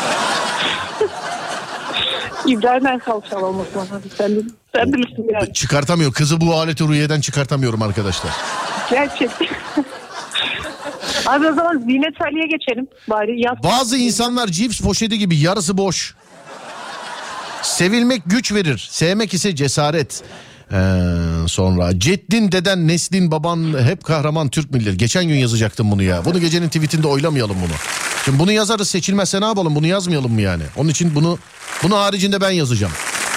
İbrahim Erkal çalalım abi. Sen bilirsin yani. Çıkartamıyor. Kızı bu aleti ruhiyeden çıkartamıyorum arkadaşlar. Gerçekten. Abi o zaman Zinet Ali'ye geçelim. Bari yaz. Bazı insanlar cips poşeti gibi yarısı boş. Sevilmek güç verir. Sevmek ise cesaret. Sonra Ceddin deden, Neslin baban hep kahraman Türk milleri. Geçen gün yazacaktım bunu ya. Bunu gecenin tweetinde oylamayalım bunu. Şimdi bunu yazarız, seçilmezse ne yapalım? Bunu yazmayalım mı yani? Onun için bunu haricinde ben yazacağım.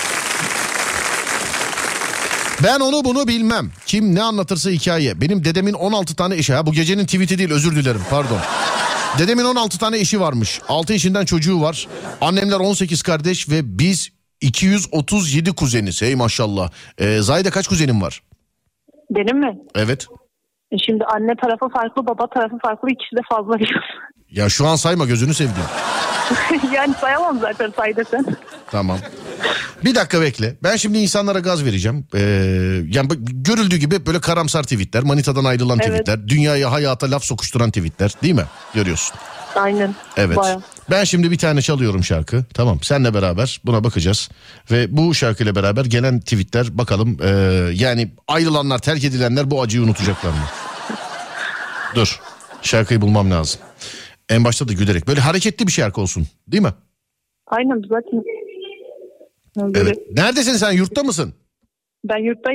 Ben onu bunu bilmem. Kim ne anlatırsa hikaye. Benim dedemin 16 tane eşi. Ha bu gecenin tweeti değil, özür dilerim, pardon. Dedemin 16 tane eşi varmış. 6 eşinden çocuğu var. Annemler 18 kardeş ve biz 237 kuzeniz. Hey maşallah. Zahide kaç kuzenin var? Benim mi? Evet. Şimdi anne tarafı farklı, baba tarafı farklı, ikisi de fazla biliyorsun. Ya şu an sayma, gözünü sevdiğim. Yani sayamam zaten, say desen. Tamam. Bir dakika bekle. Ben şimdi insanlara gaz vereceğim. Yani görüldüğü gibi böyle karamsar tweetler, manitadan ayrılan tweetler, dünyaya hayata laf sokuşturan tweetler, değil mi? Görüyorsun. Aynen. Evet. Bayağı. Ben şimdi bir tane çalıyorum şarkı. Tamam. Seninle beraber buna bakacağız. Ve bu şarkıyla beraber gelen tweetler bakalım. Yani ayrılanlar, terk edilenler bu acıyı unutacaklar mı? Dur. Şarkıyı bulmam lazım. En başta da gülerek. Böyle hareketli bir şarkı olsun. Değil mi? Aynen zaten. Evet. Neredesin sen? Yurtta mısın? Ben yurttayım.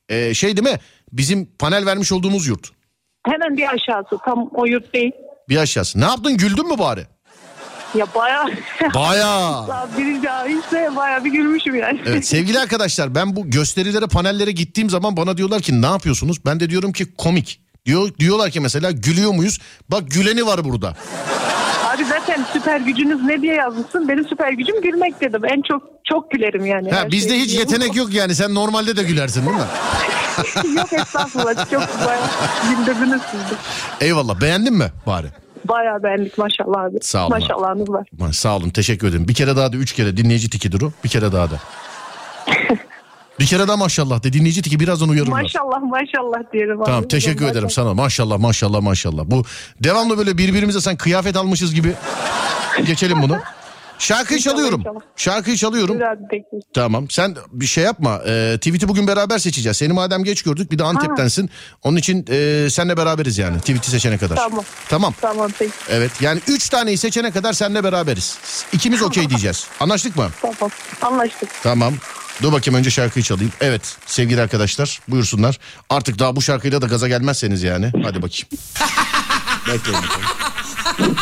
Şey değil mi? Bizim panel vermiş olduğumuz yurt. Hemen bir aşağısı, tam o yurt değil. Bir aşağısı. Ne yaptın, güldün mü bari? Ya bayağı. Bayağı. Birinci ise bayağı bir gülmüşüm yani. Evet sevgili arkadaşlar, ben bu gösterilere, panellere gittiğim zaman bana diyorlar ki ne yapıyorsunuz? Ben de diyorum ki komik. Diyorlar ki mesela gülüyor muyuz? Bak güleni var burada. Abi zaten süper gücünüz ne diye yazmışsın? Benim süper gücüm gülmek dedim. En çok gülerim yani. Ha, bizde hiç yetenek yok yani. Sen normalde de gülersin değil mi? Yok estağfurullah. Çok bayağı güldürdünüz siz de. Eyvallah. Beğendin mi bari? Bayağı beğendik maşallah abi. Sağ olun. Maşallahınız var. Sağ olun, teşekkür ederim. Bir kere daha da 3 kere dinleyici tikidir o. Bir kere daha da. Bir kere daha maşallah de, dinleyici tiki birazdan uyarırlar. Maşallah diyelim abi. Tamam, teşekkür ederim sana. Maşallah. Bu devamlı böyle birbirimize sen kıyafet almışız gibi geçelim bunu. Şarkıyı çalıyorum. Tamam, sen bir şey yapma. Tweet'i bugün beraber seçeceğiz. Seni madem geç gördük, bir de Antep'tensin. Onun için seninle beraberiz yani tweet'i seçene kadar. Tamam. Tamam peki. Evet, yani 3 taneyi seçene kadar seninle beraberiz. İkimiz okey diyeceğiz. Anlaştık mı? Tamam, anlaştık. Tamam. Dur bakayım, önce şarkıyı çalayım. Evet sevgili arkadaşlar, buyursunlar. Artık daha bu şarkıyla da gaza gelmezseniz yani. Hadi bakayım. Bekleyin bakalım.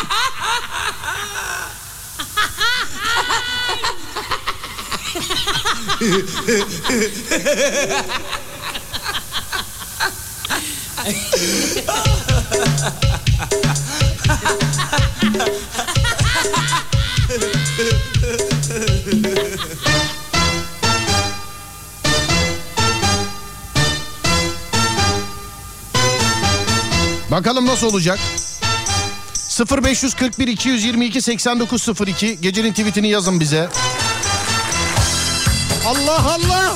Bakalım nasıl olacak? 0541 222 8902 gecenin tweetini yazın bize. Allah.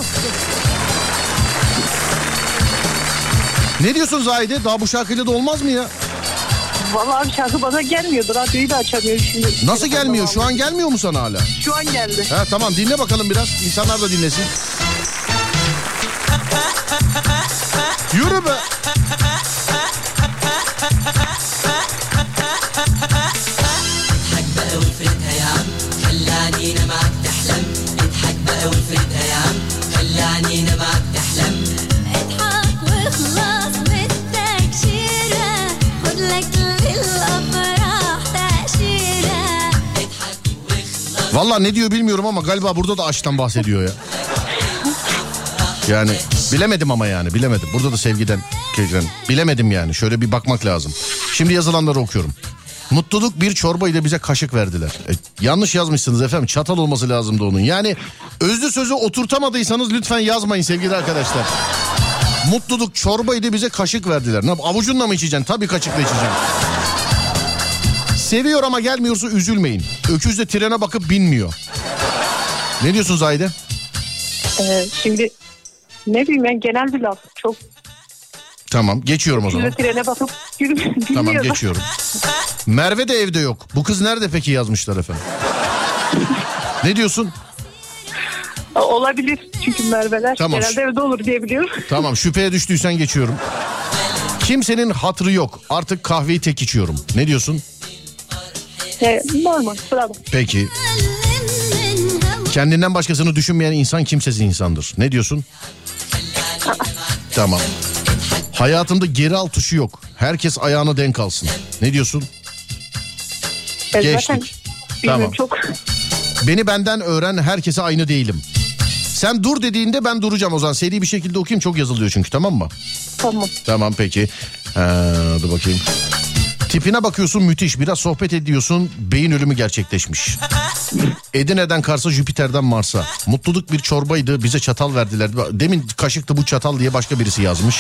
Ne diyorsun Zahide? Daha bu şarkıyla da olmaz mı ya? Vallahi şarkı bana gelmiyordu. Radyoyu da açamıyorum şimdi. Nasıl gelmiyor? Şu an gelmiyor mu sana hala? Şu an geldi. Ha, tamam, dinle bakalım biraz. İnsanlar da dinlesin. Yürü be. Vallahi ne diyor bilmiyorum ama galiba burada da aşktan bahsediyor ya. Yani bilemedim ama yani bilemedim. Burada da sevgiden bilemedim yani. Şöyle bir bakmak lazım. Şimdi yazılanları okuyorum. Mutluluk bir çorbayla bize kaşık verdiler. Yanlış yazmışsınız efendim. Çatal olması lazımdı onun. Yani özlü sözü oturtamadıysanız lütfen yazmayın sevgili arkadaşlar. Mutluluk çorbayla bize kaşık verdiler. Ne avucunla mı içeceksin? Tabii kaşıkla içeceksin. Seviyor ama gelmiyorsa üzülmeyin. Öküz de trene bakıp binmiyor. Ne diyorsun Zahide? Şimdi ne bileyim ben, genel bir laf. Çok. Tamam, geçiyorum o zaman. Trene bakıp binmiyor. Tamam, geçiyorum. Merve de evde yok. Bu kız nerede peki yazmışlar efendim. Ne diyorsun? Olabilir çünkü Merve'ler tamam. Genelde evde olur diye biliyorum. Tamam, şüpheye düştüysen geçiyorum. Kimsenin hatırı yok. Artık kahveyi tek içiyorum. Ne diyorsun? Normal, bravo. Peki. Kendinden başkasını düşünmeyen insan kimsesiz insandır. Ne diyorsun? Tamam. Hayatımda geri al tuşu yok. Herkes ayağına denk alsın. Ne diyorsun? Geçtik. Tamam. Çok. Beni benden öğren, herkese aynı değilim. Sen dur dediğinde ben duracağım o zaman. Seri bir şekilde okuyayım, çok yazılıyor çünkü, tamam mı? Tamam. Tamam peki. Dur bakayım. Tipine bakıyorsun müthiş, biraz sohbet ediyorsun, beyin ölümü gerçekleşmiş. Edirne'den Kars'a, Jüpiter'den Mars'a. Mutluluk bir çorbaydı, bize çatal verdiler. Demin kaşıktı, bu çatal diye başka birisi yazmış.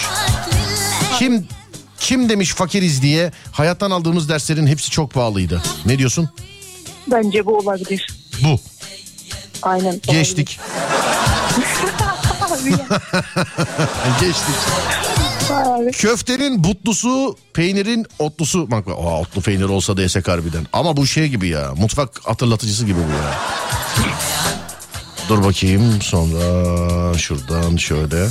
Kim demiş fakiriz diye, hayattan aldığımız derslerin hepsi çok pahalıydı. Ne diyorsun? Bence bu olabilir. Bu. Aynen. Geçtik. Geçtik. Köftenin butlusu, peynirin otlusu. Bak, otlu peynir olsa da yesek harbiden. Ama bu şey gibi ya, mutfak hatırlatıcısı gibi bu ya. Dur bakayım, sonra şuradan şöyle.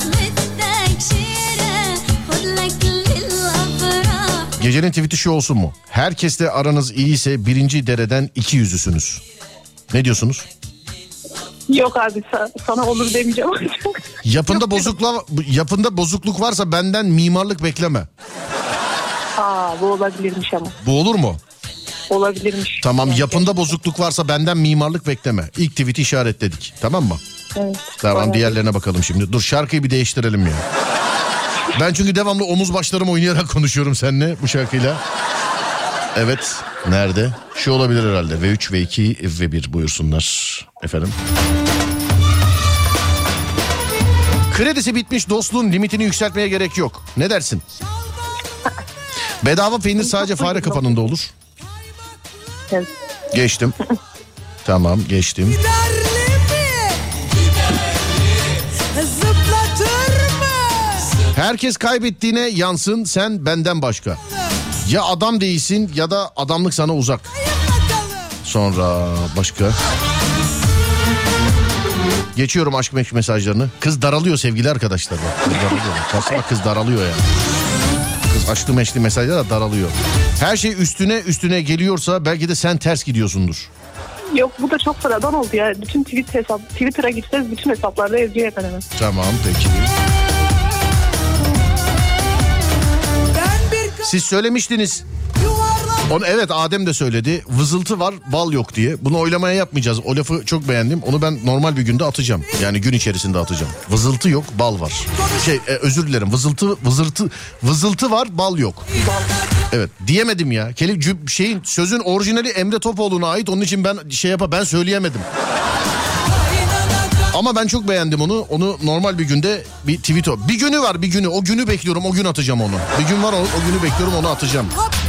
Gecenin tweet'i şu olsun mu? Herkesle aranız iyiyse birinci dereden 200'lüsünüz. Ne diyorsunuz? Yok abi, sana olur demeyeceğim. Yapında bozukluk varsa benden mimarlık bekleme. Bu olabilirmiş ama. Bu olur mu? Olabilirmiş. Tamam, yapında bozukluk varsa benden mimarlık bekleme. İlk tweet'i işaretledik. Tamam mı? Evet. Tamam, diğerlerine bakalım şimdi. Dur, şarkıyı bir değiştirelim ya. Ben çünkü devamlı omuz başlarımı oynayarak konuşuyorum seninle bu şarkıyla. Evet. Nerede? Şu olabilir herhalde. V3, V2, V1 buyursunlar. Efendim. Kredisi bitmiş dostluğun limitini yükseltmeye gerek yok. Ne dersin? Bedava peynir sadece fare kafanında olur. Evet. Geçtim. Tamam, geçtim. Herkes kaybettiğine yansın, sen benden başka. Ya adam değilsin ya da adamlık sana uzak. Sonra başka. Geçiyorum aşk meşk mesajlarını. Kız daralıyor sevgili arkadaşlar. Kız daralıyor yani. Kız aşklı meşkli mesajlar da daralıyor. Her şey üstüne geliyorsa belki de sen ters gidiyorsundur. Yok, bu da çok sıradan oldu ya. Bütün Twitter'a gitseniz bütün hesaplarda yazıyor efendim. Tamam, peki. Siz söylemiştiniz. Onu, evet, Adem de söyledi. Vızıltı var, bal yok diye. Bunu oylamaya yapmayacağız. O lafı çok beğendim. Onu ben normal bir günde atacağım. Yani gün içerisinde atacağım. Vızıltı yok, bal var. Özür dilerim. Vızıltı var, bal yok. Evet, diyemedim ya. Sözün orijinali Emre Topoğlu'na ait. Onun için ben söyleyemedim. Ama ben çok beğendim onu. Onu normal bir günde bir tweet o. Bir günü var, bir günü. O günü bekliyorum. O gün atacağım onu. Bir gün var, o günü bekliyorum, onu atacağım.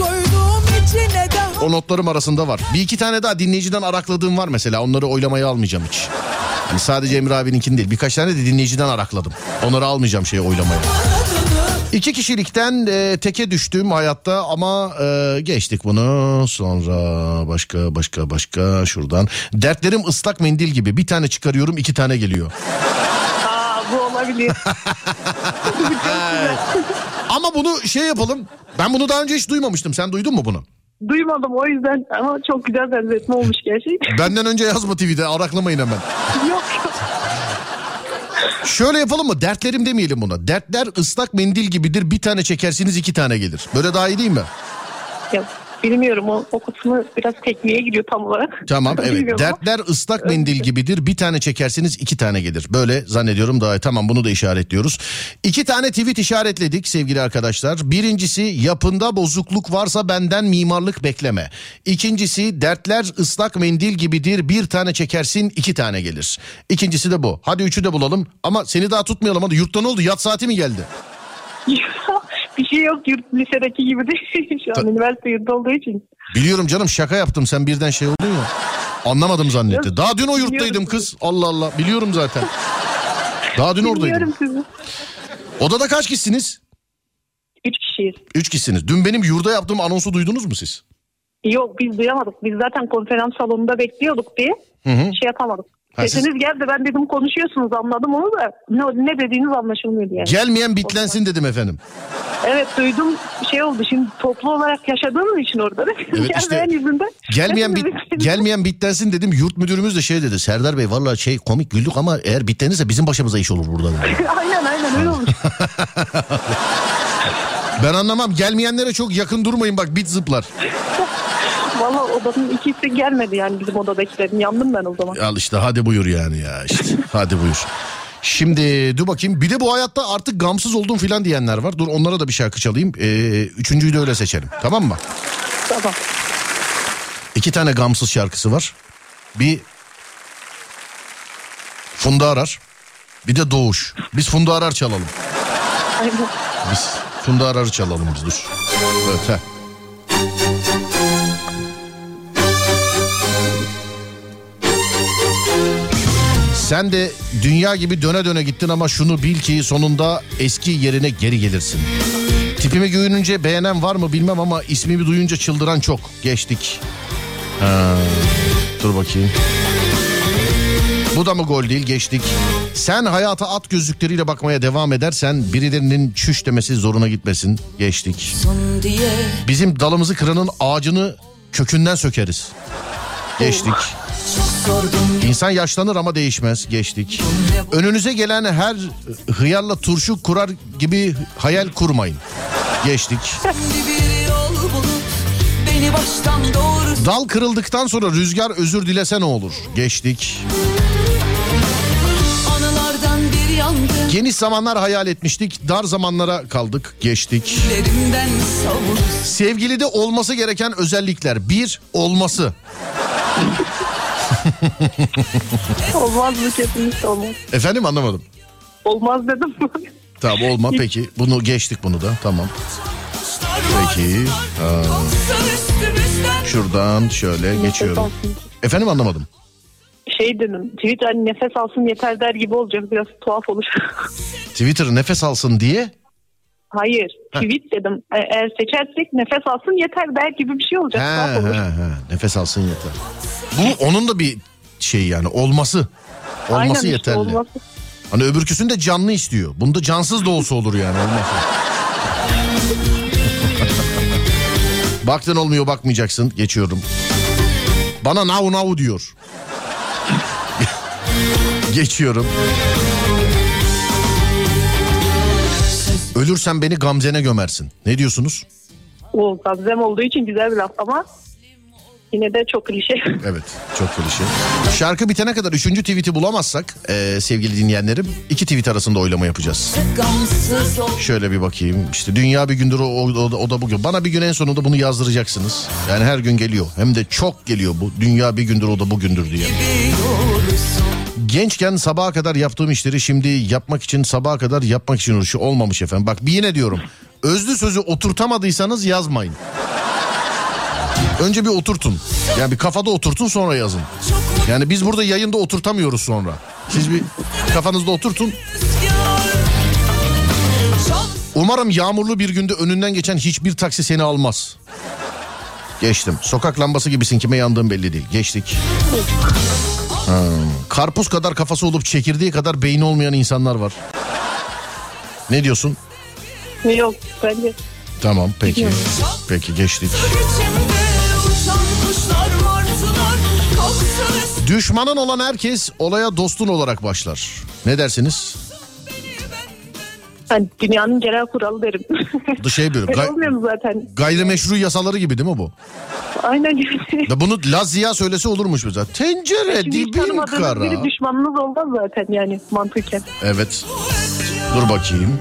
O notlarım arasında var. Bir iki tane daha dinleyiciden arakladığım var mesela. Onları oylamaya almayacağım hiç. Yani sadece Emre abininkini değil. Birkaç tane de dinleyiciden arakladım. Onları almayacağım oylamaya. 2 kişilikten teke düştüm hayatta ama geçtik bunu. Sonra başka şuradan. Dertlerim ıslak mendil gibi. Bir tane çıkarıyorum, 2 tane geliyor. Bu olabilir. Ama bunu yapalım. Ben bunu daha önce hiç duymamıştım. Sen duydun mu bunu? Duymadım o yüzden ama çok güzel benzetme olmuş gerçekten. Benden önce yazma TV'de, araklamayın hemen. Yok. Şöyle yapalım mı? Dertlerim demeyelim buna. Dertler ıslak mendil gibidir. Bir tane çekersiniz, 2 tane gelir. Böyle daha iyi değil mi? Ya, bilmiyorum, o kısmı biraz tekniğe gidiyor tam olarak. Tamam, evet. Dertler ıslak mendil gibidir. Bir tane çekersiniz, 2 tane gelir. Böyle zannediyorum daha iyi. Tamam, bunu da işaretliyoruz. 2 tane tweet işaretledik sevgili arkadaşlar. Birincisi, yapında bozukluk varsa benden mimarlık bekleme. İkincisi, dertler ıslak mendil gibidir. Bir tane çekersin, 2 tane gelir. İkincisi de bu. Hadi 3'ü de bulalım. Ama seni daha tutmayalım. Hadi, yurtta ne oldu? Yat saati mi geldi? Bir şey yok, lisedeki gibi değil. Şu an üniversite yurtta olduğu için. Biliyorum canım, şaka yaptım, sen birden oldun ya. Anlamadım zannetti. Yok, daha dün o yurttaydım kız. Allah Allah, biliyorum zaten. Daha dün oradaydım. Sizi. Odada kaç kişisiniz? 3 kişiyiz. 3 kişisiniz. Dün benim yurda yaptığım anonsu duydunuz mu siz? Yok, biz duyamadık. Biz zaten konferans salonunda bekliyorduk diye yapamadık. Sesiniz geldi, ben dedim konuşuyorsunuz, anladım onu da ne dediğiniz anlaşılmıyordu yani. Gelmeyen bitlensin dedim efendim. Evet, duydum, oldu şimdi toplu olarak yaşadığımız için orada. Evet, işte gelmeyen bitlensin dedim. Yurt müdürümüz de dedi, Serdar Bey vallahi komik güldük ama eğer bitlenirse bizim başımıza iş olur burada. aynen öyle olmuş. Ben anlamam, gelmeyenlere çok yakın durmayın, bak bit zıplar. Valla odanın ikisi gelmedi yani, bizim odadakilerin, yandım ben o zaman. Al işte, hadi buyur yani ya işte. Hadi buyur. Şimdi dur bakayım, bir de bu hayatta artık gamsız oldum filan diyenler var. Dur, onlara da bir şarkı çalayım. Üçüncüyü de öyle seçelim, tamam mı? Tamam. 2 tane gamsız şarkısı var. Bir Funda Arar, bir de Doğuş. Biz Funda Arar çalalım. Aynen. Biz Funda Arar'ı çalalım biz, dur. Evet, Sen de dünya gibi döne döne gittin ama şunu bil ki sonunda eski yerine geri gelirsin. Tipimi görünce beğenen var mı bilmem ama ismimi duyunca çıldıran çok. Geçtik. Dur bakayım. Bu da mı gol değil, geçtik. Sen hayata at gözlükleriyle bakmaya devam edersen birilerinin çüş demesi zoruna gitmesin. Geçtik. Bizim dalımızı kıranın ağacını kökünden sökeriz. Geçtik. sordum. İnsan yaşlanır ama değişmez. Geçtik. Önünüze gelen her hıyarla turşu kurar gibi hayal kurmayın. Geçtik. Bir yol bulup beni baştan doğru. Dal kırıldıktan sonra rüzgar özür dilese ne olur? Geçtik. Anılardan bir yangın. Geniş zamanlar hayal etmiştik, dar zamanlara kaldık. Geçtik. Sevgilide olması gereken özellikler. 1. Olması. Olmaz mı, kesinlikle olmaz. Efendim, anlamadım. Olmaz dedim. Tamam, olma peki. Bunu geçtik, bunu da tamam. Peki. Şuradan şöyle geçiyorum. Efendim, anlamadım. Şey dedim, Twitter hani nefes alsın yeter der gibi olacak, biraz tuhaf olur. Twitter nefes alsın diye? Hayır, tweet dedim. Eğer seçersek nefes alsın yeter der gibi bir şey olacak. Tuhaf olur. Nefes alsın yeter. Bu onun da bir şey yani, olması. Olması aynen yeterli. Işte, olması. Hani öbürküsünde canlı istiyor. Bunda cansız da olsa olur yani, olması. Baktın olmuyor, bakmayacaksın. Geçiyorum. Bana now diyor. Geçiyorum. Ölürsen beni Gamze'ne gömersin. Ne diyorsunuz? O Gamze'm olduğu için güzel bir laf ama yine de çok klişe. Evet, çok klişe. Şarkı bitene kadar 3. tweet'i bulamazsak sevgili dinleyenlerim, 2 tweet arasında oylama yapacağız. Şöyle bir bakayım. İşte dünya bir gündür o da bugün. Bana bir gün en sonunda bunu yazdıracaksınız. Yani her gün geliyor. Hem de çok geliyor bu. Dünya bir gündür o da bugündür diye. Gençken sabaha kadar yaptığım işleri şimdi yapmak için sabaha kadar yapmak için uğraşıyor. Olmamış efendim. Bak bir yine diyorum. Özlü sözü oturtamadıysanız yazmayın. Önce bir oturtun. Yani bir kafada oturtun, sonra yazın. Yani biz burada yayında oturtamıyoruz sonra. Siz bir kafanızda oturtun. Umarım yağmurlu bir günde önünden geçen hiçbir taksi seni almaz. Geçtim. Sokak lambası gibisin, kime yandığın belli değil. Geçtik. Karpuz kadar kafası olup çekirdeği kadar beyni olmayan insanlar var. Ne diyorsun? Yok, bence. Tamam, peki. Peki, geçtik. Düşmanın olan herkes olaya dostun olarak başlar. Ne dersiniz? Yani dünyanın genel kuralı derim. Şey böyle, olmuyor mu zaten? Gayrimeşru yasaları gibi değil mi bu? Aynen gibi. Bunu Laz Ziya söylese olurmuş mesela. Tencere dibin kara. Biri düşmanınız olmaz zaten yani mantıken. Evet. Dur bakayım.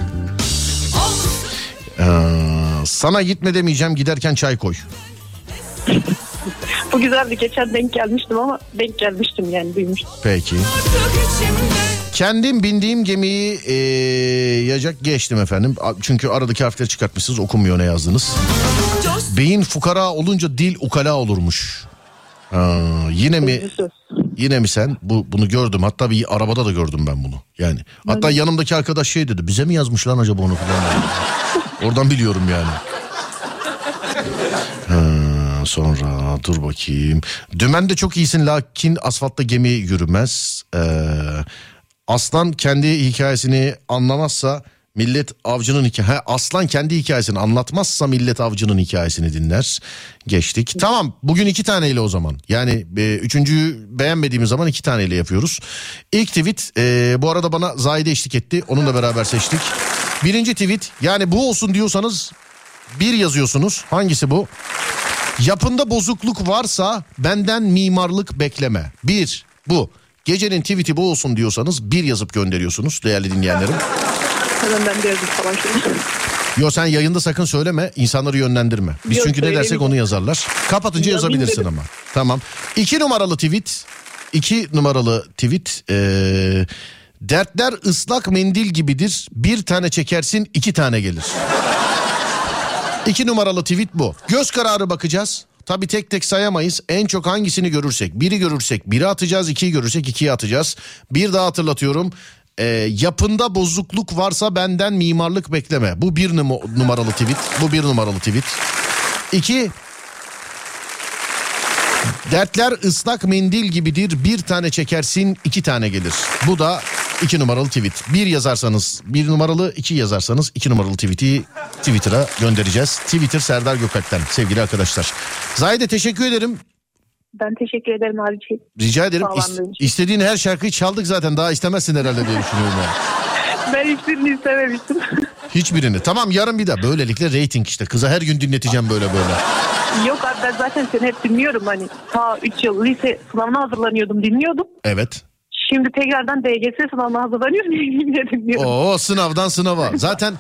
Sana gitme demeyeceğim, giderken çay koy. Bu güzeldi, geçen denk gelmiştim yani, duymuştum. Peki. Kendim bindiğim gemiyi yacak, geçtim efendim. Çünkü aradaki harfleri çıkartmışsınız, okunmuyor ne yazdınız. Beyin fukara olunca dil ukala olurmuş. Yine mi sen? Bunu gördüm. Hatta bir arabada da gördüm ben bunu. Yani hatta yanımdaki arkadaş şey dedi. Bize mi yazmış lan acaba onu falan. Oradan biliyorum yani. Sonra dur bakayım. Dümende çok iyisin lakin asfaltta gemi yürümez. Aslan kendi hikayesini anlamazsa millet avcının aslan kendi hikayesini anlatmazsa millet avcının hikayesini dinler. Geçtik. Tamam, bugün 2 taneyle o zaman. Yani 3.'yü beğenmediğimiz zaman 2 taneyle yapıyoruz. İlk tweet bu arada bana Zahide eşlik etti. Onunla beraber seçtik. 1. tweet, yani bu olsun diyorsanız 1 yazıyorsunuz. Hangisi bu? Yapında bozukluk varsa benden mimarlık bekleme. 1 bu. Gecenin tweet'i bu olsun diyorsanız 1 yazıp gönderiyorsunuz değerli dinleyenlerim. Ben de yazdım falan şimdi. Yo, sen yayında sakın söyleme, insanları yönlendirme. Biz çünkü ne dersek onu yazarlar. Kapatınca yazabilirsin ama. Tamam. 2 numaralı tweet. 2 numaralı tweet. Dertler ıslak mendil gibidir. 1 tane çekersin 2 tane gelir. 2 numaralı tweet bu. Göz kararı bakacağız. Tabii tek tek sayamayız. En çok hangisini görürsek. 1'i görürsek 1'i atacağız. 2'yi görürsek 2'yi atacağız. Bir daha hatırlatıyorum. Yapında bozukluk varsa benden mimarlık bekleme. Bu 1 numaralı tweet. Bu 1 numaralı tweet. 2. Dertler ıslak mendil gibidir. 1 tane çekersin 2 tane gelir. Bu da 2 numaralı tweet. 1 yazarsanız 1 numaralı, 2 yazarsanız 2 numaralı tweet'i Twitter'a göndereceğiz. Twitter Serdar Gökalp'ten sevgili arkadaşlar. Zahide teşekkür ederim. Ben teşekkür ederim abiciğim. Rica ederim. Sağlandığın için. İstediğin her şarkıyı çaldık zaten. Daha istemezsin herhalde diye düşünüyorum yani. Ben hiçbirini istememiştim. Hiçbirini. Tamam, yarın bir daha. Böylelikle reyting işte. Kıza her gün dinleteceğim böyle. Yok abi, ben zaten seni hep dinliyorum. Hani ta 3 yıl lise sınavına hazırlanıyordum, dinliyordum. Evet. Şimdi tekrardan DGS sınavına hazırlanıyorum, yine dinliyorum. Oo, sınavdan sınava. Zaten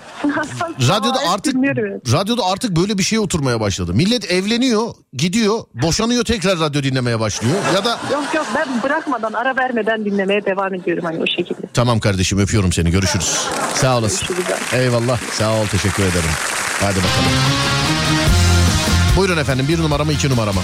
radyoda artık böyle bir şeye oturmaya başladı. Millet evleniyor, gidiyor, boşanıyor, tekrar radyo dinlemeye başlıyor. Ya da Yok ben bırakmadan, ara vermeden dinlemeye devam ediyorum hani o şekilde. Tamam kardeşim, öpüyorum seni. Görüşürüz. Sağ olasın. Eyvallah. Sağ ol, teşekkür ederim. Hadi bakalım. Buyurun efendim, 1 numara mı 2 numara mı?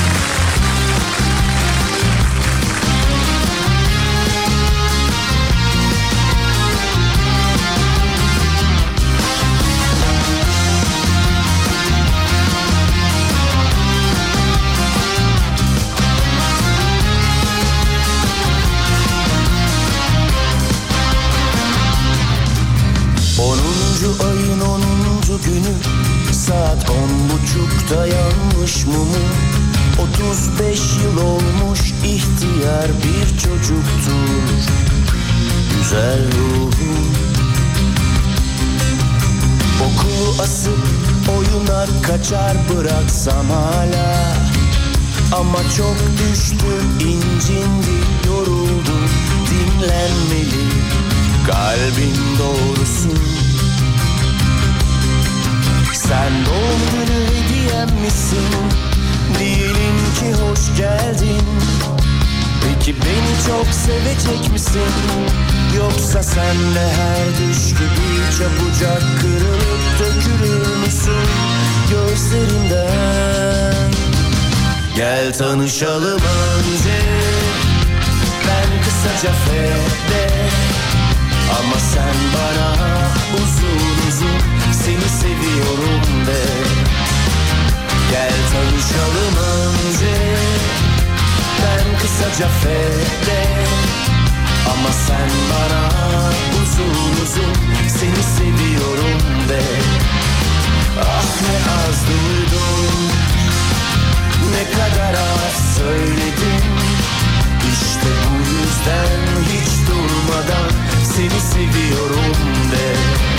Ayın 10. günü saat 10.30'da yanmış mumu. 35 yıl olmuş ihtiyar bir çocuktur güzel ruhum. Okulu asıp oyuna kaçar bıraksam hala. Ama çok düştüm, incindi, yoruldum, dinlenmeli kalbin doğrusu. Sen doğum günü hediyem misin? Diyelim ki hoş geldin. Peki beni çok sevecek misin? Yoksa sen de her düş gibi çabucak kırılıp dökülür müsün gözlerinden? Gel tanışalım önce, ben kısaca fede. Ama sen bana uzun uzun seni seviyorum de. Gel tanışalım önce, ben kısaca fede. Ama sen bana uzun uzun seni seviyorum de. Ah ne az duydum, ne kadar az söyledim. İşte bu yüzden hiç durmadan seni seviyorum de.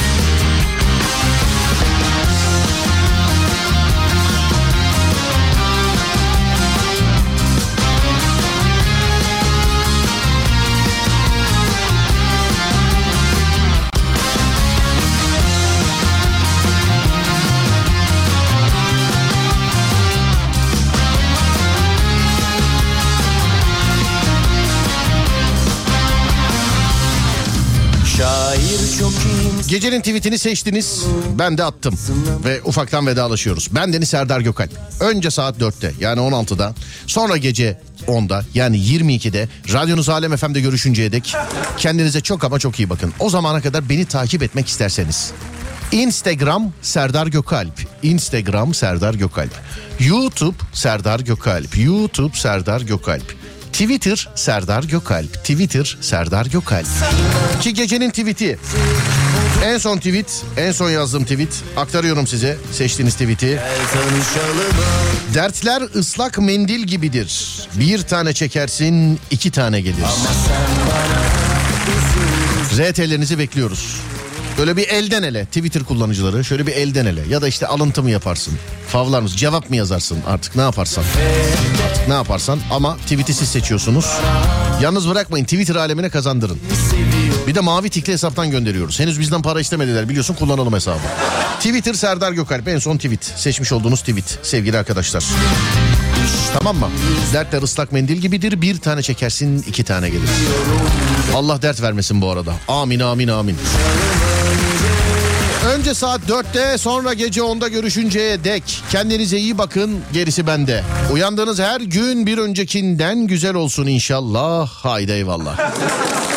Gecenin tweetini seçtiniz, ben de attım ve ufaktan vedalaşıyoruz. Ben Deniz Serdar Gökalp. Önce saat 4'te yani 16'da, sonra gece 10'da yani 22'de radyonuz Alem FM'de görüşünceye dek kendinize çok ama çok iyi bakın. O zamana kadar beni takip etmek isterseniz Instagram Serdar Gökalp, Instagram Serdar Gökalp, YouTube Serdar Gökalp, YouTube Serdar Gökalp, Twitter Serdar Gökalp, Twitter Serdar Gökalp. Ki gecenin tweet'i, en son tweet, en son yazdığım tweet, aktarıyorum size seçtiğiniz tweet'i. Dertler ıslak mendil gibidir. Bir tane çekersin, 2 tane gelir. RT'lerinizi bekliyoruz. Böyle bir elden ele, Twitter kullanıcıları şöyle bir elden ele, ya da işte alıntı mı yaparsın, favlar mısın, cevap mı yazarsın, artık ne yaparsan. Artık ne yaparsan, ama tweet'i siz seçiyorsunuz. Yalnız bırakmayın, Twitter alemine kazandırın. Bir de mavi tikli hesaptan gönderiyoruz. Henüz bizden para istemediler, biliyorsun, kullanalım hesabı. Twitter Serdar Gökalp, en son tweet, seçmiş olduğunuz tweet sevgili arkadaşlar. Tamam mı? Dertler ıslak mendil gibidir, bir tane çekersin, 2 tane gelir. Allah dert vermesin bu arada. Amin amin amin. Önce saat 4'te, sonra gece 10'da görüşünceye dek kendinize iyi bakın, gerisi bende. Uyandığınız her gün bir öncekinden güzel olsun inşallah. Haydi eyvallah.